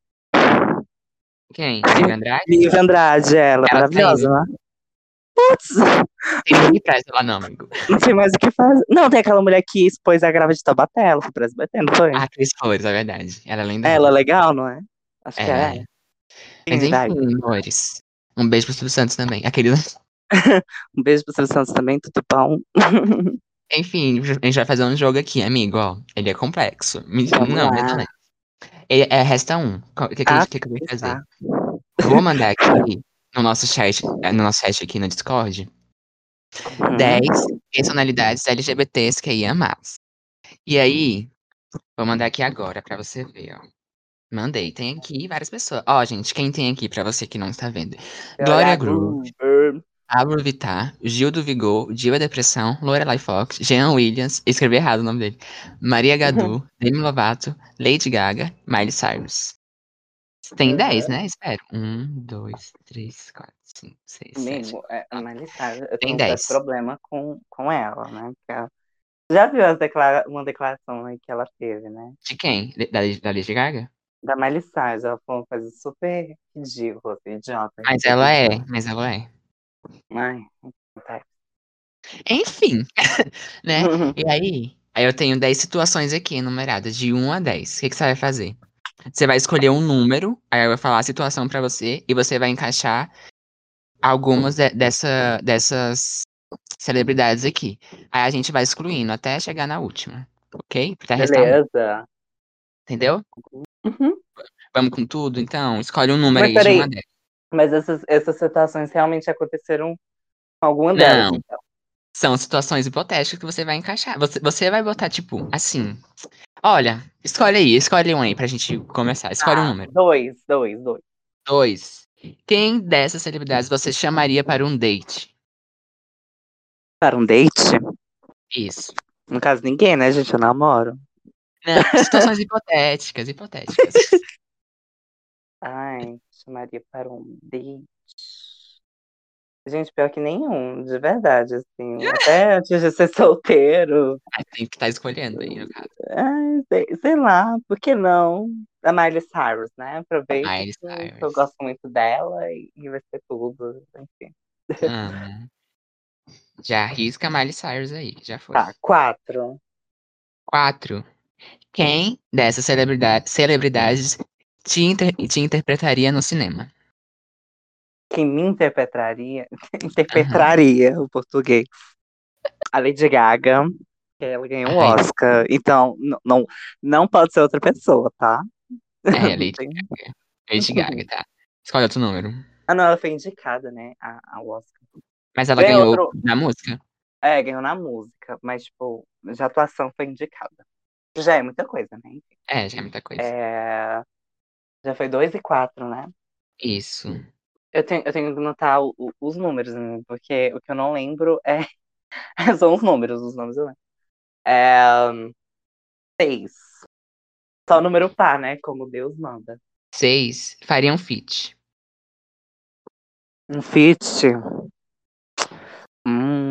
Quem? Lívia Andrade? Lívia Andrade, ela, Ela maravilhosa, saiu. né? Putz, Tem ninguém que presta lá, não, amigo. não sei mais o que fazer. Não, tem aquela mulher que expôs a grávida de Taubaté, ela foi pra S B T, não foi? A Cris Flores, é verdade. Ela é Ela é lendária. legal, não é? Acho que Ela é. é. Mas Sim, enfim, vai. amores. Um beijo pro Silvio Santos também. Aquele. Um beijo pro Silvio Santos também, tudo bom? Enfim, a gente vai fazer um jogo aqui, amigo, ó. Ele é complexo. Me- Vamos Não, lá. mentalmente. Ele é, resta um. O que, que, Ah, que, que eu vou fazer? está. Eu vou mandar aqui no nosso chat, eh, no nosso chat aqui no Discord, dez Uhum. personalidades L G B T s que ia mais. E aí, vou mandar aqui agora pra você ver, ó. Mandei, tem aqui várias pessoas. Ó, gente, quem tem aqui pra você que não está vendo? Glória Olha, Groove, Goober. Pablo Vittar, Gil do Vigor, Diva Depressão, Lorelai Fox, Jean Williams, escrevi errado o nome dele, Maria Gadu, Demi Lovato, Lady Gaga, Miley Cyrus. Tem dez, Uhum. né? Espero. Um, dois, três, quatro, cinco, seis, sete, Amigo, é, a nove. Miley Cyrus, eu Tem tenho um certo dez. problema com, com ela, né? Que ela- Já viu as declara... uma declaração aí que ela teve, né? De quem? De- Da, da Lady Gaga? Da Miley Cyrus, ela falou uma coisa super ridícula, assim, idiota, Mas ela ridícula. é, mas ela é. Ai, tá. Enfim, né? E aí, aí eu tenho dez situações aqui enumeradas, de um a dez. O que que você vai fazer? Você vai escolher um número, aí eu vou falar a situação pra você, e você vai encaixar algumas de- dessa, dessas celebridades aqui. Aí a gente vai excluindo até chegar na última, ok? Até restar um, Beleza. entendeu? Uhum. Vamos com tudo? Então, escolhe um número Mas aí de um a peraí, dez. mas essas, essas situações realmente aconteceram com alguma delas, Não, então. são situações hipotéticas que você vai encaixar. Você, você vai botar, tipo, assim. Olha, escolhe aí, escolhe um aí pra gente começar. Escolhe um Ah, número. dois, dois, dois. Dois. Quem dessas celebridades você chamaria para um date? Para um date? Isso. No caso, ninguém, né, gente? Eu namoro. Não, situações hipotéticas, hipotéticas. Ai, chamaria para um date. Gente, pior que nenhum, de verdade, assim. Até antes de ser solteiro. Aí tem que estar escolhendo aí, no caso. Ai, sei, sei lá, por que não? Da Miley Cyrus, né? Aproveita Miley que eu, que eu Cyrus. gosto muito dela e, e vai ser tudo, enfim. Hum, já arrisca Miley Cyrus aí, já foi. Tá, quatro. Quatro. Quem dessas celebridade, celebridades te, inter- te interpretaria no cinema? Quem me interpretaria, Aham. interpretaria o português. A Lady Gaga, que ela ganhou um Ai, Oscar. Então, n- não, não pode ser outra pessoa, tá? é, Não Lady tem- Gaga. Lady Gaga, tá. Escolhe outro número. Ah, não, ela foi indicada, né, a- ao Oscar. Mas ela Ganhou ganhou outro. na música? É, ganhou na música, mas, tipo, já a atuação foi indicada. Já é muita coisa, né? Enfim. É, já é muita coisa. É, já foi dois e quatro, né? Isso. Eu tenho, eu tenho que notar o- o- os números, né? Porque o que eu não lembro é são os números, os nomes eu lembro. É, seis. Só número par, né? Como Deus manda. Seis. Faria um feat. Um feat. Hum,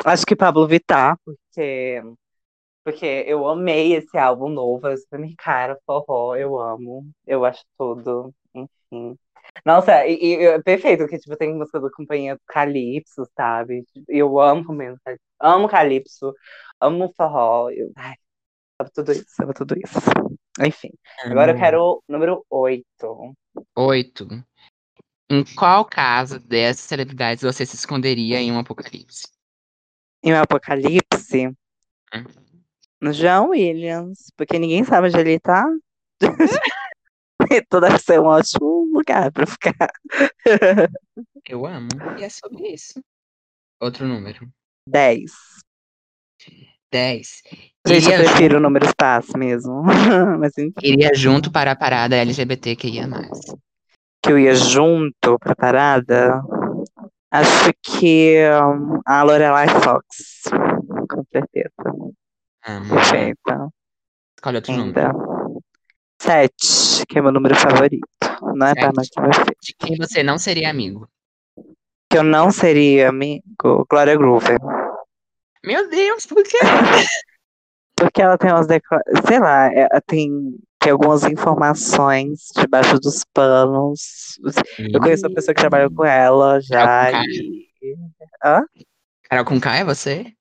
Acho que Pablo Vittar, porque, porque eu amei esse álbum novo. Eu super, cara, forró, eu amo. Eu acho tudo, enfim. Nossa, e, e é perfeito, que tipo, tem música da companhia do Calypso, sabe? Eu amo mesmo, amo Calypso, amo forró. Eu, ai, amo tudo isso, amo tudo isso. Enfim, agora eu Amo. quero o número oito. Oito. Em qual casa dessas celebridades você se esconderia em um apocalipse? E o Apocalipse, Hum? no John Williams, porque ninguém sabe onde ele tá. Então deve ser um ótimo lugar pra ficar. Eu amo. E é sobre isso. Outro número. Dez. Dez. Gente, eu Iria prefiro o junto, número espaço mesmo. Mas enfim. iria junto para a parada L G B T Q I A mais. Que eu ia junto pra parada. Acho que hum, a Lorelai Fox. Com certeza. Amo, amo. Perfeita. Escolhe outro número. Ainda. Sete, que é meu número favorito. Não é pra Sete. mais que vai ser. De quem você não seria amigo? Que eu não seria amigo. Glória Groove. Meu Deus, por quê? Porque ela tem umas declarações. Sei lá, é- tem, tem algumas informações debaixo dos panos. Eu conheço uma pessoa que trabalhou com ela Carol com já K? e. Hã? Carol com K é você?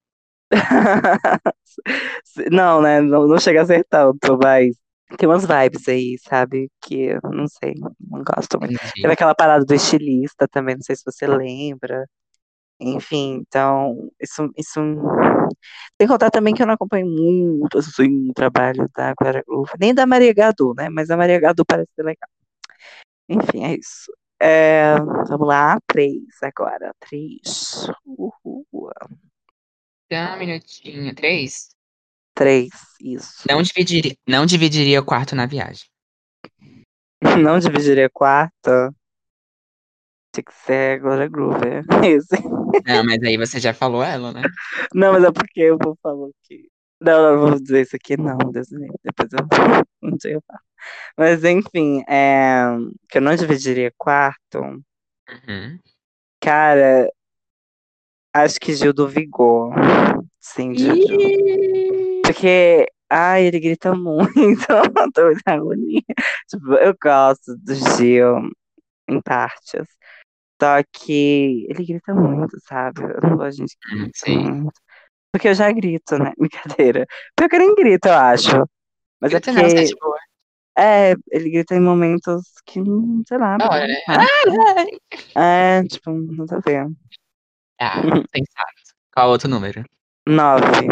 Não, né? Não, não chega a ser tanto, mas tem umas vibes aí, sabe? Que eu não sei, não gosto muito. Teve Entendi. aquela parada do estilista também, não sei se você lembra. Enfim, então, isso, isso. Tem que contar também que eu não acompanho muito assim, o trabalho da Clara Groove, nem da Maria Gadu, né? Mas a Maria Gadu parece ser legal. Enfim, é isso. É, vamos lá, três agora. Três. Uhul. Dá um minutinho. Três. Três, isso. Não dividiria, não dividiria o quarto na viagem. Não dividiria quarto. Tinha que ser Glória Groover. Esse. Não, mas aí você já falou ela, né? Não, mas é porque eu vou falar que. Não, não vou dizer isso aqui, não, Deus me livre. Depois eu não sei eu falo. Mas enfim, é, que eu não dividiria quarto. Uhum. Cara, acho que Gil do Vigor. Sim, Juju. Ih! Porque, ai, ele grita muito, eu tô muito agonia. Tipo, eu gosto do Gil em partes. Só que ele grita muito, sabe? Eu não gosto de gente que Hum, grita sei. muito. Porque eu já grito, né? Brincadeira. Pior que eu nem grito, eu acho. Mas é Grita não, você é porque, de boa. é, ele grita em momentos que, hum, sei lá, Da pra hora, né? relaxar. É, tipo, nada a ver. Ah, pensado. Qual outro número? Nove.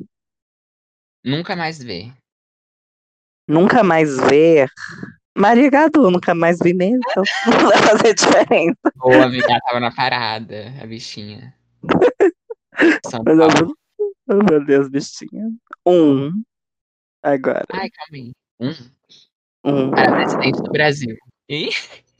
Nunca mais ver. Nunca mais ver. Maria Gadu, nunca mais vi mesmo. Não vai fazer diferença. Boa, amiga, ela tava na parada, a bichinha. São Mas eu, Paulo. oh, meu Deus, bichinha. Um, agora. Ai, calma aí. Um. Um. Para presidente do Brasil. Ih,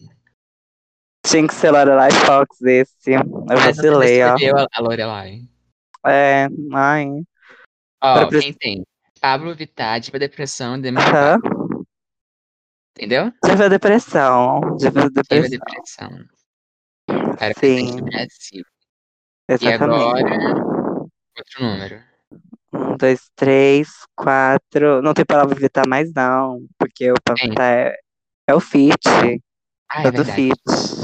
Tinha que ser Lorelai Fox esse. Eu mas você não vacilei, ó. escolheu a a Lorelai. É, ai. Para Ó, pres... quem tem? Pablo Vittar, Diva Depressão e Demi Hã? Lovato. Entendeu? Tive a depressão. Tive a Diva depressão. Depressão. Para presidente do Sim, Brasil. E exatamente. agora, outro número. Um, dois, três, quatro. Não tem palavra evitar mais, não. Porque o Pablo Tem. Vittar é, é o Fit. Ah, é Todo verdade. Fit.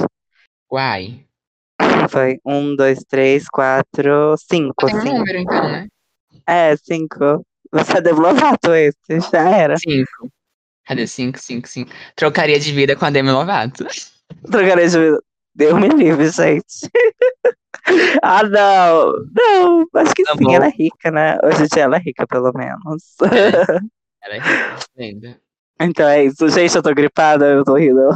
Uai. Foi um, dois, três, quatro, Só cinco, tem um cinco. número, então, né? É, cinco. Você é Demi Lovato esse, já era. Cinco. Cadê? Cinco, cinco, cinco. Trocaria de vida com a Demi Lovato. Trocaria de vida. Deus me livre, gente. Ah, não. Não, acho que Tá sim, ela é bom. rica, né? Hoje em dia ela é rica, pelo menos. É, ela é rica, lenda. Então é isso. Gente, eu tô gripada, eu tô rindo.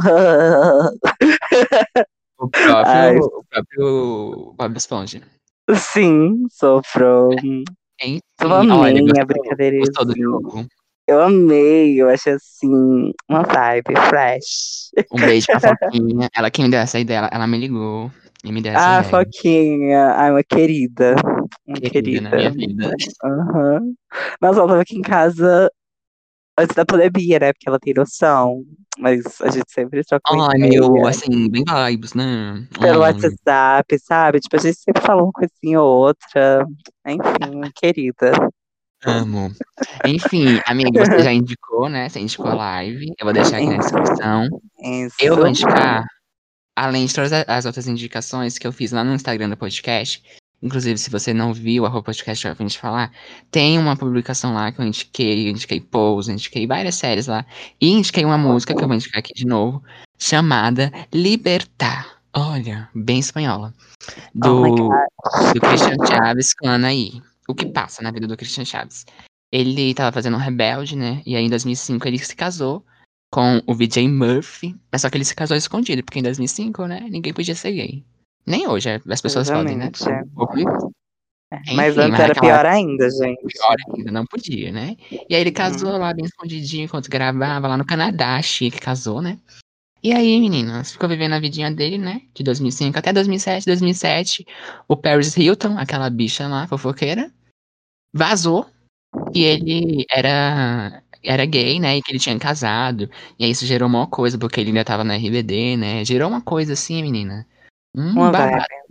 O próprio, Ai, o próprio Bob Esponja. sim, sofro. Eu Enfim, olha, amei a gostou, gostou do brincadeirinha. jogo? Eu amei, eu achei assim, uma vibe fresh. Um beijo pra Foquinha. Ela que me deu essa ideia. Ela me ligou e me deu essa Ah, ideia. Foquinha. Ai, uma querida. Uma Querida na querida. minha vida. Aham. Nossa, ela tava aqui em casa antes da pandemia, né? Porque ela tem noção. Mas a gente sempre troca uma Ai, meu, ideia assim, bem vibes, né? pelo Hum, WhatsApp, sabe? Tipo, a gente sempre fala uma coisinha ou outra. Enfim, querida. amo. Enfim, amigo, você já indicou, né? Você indicou a live. Eu vou deixar aqui na descrição. Eu Isso. vou indicar, além de todas a- as outras indicações que eu fiz lá no Instagram do podcast. Inclusive, se você não viu, arroba podcast já de falar, tem uma publicação lá que eu indiquei, eu indiquei Pose, eu indiquei várias séries lá. E indiquei uma música que eu vou indicar aqui de novo, chamada Libertar. Olha, bem espanhola. Oh my Do do God. Christian Chaves com a Anaí. O que passa na vida do Christian Chaves? Ele tava fazendo um Rebelde, né? E aí em dois mil e cinco ele se casou com o V J Murphy. Mas só que ele se casou escondido, porque em dois mil e cinco, né? Ninguém podia ser gay. Nem hoje, é, as pessoas podem, né? Exatamente. Um pouco- Mas Enfim, antes mas era naquela pior época, ainda, pior gente. ainda, não podia, né? E aí ele Uhum. casou lá bem escondidinho enquanto gravava lá no Canadá, chique, casou, né? E aí, meninas, ficou vivendo a vidinha dele, né? De dois mil e cinco até dois mil e sete. dois mil e sete, o Paris Hilton, aquela bicha lá, fofoqueira, vazou que ele era era gay, né? E que ele tinha casado. E aí isso gerou uma coisa, porque ele ainda tava na R B D, né? Gerou uma coisa assim, menina. Um Uma babado. vibe.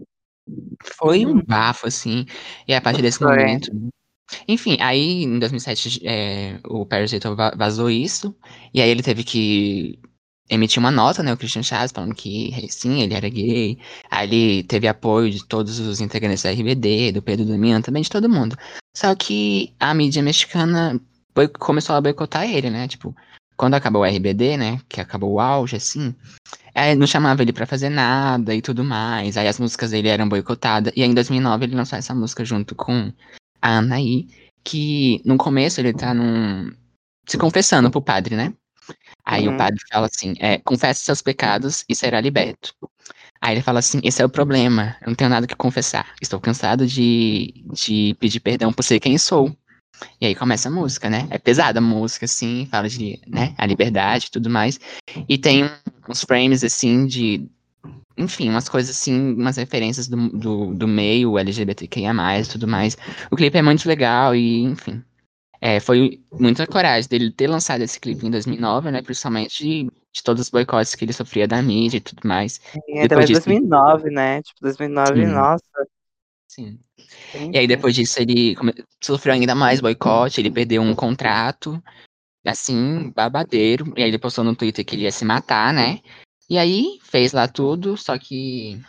Foi um Uhum. bafo, assim. E a partir desse Foi. momento. Enfim, aí em dois mil e sete é, o Paris Hilton va- vazou isso. E aí ele teve que emitiu uma nota, né, o Christian Chaves, falando que sim, ele era gay. Aí ele teve apoio de todos os integrantes da R B D, do Pedro Damião, também de todo mundo. Só que a mídia mexicana boi- começou a boicotar ele, né? Tipo, quando acabou o R B D, né, que acabou o auge, assim, aí não chamava ele pra fazer nada e tudo mais. Aí as músicas dele eram boicotadas. E aí em dois mil e nove ele lançou essa música junto com a Anaí, que no começo ele tá num... se confessando pro padre, né? Aí o Uhum. padre fala assim: é, confesse seus pecados e será liberto. Aí ele fala assim: esse é o problema, eu não tenho nada que confessar. Estou cansado de, de pedir perdão por ser quem sou. E aí começa a música, né? É pesada a música, assim, fala de, né, a liberdade e tudo mais. E tem um- uns frames, assim, de. Enfim, umas coisas assim, umas referências do, do, do meio L G B T Q I A mais, e tudo mais. O clipe é muito legal e, enfim. É, foi muita coragem dele ter lançado esse clipe em dois mil e nove, né? Principalmente de, de todos os boicotes que ele sofria da mídia e tudo mais. E ainda Depois mais disso, dois mil e nove, né? Tipo, dois mil e nove, sim, nossa, sim. E aí tempo. depois disso ele come- sofreu ainda mais boicote, ele perdeu um contrato, assim, babadeiro. E aí ele postou no Twitter que ele ia se matar, né? E aí fez lá tudo, só que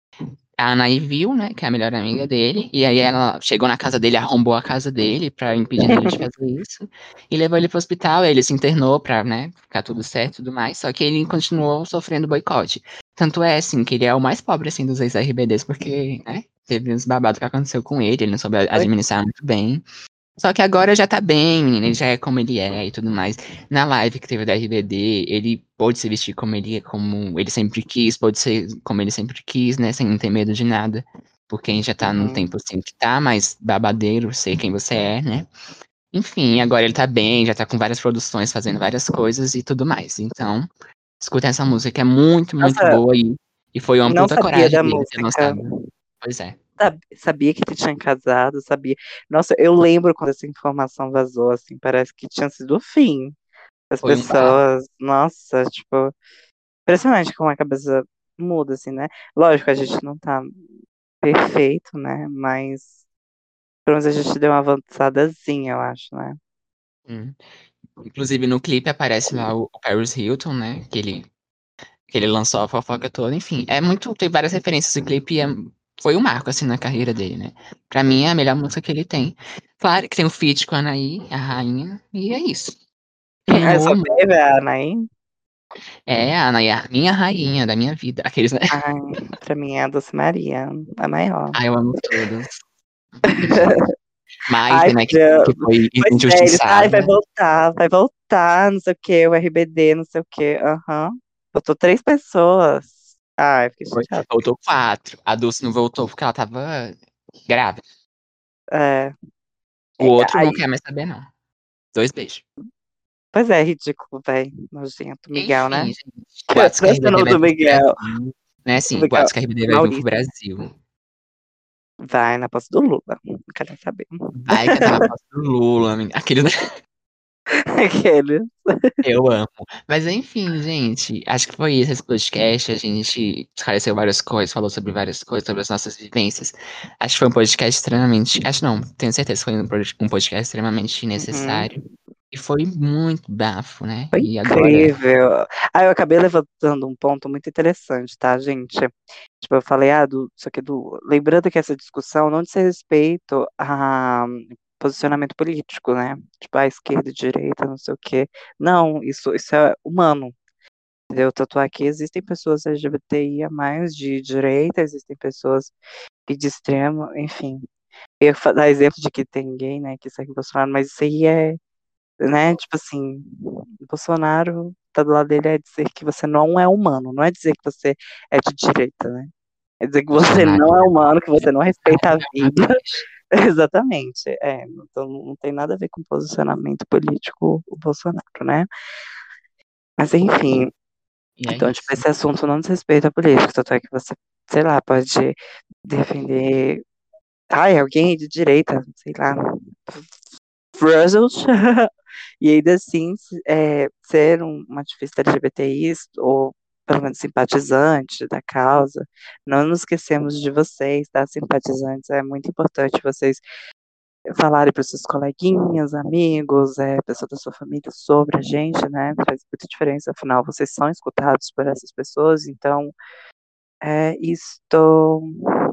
a Anaí viu, né, que é a melhor amiga dele, e aí ela chegou na casa dele, arrombou a casa dele pra impedir ele de fazer isso, e levou ele pro hospital, ele se internou pra, né, ficar tudo certo e tudo mais, só que ele continuou sofrendo boicote. Tanto é, assim, que ele é o mais pobre, assim, dos ex-R B Ds, porque, né, teve uns babados que aconteceu com ele, ele não soube administrar muito bem. Só que agora já tá bem, menina, ele já é como ele é e tudo mais. Na live que teve da R B D, ele pôde se vestir como ele, como ele sempre quis, pôde ser como ele sempre quis, né? Sem ter medo de nada. Por quem já tá no Uhum. tempo assim que tá, mas babadeiro, sei quem você é, né? Enfim, agora ele tá bem, já tá com várias produções, fazendo várias coisas e tudo mais. Então, escuta essa música que é muito, muito Nossa, boa e, e foi uma não puta sabia coragem da dele ter música. lançado. Pois é. Sab- Sabia que ele tinha casado, sabia. Nossa, eu lembro quando essa informação vazou, assim, parece que tinha sido o fim. As Foi um bar. pessoas, nossa, tipo, impressionante como a cabeça muda, assim, né? Lógico, a gente não tá perfeito, né? Mas pelo menos a gente deu uma avançadazinha, eu acho, né? Hum. Inclusive no clipe aparece lá o o Paris Hilton, né? Que ele, que ele lançou a fofoca toda. Enfim, é muito. Tem várias referências do clipe e é- foi um marco, assim, na carreira dele, né? Pra mim é a melhor música que ele tem. Claro que tem o feat com a Anaí, a rainha, e é isso. Quem É, só ama teve a Anaí. é a Anaí, a minha rainha da minha vida. Aqueles, né? Ai, pra mim é a Doce Maria, a maior. Ah, eu amo todos. Enfim. Mas, Ai, né, que, podia. que foi Pois é, eles, ai, vai injustiçada. voltar, vai voltar, não sei o quê, o R B D, não sei o quê. Aham. Botou três pessoas. Ai, fiquei Foi- chateada. Voltou quatro. A Dulce não voltou porque ela tava grávida. É, O é, outro não aí, quer mais saber, não. Dois beijos. pois é, ridículo, velho. Nojento. Miguel, né? Enfim, gente, boatos que a Pensa R B D no vai do vir pro Miguel. Brasil. Né, O assim, Miguel. boatos que a R B D vai vir pro Maurício. Brasil. Vai na posse do Lula. Não quero nem saber. Vai cantar na posse do Lula, menina. Aquele, né? Aquele. Eu amo. Mas enfim, gente, acho que foi isso esse podcast. A gente esclareceu várias coisas, falou sobre várias coisas, sobre as nossas vivências. Acho que foi um podcast extremamente. Acho não, tenho certeza que foi um pod- um podcast extremamente Uhum. necessário. E foi muito bafo, né? Foi E agora. incrível. Ah, eu acabei levantando um ponto muito interessante, tá, gente? Tipo, eu falei, ah, do, isso aqui do. Lembrando que essa discussão não diz respeito a posicionamento político, né? Tipo, a esquerda e direita, não sei o quê. Não, isso, isso é humano. Entendeu? Tanto é que existem pessoas L G B T I a mais de direita, existem pessoas que de extremo, enfim. Eu ia fa- dar exemplo de que tem gay, né, que segue o Bolsonaro, mas isso aí é, né, tipo assim, o Bolsonaro tá do lado dele é dizer que você não é humano, não é dizer que você é de direita, né? É dizer que você Bolsonaro não é humano, que é você não respeita a uma vida. peste. Exatamente. É, então não tem nada a ver com posicionamento político o Bolsonaro, né? Mas enfim, E é então, tipo, isso. esse assunto não diz respeito à política, tanto é que você, sei lá, pode defender, ai, alguém de direita, sei lá, Brussels, e ainda assim é, ser um, uma ativista L G B T I, ou pelo menos simpatizante da causa, não nos esquecemos de vocês, tá, simpatizantes, é muito importante vocês falarem para os seus coleguinhas, amigos, é, pessoas da sua família sobre a gente, né, faz muita diferença, afinal, vocês são escutados por essas pessoas, então, é isto.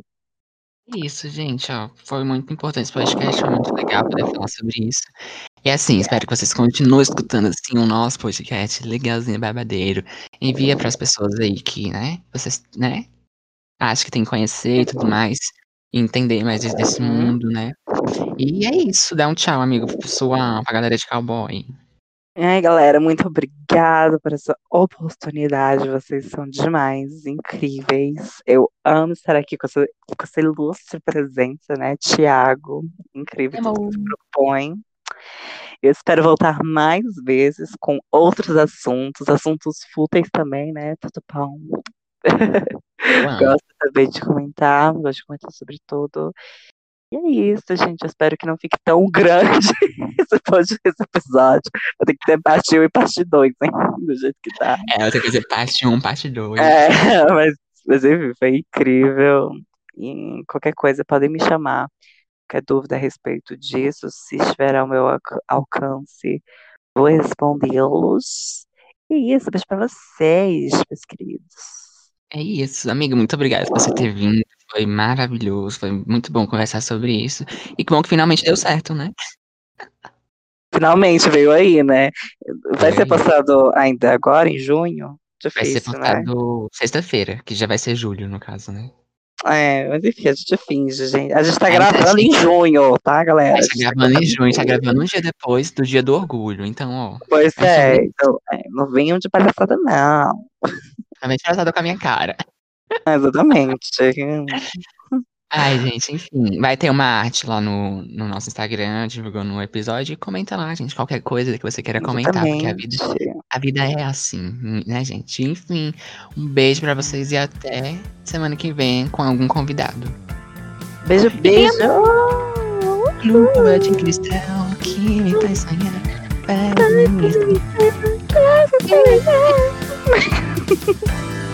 Isso, gente, ó. Foi muito importante esse podcast, foi muito legal poder falar sobre isso. E assim, espero que vocês continuem escutando assim o nosso podcast, legalzinho, babadeiro. Envia para as pessoas aí que, né, vocês, né, acham que tem que conhecer e tudo mais, e entender mais desse desse Uhum. mundo, né. E é isso, dá um tchau, amigo, pro pessoal, pra galera de cowboy. Ai, galera, muito obrigada por essa oportunidade. Vocês são demais, incríveis. Eu amo estar aqui com essa, com essa ilustre presença, né, Tiago? Incrível tudo que Amor. se propõe. Eu espero voltar mais vezes com outros assuntos, assuntos fúteis também, né? Tudo bom. Eu amo. Gosto também de comentar, gosto de comentar sobre tudo. E é isso, gente. Eu espero que não fique tão grande esse, pod- esse episódio. Vou ter que ter parte um e parte dois, hein? Do jeito que tá. É, eu tenho que dizer parte um, parte dois. É, mas, mas enfim, foi incrível. E qualquer coisa, podem me chamar. Qualquer dúvida a respeito disso, se estiver ao meu alc- alcance, vou respondê-los. E é isso, beijo pra vocês, meus queridos. É isso, amiga, muito obrigado por você ter vindo, foi maravilhoso, foi muito bom conversar sobre isso, e que bom que finalmente deu certo, né. Finalmente veio aí, né? Vai Veio ser aí. passado ainda agora, em junho? Vai ser Difícil, né? postado sexta-feira, que já vai ser julho, no caso, né. É, mas enfim, a gente finge, gente. A gente tá Mas a gravando em gente junho, tá, a galera? A gente tá gente tá gravando em gravando em junho, a gente tá junho. gravando um dia depois do dia do orgulho, então, ó, Pois é é, sobre isso. então, é, não venham de palhaçada, não. Totalmente engraçado com a minha cara. Exatamente. Ai, gente, enfim, vai ter uma arte lá no no nosso Instagram, divulgando o episódio, e comenta lá, gente, qualquer coisa que você queira comentar, porque a vida Exatamente. a vida é assim, né, gente. Enfim, um beijo pra vocês e até semana que vem com algum convidado. Beijo, E tem a beijo. lua de cristal que me faz sonhar para mim.